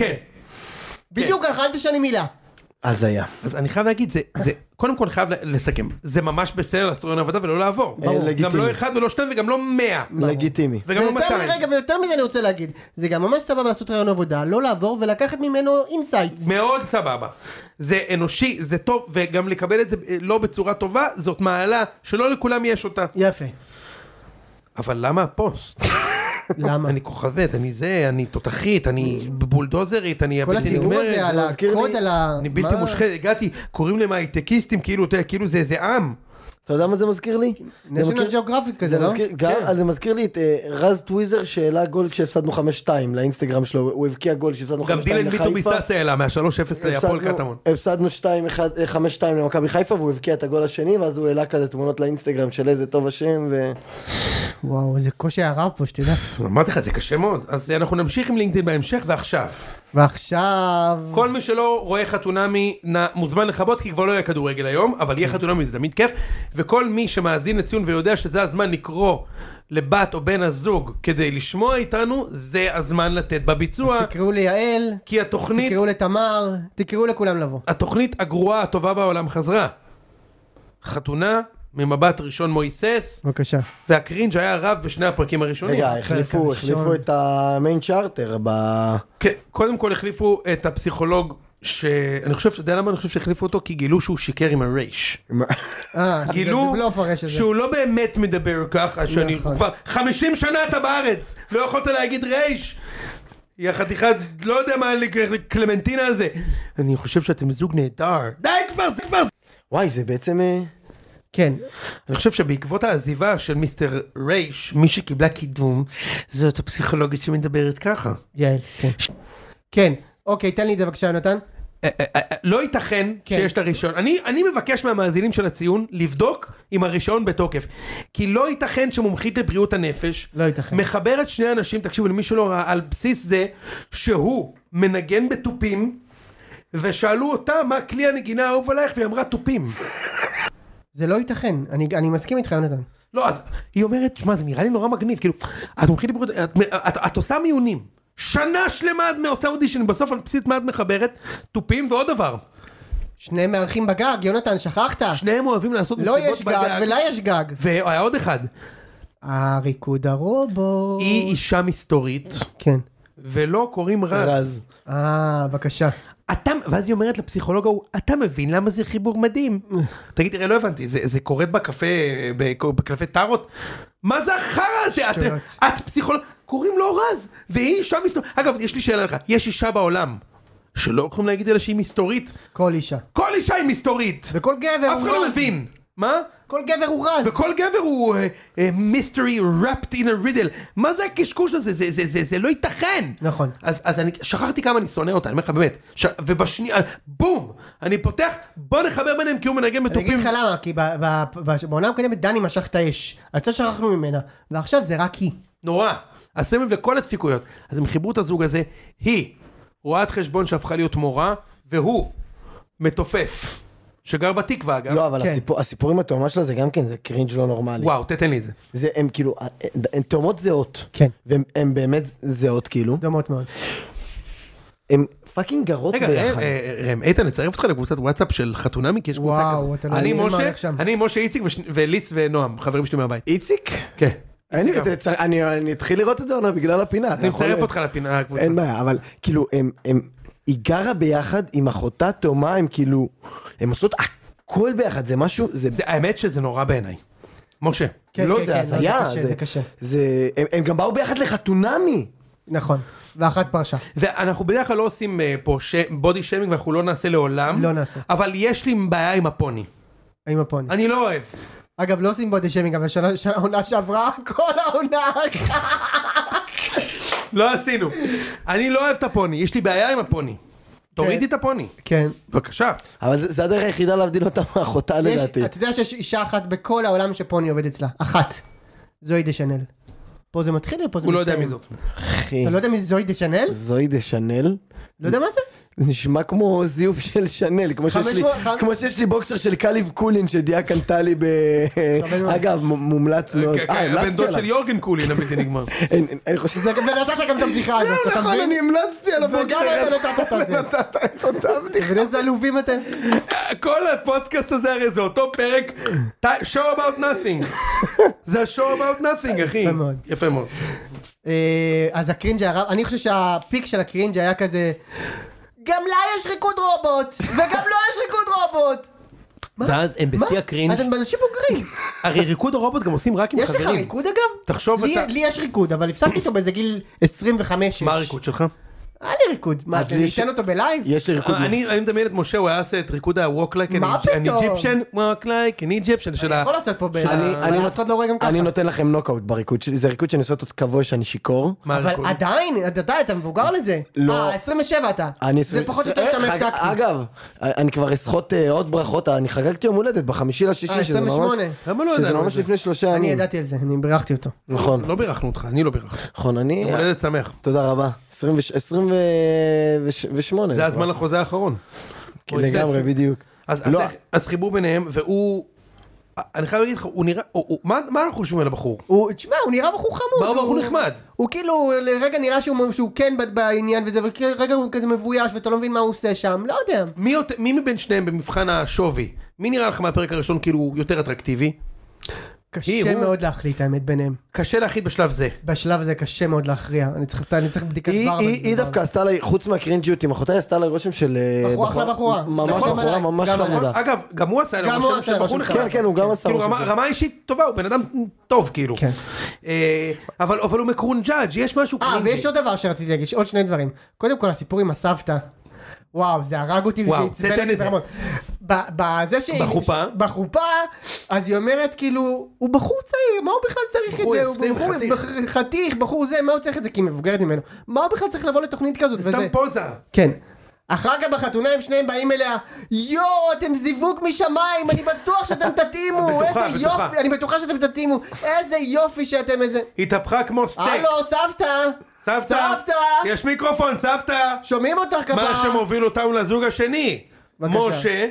בדיוק ככה, אל תשני מילה. אז היה. אז אני חייב להגיד, זה קודם כל חייב לסכם. זה ממש בסדר לעשות רעיון עבודה ולא לעבור. גם לא אחד ולא שתיים וגם לא 100. לגיטימי. וגם לא 200. רגע, ויותר מזה אני רוצה להגיד, זה גם ממש סבבה לעשות רעיון עבודה, לא לעבור ולקחת ממנו אינסייטס. מאוד סבבה. זה אנושי, זה טוב, וגם לקבל את זה לא בצורה טובה, זאת מעלה שלא לכולם יש אותה. יפה. אבל למה הפוסט? למה? אני כוכבת, אני זה, אני תותחית, אני בולדוזרית, אני הבלתי נגמרת. כל הסיפור הזה על הקוד, על ה... אני בלתי מושחת, הגעתי, קוראים להם הייטקיסטים, כאילו זה איזה עם. אתה יודע מה זה מזכיר לי? נשיונל ג'אוגרפיק כזה, לא? זה מזכיר לי את רז טוויזר שהעלה גול כשהפסדנו 5-2 לאינסטגרם שלו, הוא הבקיע גול כשהפסדנו 5-2 לחיפה. גם דילן ביטו ביסס העלה מה-3-0 להפועל קטמון. הפסדנו 5-2 למכבי חיפה והוא הבקיע את הגול השני, ואז הוא העלה כזה תמונות לאינסטגרם של איזה טוב השם ו... וואו, איזה קושי הרב פה, שתדע. אמרתי לך, זה קשה מאוד. אז אנחנו נמשיך עם לינקדאין בהמשך, ועכשיו... כל מי שלא רואה חתונמי מוזמן לחבות, כי כבר לא יהיה כדורגל היום, אבל יהיה חתונמי, זה תמיד כיף. וכל מי שמאזין לציון ויודע שזה הזמן לקרוא לבת או בן הזוג כדי לשמוע איתנו, זה הזמן לתת בביצוע. אז תקראו ליעל, כי התוכנית... תקראו לתמר, תקראו לכולם לבוא. התוכנית הגרועה הטובה בעולם חזרה. חתונה... ממבט ראשון מויסס. בבקשה. והקרינג' היה רב בשני הפרקים הראשונים. רגע, החליפו את המיין צ'ארטר כן, קודם כל החליפו את הפסיכולוג, שאני חושב, אתה יודע למה אני חושב שהחליפו אותו? כי גילו שהוא שיקר עם הרייש. גילו שהוא לא באמת מדבר ככה, שאני כבר 50 שנה אתה בארץ, לא יכולת להגיד רייש. היא החתיכת, לא יודע מה, קלמנטינה הזה. אני חושב שאתם זוג נהדר. די כבר, זה כבר. וואי, זה בעצם... כן. אני חושב שבעקבות העזיבה של מיסטר רייש, מי שקיבלה קידום, זאת הפסיכולוגית שמדברת ככה. יעל, כן. כן, אוקיי, תן לי את זה בבקשה, יונתן. לא ייתכן שיש את הראשון. אני מבקש מהמאזינים של הציון לבדוק אם הראשון בתוקף. כי לא ייתכן שמומחית לבריאות הנפש מחברת שני אנשים, תקשיבו למי שלא ראה, על בסיס זה שהוא מנגן בטופים, ושאלו אותה מה כלי הנגינה האהוב עלייך, והיא אמרה טופים. זה לא ייתכן, אני מסכים איתך, יונתן. לא, אז היא אומרת, שמע, זה נראה לי נורא מגניב, כאילו, את מומחית לבריאות, את עושה מיונים, שנה שלמה את עושה אודישן, בסוף על בסיס מה את מחברת, טופים ועוד דבר. שניהם מארחים בגג, יונתן, שכחת? שניהם אוהבים לעשות לא יש גג ולה יש גג. והיה עוד אחד. הריקוד הרובוט. היא אישה מסתורית. כן. ולא קוראים רז. בבקשה. ואז היא אומרת לפסיכולוג ההוא, אתה מבין למה זה חיבור מדהים? תגיד, תראה, לא הבנתי, זה קורית בקלפי טארות? מה זה החרא הזה? את פסיכולוג, קוראים לו רז, והיא אישה מסתורית. אגב, יש לי שאלה לך, יש אישה בעולם שלא יכולים להגיד אלא שהיא מסתורית? כל אישה. כל אישה היא מסתורית. וכל גבר הוא רז. אף אחד לא מבין. מה? כל גבר הוא רז. וכל גבר הוא mystery wrapped in a riddle. מה זה הקשקוש הזה? זה לא ייתכן. נכון. אז אני שכחתי כמה אני שונא אותה, אני אומר לך באמת. ובשנייה, בום! אני פותח, בוא נחבר ביניהם כי הוא מנגן בטופים. אני אגיד לך למה, כי בעונה הקודמת דני משך את האש. אז זה שכחנו ממנה. ועכשיו זה רק היא. נורא. אז שימו לב לכל הדפיקויות. אז הם חיברו את הזוג הזה. היא רואת חשבון שהפכה להיות מורה, והוא מתופף. שגר בתקווה, אגב. לא, אבל הסיפורים התאומה שלה זה גם כן, זה קרינג' לא נורמלי. וואו, תתן לי את זה. הם כאילו, הן תאומות זהות. כן. והן באמת זהות כאילו. דומות מאוד. הן פאקינג גרות ביחד. רגע, רם, איתן, נצרף אותך לקבוצת וואטסאפ של חתונמי, כי יש קבוצה כזאת. אני משה איציק וליס ונועם, חברים שלי מהבית. איציק? כן. אני אתחיל לראות את זה עונה בגלל הפינה. אני מצרף אותך לפינה הקבוצה. אין בעיה, אבל כאילו, היא גרה ביחד עם אחותה תאומה, הם כאילו, הם עושות הכל ביחד, זה משהו, האמת שזה נורא בעיניי. משה. לא, זה הזיה. זה קשה. הם גם באו ביחד לחתונמי. נכון. ואחת פרשה. ואנחנו בדרך כלל לא עושים פה בודי שיימינג, ואנחנו לא נעשה לעולם. לא נעשה. אבל יש לי בעיה עם הפוני. עם הפוני. אני לא אוהב. אגב, לא עושים בודי שיימינג, אבל העונה שעברה, כל העונה. לא עשינו. אני לא אוהב את הפוני, יש לי בעיה עם הפוני. תורידי את הפוני. כן. בבקשה. אבל זה הדרך היחידה להבדיל אותה מאחותה לדעתי. אתה יודע שיש אישה אחת בכל העולם שפוני עובד אצלה. אחת. זוהי דשנל. פה זה מתחיל, פה זה מסתיים. הוא לא יודע מי זאת. אחי. אתה לא יודע מי זה זוהי דשנל? זוהי דשנל? לא יודע מה זה? נשמע כמו זיוף של שנל, כמו שיש לי בוקסר של קליב קולין שדיה קנתה לי אגב, מומלץ מאוד. הבן דוד של יורגן קולין, הבלתי נגמר. אני חושב... ונתת גם את הבדיחה הזאת, אתה נכון, אני המלצתי על הבוקסר. וגם אתה נתת את זה. ואיזה עלובים אתם. כל הפודקאסט הזה הרי זה אותו פרק, show about nothing. זה ה-show about nothing, אחי. יפה מאוד. יפה מאוד. אז הקרינג' היה, אני חושב שהפיק של הקרינג' היה כזה, גם לה יש ריקוד רובוט, וגם לא יש ריקוד רובוט. ואז הם בשיא הקרינג'. אתם אנשים בוגרים. הרי ריקוד הרובוט גם עושים רק עם חברים. יש לך ריקוד אגב? תחשוב אתה... לי יש ריקוד, אבל הפסקתי אותו באיזה גיל 25. מה הריקוד שלך? היה לי ריקוד. מה, אתה ניתן אותו בלייב? יש לי ריקוד. אני מדמיין את משה, הוא היה עושה את ריקוד ה-Walk like an Egyptian, Walk like an Egyptian של ה... אני יכול לעשות פה אף אחד לא רואה גם ככה. אני נותן לכם נוקאוט בריקוד שלי, זה ריקוד שאני עושה אותו קבוע שאני שיכור. אבל עדיין, אתה מבוגר לזה. לא. 27 אתה. זה פחות או יותר שם הפסקתי. אגב, אני כבר אסחוט עוד ברכות, אני חגגתי יום הולדת ב5 לשישי, 28. שזה ממש לפני 3 ימים. אני ידעתי על זה, אני בירכתי אותו. נכון. לא בירכנו אותך, אני לא בירכתי. נכון, אני... יום הולדת שמח. תודה רבה. 28. זה הזמן לחוזה האחרון. לגמרי, בדיוק. אז חיבור ביניהם, והוא... אני חייב להגיד לך, הוא נראה... מה אנחנו חושבים על הבחור? תשמע, הוא נראה בחור חמוד. בחור נחמד. הוא כאילו, לרגע נראה שהוא כן בעניין וזה, ורגע הוא כזה מבויש ואתה לא מבין מה הוא עושה שם, לא יודע. מי מבין שניהם במבחן השווי? מי נראה לך מהפרק הראשון כאילו יותר אטרקטיבי? קשה מאוד להחליט, האמת, ביניהם. קשה להחליט בשלב זה. בשלב הזה קשה מאוד להכריע. אני צריך בדיקת דבר. היא דווקא עשתה לי, חוץ מהקרינג'יות, עם אחותה עשתה לי רושם של... בחורה. ממש חמודה. אגב, גם הוא עשה לי רושם של בחור נחמד. כן, הוא גם עשה רושם. רמה אישית טובה, הוא בן אדם טוב, כאילו. אבל הוא מקרונג'אג', יש משהו קרינג'י. ויש עוד דבר שרציתי להגיד, עוד שני דברים. קודם כל, הסיפור עם הסבתא. וואו, זה הרג אותי וזה עצבן אותי ברמות. בחופה, אז היא אומרת כאילו, הוא בחור צעיר, מה הוא בכלל צריך את זה? הוא חתיך, בחור זה, מה הוא צריך את זה? כי היא מבוגרת ממנו. מה הוא בכלל צריך לבוא לתוכנית כזאת? זה סתם פוזה. כן. אחר כך בחתונה הם שניהם באים אליה, אתם זיווג משמיים, אני בטוח שאתם תתאימו, איזה יופי, אני בטוחה שאתם תתאימו, איזה יופי שאתם איזה... התהפכה כמו סטייק. הלו, סבתא, יש מיקרופון, סבתא. שומעים אותך כפרה. מה שמוביל אותנו לזוג השני. משה,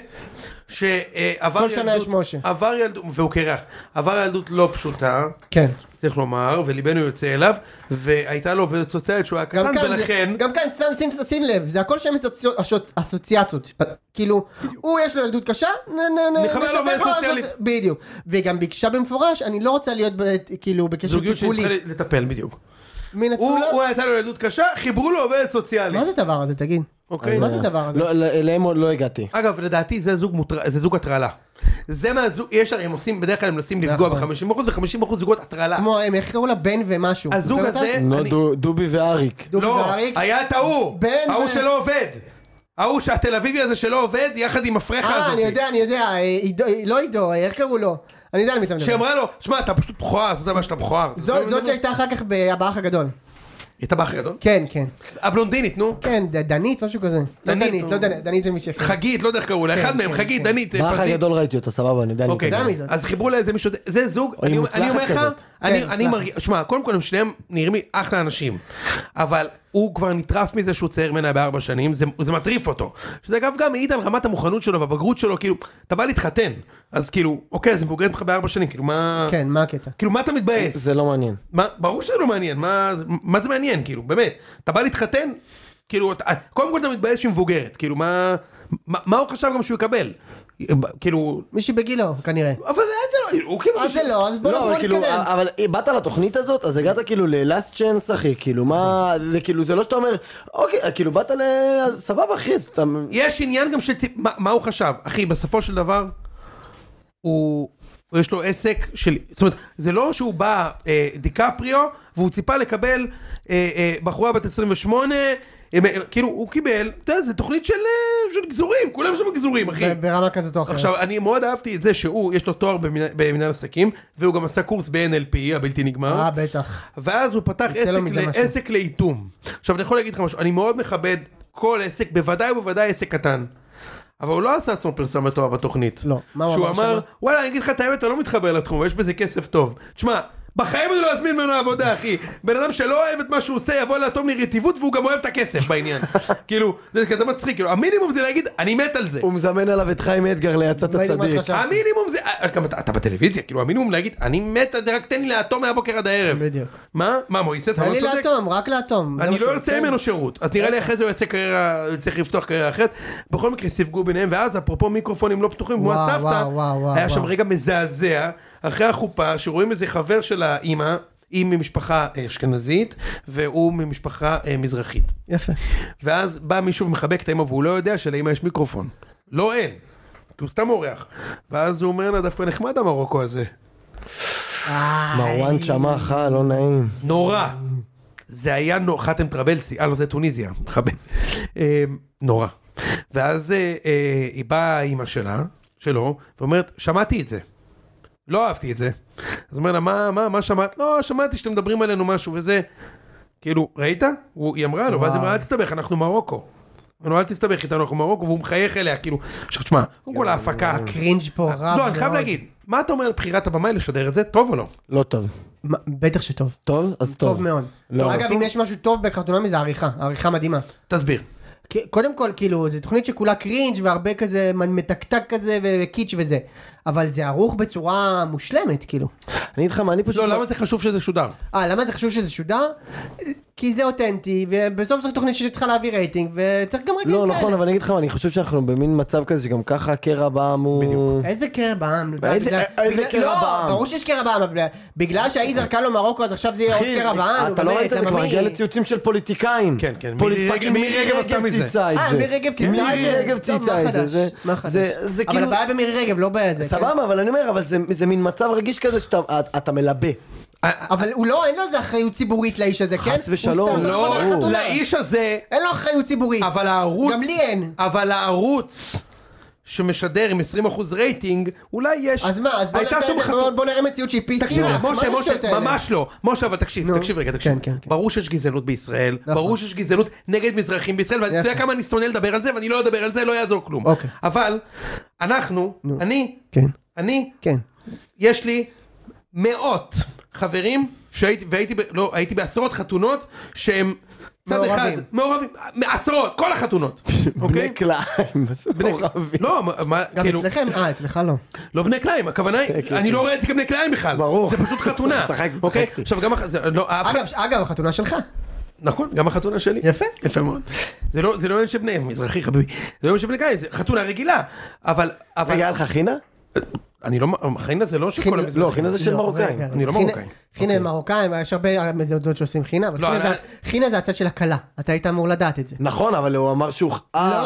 כל שנה יש משה. עבר ילדות, והוא קרח, עבר ילדות לא פשוטה. כן. צריך לומר, וליבנו יוצא אליו, והייתה לו עובדת סוציאלית שהוא היה קטן, ולכן... גם כאן, שים לב, זה הכל שם אסוציאציות. כאילו, הוא יש לו ילדות קשה, נחבר לו עובדת סוציאלית. בדיוק. וגם ביקשה במפורש, אני לא רוצה להיות כאילו בקשר טיפולי. זוגיות שצריכה לטפל, בדיוק. הוא הייתה לו ילדות קשה, חיברו לו עובדת סוציאלית. מה זה דבר הזה, תגיד? מה זה דבר הזה? אליהם עוד לא הגעתי. אגב, לדעתי זה זוג הטרלה. זה מהזוג, יש הרי הם עושים, בדרך כלל הם מנסים לפגוע ב-50% ו-50% זוגות הטרלה. כמו הם, איך קראו לה? בן ומשהו. הזוג הזה... דובי ואריק. לא, היה את ההוא שלא עובד. ההוא שהתל אביבי הזה שלא עובד, יחד עם הפרחה הזאת. אני יודע, לא עידו, איך קראו לו? אני יודע למי אתה מדבר. שאמרה לו, שמע, אתה פשוט בכוער, זאת הבא שאתה בכוער. זאת שהייתה אחר כך באח הגדול. הייתה באח הגדול? כן, כן. הבלונדינית, נו. כן, דנית, משהו כזה. דנית, לא דנית זה מי שאחר. חגית, לא יודע איך קראו לה, אחד מהם, חגית, דנית. באח הגדול ראיתי אותה, סבבה, אני יודע. אוקיי, אז חיברו לאיזה מישהו, זה זוג, אני אומר לך, אני מרגיש, שמע, קודם כל הם שניהם נראים לי אחלה אנשים, אבל הוא כבר נטרף מזה שהוא צעיר ממנה ב4 שנים, זה מטריף אותו. שזה אגב גם מעיד על רמת המוכנות שלו והבגרות שלו, כאילו, אתה בא להתחתן, אז כאילו, אוקיי, זה מבוגרת לך ב4 שנים, כאילו, מה... כן, מה הקטע? כאילו, מה אתה מתבאס? זה לא מעניין. ברור שזה לא מעניין, מה זה מעניין, כאילו, באמת, אתה בא להתחתן, כאילו, קודם כל אתה מתבאס שהיא מבוגרת, כאילו, מה הוא חשב גם שהוא יקבל? כאילו... מישהי בגילו, כנראה. אבל זה לא, הוא כאילו... אז זה לא, אז בוא נתקדם. אבל באת לתוכנית הזאת, אז הגעת כאילו ל-last chance, אחי, כאילו, מה... זה כאילו, זה לא שאתה אומר, אוקיי, כאילו, באת סבבה, אחי, אז אתה... יש עניין גם של... מה הוא חשב? אחי, בסופו של דבר, יש לו עסק של... זאת אומרת, זה לא שהוא בא דיקפריו, והוא ציפה לקבל בחורה בת 28, כאילו הוא קיבל, אתה יודע, זה תוכנית של גזורים, כולם שם גזורים, אחי. ברמה כזאת או אחרת. עכשיו, אני מאוד אהבתי את זה שהוא, יש לו תואר במנהל עסקים, והוא גם עשה קורס ב-NLP, הבלתי נגמר. בטח. ואז הוא פתח עסק לאיתום. עכשיו, אני יכול להגיד לך משהו, אני מאוד מכבד כל עסק, בוודאי ובוודאי עסק קטן. אבל הוא לא עשה עצמו פרסומת טובה בתוכנית. לא, מה הוא אמר? שהוא אמר, וואלה, אני אגיד לך את האמת, אתה לא מתחבר לתחום, יש בזה כסף טוב. תשמע, בחיים אני לא אזמין ממנו עבודה, אחי. בן אדם שלא אוהב את מה שהוא עושה, יבוא לאטום לרטיבות, והוא גם אוהב את הכסף בעניין. כאילו, זה כזה מצחיק, כאילו, המינימום זה להגיד, אני מת על זה. הוא מזמן עליו את חיים אדגר ליצאת הצדיק. המינימום זה, אתה בטלוויזיה, כאילו, המינימום להגיד, אני מת על זה, רק תן לי לאטום מהבוקר עד הערב. בדיוק. מה מויסס, תן לי לאטום, רק לאטום. אני לא ארצה ממנו שירות, אז נראה לי אחרי זה הוא יעשה קריירה, צריך לפתוח קריירה אחרת. בכל מקרה סיפגו ביניהם, ואז אפרופו מיקרופונים לא פתוחים, כמו הסבתא, היה שם רגע מזעזע, אחרי החופה, שרואים איזה חבר של האמא, היא ממשפחה אשכנזית, והוא ממשפחה מזרחית. יפה. ואז בא מישהו ומחבק את האמא, והוא לא יודע שלאמא יש מיקרופון. לא אין. כי הוא סתם אורח. ואז הוא אומר לה, דווקא נחמד המרוקו הזה. מרואן שמח, לא נעים. נורא. זה היה חתם טרבלסי, לא זה טוניזיה, מחבק. נורא. ואז היא באה האמא שלו, ואומרת, שמעתי את זה. לא אהבתי את זה. אז אומר לה, מה שמעת? לא, שמעתי שאתם מדברים עלינו משהו וזה. כאילו, ראית? היא אמרה לו, ואז היא אמרה, אל תסתבך, אנחנו מרוקו. אל תסתבך איתנו, אנחנו מרוקו, והוא מחייך אליה, כאילו, עכשיו תשמע, קודם כל ההפקה. הקרינג' פה רב. לא, אני חייב להגיד, מה אתה אומר על בחירת הבמאי לשדר את זה? טוב או לא? לא טוב. בטח שטוב. טוב? אז טוב. טוב מאוד. אגב, אם יש משהו טוב בחתונמי זה העריכה מדהימה. תסביר. קודם כל, כאילו, זו תוכנית שכולה קרינג' והרבה כזה מתקתק כזה וקיץ' וזה. אבל זה ערוך בצורה מושלמת, כאילו. אני איתך מה, אני פשוט... לא, למה זה חשוב שזה שודר? למה זה חשוב שזה שודר? כי זה אותנטי, ובסוף צריך תוכנית שצריכה להביא רייטינג, וצריך גם רגעים כאלה. לא, נכון, אבל אני אגיד לך מה, אני חושב שאנחנו במין מצב כזה, שגם ככה הקרע בעם הוא... בדיוק. איזה קרע בעם? איזה קרע בעם? לא, ברור שיש קרע בעם, בגלל שהאי זרקה לו מרוקו, אז עכשיו זה יהיה עוד קרע בעם. אתה לא ראית, זה כבר הגיע לציוצים של פוליטיקאים. כן, כן. מירי רגב צייצה את זה. מירי רגב צייצה את זה. אבל הבעיה במירי רגב, לא בזה. סבבה, אבל אני אומר, אבל זה מין מצב רגיש כזה שאתה מלבה. אבל הוא לא, אין לו איזה אחריות ציבורית לאיש הזה, כן? חס ושלום, לא, לאיש הזה... אין לו אחריות ציבורית. אבל הערוץ... גם לי אין. אבל הערוץ שמשדר עם 20% רייטינג, אולי יש... אז מה, אז בוא נראה מציאות שהיא PC. תקשיב, משה, ממש לא. משה, אבל תקשיב רגע, תקשיב. ברור שיש גזענות בישראל, ברור שיש גזענות נגד מזרחים בישראל, ואתה יודע כמה אני שונא לדבר על זה, ואני לא אדבר על זה, לא יעזור כלום. אבל, אני, יש לי מאות חברים, והייתי בעשרות חתונות, שהם... צד אחד, מעורבים, עשרות, כל החתונות. בני קליים, מעורבים. לא, גם אצלכם? אצלך לא. לא בני קליים, הכוונה היא, אני לא רואה את זה כבני קליים בכלל. ברור. זה פשוט חתונה. צחקתי. עכשיו גם, אגב, החתונה שלך. נכון, גם החתונה שלי. יפה. יפה מאוד. זה לא עניין של בני, מזרחי חביבי. זה לא עניין של בני קליים, זה חתונה רגילה. אבל... רגע, לך חינה? אני לא, חינה זה לא שכל המזרחים. לא, חינה זה של מרוקאים. אני לא מרוקאי. חינה הם מרוקאים, יש הרבה מזודות שעושים חינה, אבל חינה זה הצד של הקלה, אתה היית אמור לדעת את זה. נכון, אבל הוא אמר שהוא...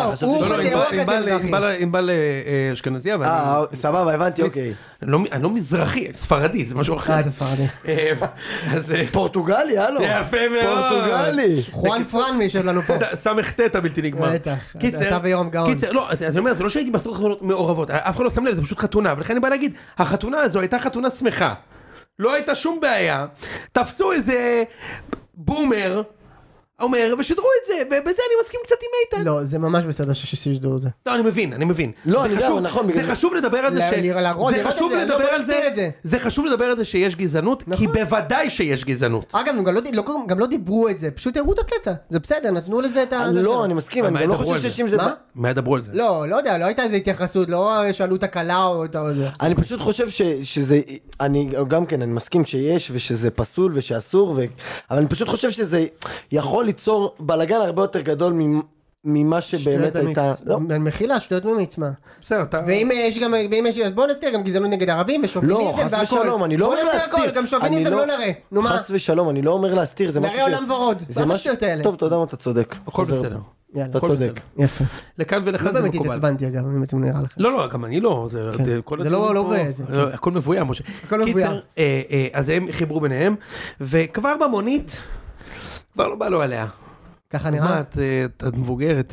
ענבל אשכנזיה. סבבה, הבנתי, אוקיי. אני לא מזרחי, ספרדי, זה משהו אחר. אתה ספרדי. פורטוגלי, הלו. יפה מאוד. פורטוגלי. חואן פרן מי יושב לנו פה. סמך תטא בלתי נגמר. בטח, אתה ויורם גאון. קיצר, לא, אז אני אומר, זה לא שהייתי בעשרות חתונות מעורבות, אף אחד לא שם לב, זה פשוט חתונה, ולכן אני בא להגיד, החתונה הזו הייתה חתונה שמחה. לא הייתה שום בעיה, תפסו איזה בומר, אומר, ושדרו את זה, ובזה אני מסכים קצת עם איתן. לא, זה ממש בסדר ששידרו את זה. לא, אני מבין. לא, אני יודע, נכון. זה חשוב לדבר על זה זה חשוב לדבר על זה שיש גזענות, כי בוודאי שיש גזענות. אגב, גם לא דיברו את זה, פשוט הראו את הקטע. זה בסדר, נתנו לזה את ה... לא, אני מסכים, אני לא חושב שיש עם זה... מה ידברו על זה? לא יודע, לא הייתה איזו התייחסות, לא שאלו את הקלה או את זה. אני פשוט חושב שזה... אני גם כן, אני מסכים שיש, ושזה פסול ושאסור, אבל אני פשוט חושב שזה יכול ליצור בלגן הרבה יותר גדול ממה שבאמת הייתה... מחילה, שטויות במיץ, מה? בסדר, אתה... ואם יש... בוא נסתיר גם גזענות נגד ערבים ושוביניזם והכל. לא, חס ושלום, אני לא אומר להסתיר. גם שוביניזם לא נראה. נו מה? חס ושלום, אני לא אומר להסתיר, זה משהו ש... נראה עולם ורוד. מה זה שטויות האלה? טוב, אתה יודע מה, אתה צודק. הכל בסדר. אתה צודק. יפה. לכאן ולכאן זה מקובל. לא באמת התעצבנתי אגב, אם אתם נראה לכם. לא, גם אני לא. זה לא באיזה. הכל מבויה, משה. קיצר, אז הם חיברו ביניהם, וכבר במונית, כבר לא בא לו עליה. ככה נראה. אז מה, את מבוגרת?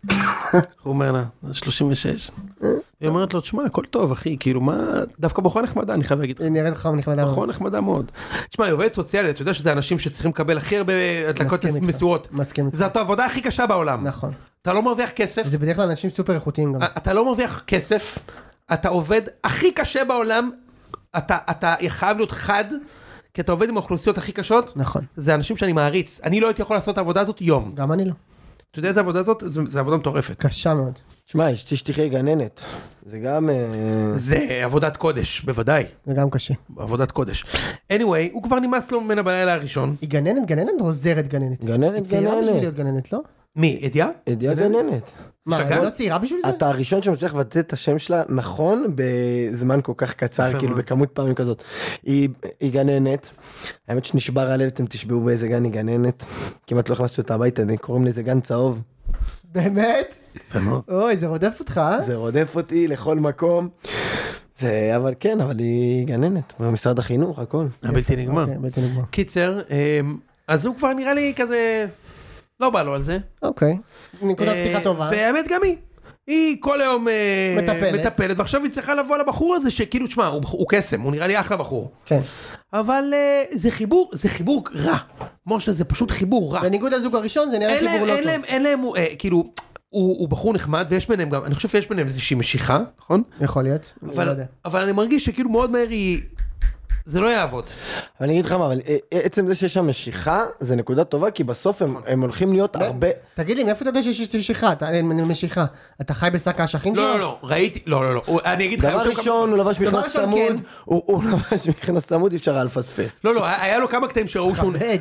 הוא אומר לה, 36. היא אומרת לו, תשמע, הכל טוב, אחי, כאילו, מה, דווקא בחורה נחמדה, אני חייב להגיד. היא נראית לך נחמדה מאוד. בחורה נחמדה מאוד. תשמע, היא עובדת סוציאלית, אתה יודע שזה אנשים שצריכים לקבל הכי הרבה הדלקות מסורות. מסכים איתך. זאת העבודה הכי קשה בעולם. נכון. אתה לא מרוויח כסף. זה בדרך כלל אנשים סופר איכותיים גם. אתה לא מרוויח כסף, אתה עובד הכי קשה בעולם, אתה חייב להיות חד, כי אתה עובד עם האוכלוסיות הכי קשות. נכון. זה אנשים שאני מעריץ. אני לא הייתי יכול לעשות את העבודה הזאת יום. גם אני לא. אתה יודע איזה עבודה הזאת? זו עבודה מטורפת. קשה מאוד. תשמע, אשתי גננת. זה גם... זה עבודת קודש, בוודאי. זה גם קשה. עבודת קודש. anyway, הוא כבר נמאס לו ממנה בלילה הראשון. היא גננת או עוזרת גננת? גננת. היא צעירה בשביל להיות גננת, לא? מי? אדיה? אדיה גננת. מה, היא לא צעירה בשביל זה? אתה הראשון שמצליח לבטא את השם שלה נכון בזמן כל כך קצר, כאילו בכמות פעמים כזאת. היא גננת. האמת שנשבר הלב, אתם תשבעו באיזה גן היא גננת. כמעט לא הכנסתי אותה הביתה, קוראים לזה גן צהוב. באמת? אוי, זה רודף אותך, אה? זה רודף אותי לכל מקום. אבל כן, אבל היא גננת. במשרד החינוך, הכל. בלתי נגמר. קיצר, אז הוא כבר נראה לי כזה... לא בא לו על זה. אוקיי. נקודת פתיחה טובה. והאמת גם היא כל היום מטפלת, ועכשיו היא צריכה לבוא לבחור הזה, שכאילו, תשמע, הוא קסם, הוא נראה לי אחלה בחור. כן. אבל זה חיבור רע. משה, זה פשוט חיבור רע. בניגוד לזוג הראשון, זה נראה חיבור לא טוב. אין להם, כאילו, הוא בחור נחמד, ויש ביניהם גם, אני חושב שיש ביניהם איזושהי משיכה, נכון? יכול להיות. אבל אני מרגיש שכאילו מאוד מהר היא... זה לא יעבוד. אבל אני אגיד לך מה, אבל עצם זה שיש שם משיכה, זה נקודה טובה, כי בסוף הם הולכים להיות הרבה... תגיד לי, מאיפה אתה יודע שיש משיכה? אתה חי בשק האשכים שלו? לא, ראיתי, לא, אני אגיד לך... דבר ראשון, הוא לבש מכנס צמוד, הוא לבש מכנס צמוד, אי אפשר לפספס. לא, היה לו כמה קטעים שראו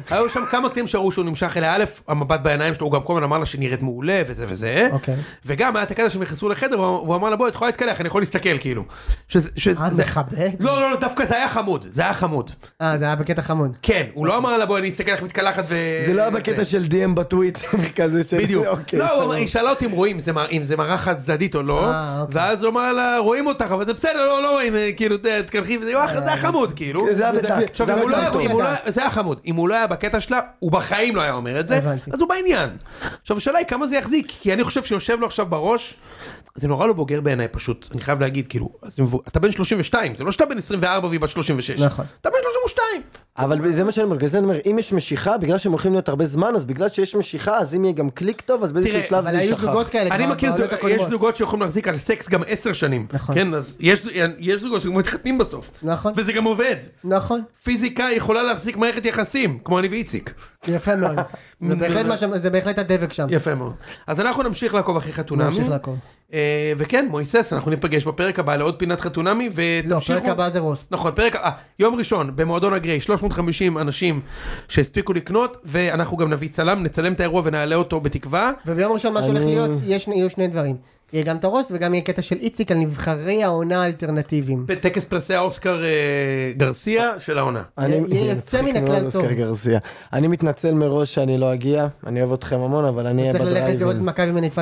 שהוא נמשך אליה, א', המבט בעיניים שלו, הוא גם כל הזמן אמר לה שנראית מעולה, וזה, וגם היה את הקטע שהם נכנסו לחדר, והוא אמר לה, בואי, את יכולה להתקלח, אני יכול להסתכל, כאילו. זה חבד? לא, דווקא זה היה חמוד. זה היה חמוד. זה היה בקטע חמוד. כן, הוא לא אמר לה בואי אני אסתכל לך מתקלחת ו... זה לא היה בקטע של DM בטוויטר כזה של... בדיוק. לא, היא שאלה אותי אם רואים אם זה מראה חד צדדית או לא, ואז הוא אמר לה רואים אותך, אבל זה בסדר, לא רואים, כאילו תקלחי, זה היה חמוד, כאילו. זה היה בטק. זה היה חמוד. אם הוא לא היה בקטע שלה, הוא בחיים לא היה אומר את זה, אז הוא בעניין. עכשיו השאלה היא כמה זה יחזיק, כי אני חושב שיושב לו עכשיו בראש, זה נורא לא בוגר בעיניי פשוט, אני חייב להגיד, כאילו, אתה בן 32, זה לא שאתה בן 24 והיא בת 36. נכון. אתה בן 32. אבל זה מה שאני אומר, אם יש משיכה, בגלל שהם הולכים להיות הרבה זמן, אז בגלל שיש משיכה, אז אם יהיה גם קליק טוב, אז באיזשהו שלב זה יישכח. אני מכיר, יש זוגות שיכולים להחזיק על סקס גם 10 שנים. נכון. כן, אז יש זוגות שגם מתחתנים בסוף. נכון. וזה גם עובד. נכון. פיזיקה יכולה להחזיק מערכת יחסים, כמו אני ואיציק. יפה מאוד. זה בהחלט הדבק שם. יפה מאוד. אז אנחנו נמשיך לעקוב אחרי חתונמי. נמשיך לעקוב. וכן, מויסס, אנחנו ניפגש בפרק הבא לעוד פינת חתונמי, לא, פרק הבא זה רוסט. נכון, יום ראשון, במועדון הגריי, 350 אנשים שהספיקו לקנות, ואנחנו גם נביא צלם, נצלם את האירוע ונעלה אותו בתקווה. וביום ראשון מה שהולך להיות, יהיו שני דברים. יהיה גם את הרוסט וגם יהיה קטע של איציק על נבחרי העונה האלטרנטיביים. בטקס פרסי האוסקר גרסיה של העונה. יהיה יוצא מן הכלל טוב. אני מתנצל מראש שאני לא אגיע, אני אוהב אתכם המון, אבל אני אהיה בדרייבין. צריך ללכת לראות מכבי מניפה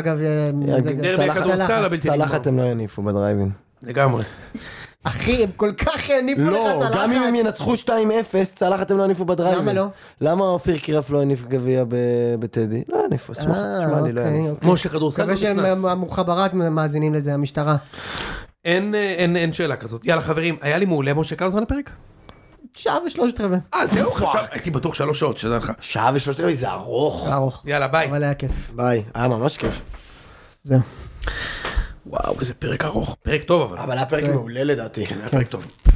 צלחת הם לא יניפו בדרייבין. לגמרי. אחי, הם כל כך יניפו לך צלחת. לא, גם אם הם ינצחו 2-0, צלחת הם לא יניפו בדרייבין. למה לא? למה אופיר קריאף לא יניף גביע בטדי? לא יניפו, תשמע לי לא יניף. כמו שכדורסל לא נכנס. מקווה שהמוחברת מאזינים לזה, המשטרה. אין שאלה כזאת. יאללה חברים, היה לי מעולה, משה, כמה זמן הפרק? 1:03. זהו, הייתי בטוח 3 שעות, שדע לך. 1:03 זה ארוך. יאללה, ביי. אבל היה כיף. ביי, היה ממש כיף. זהו. וואו, איזה פרק ארוך. פרק טוב אבל. אבל היה פרק מעולה לדעתי. כן, היה פרק טוב.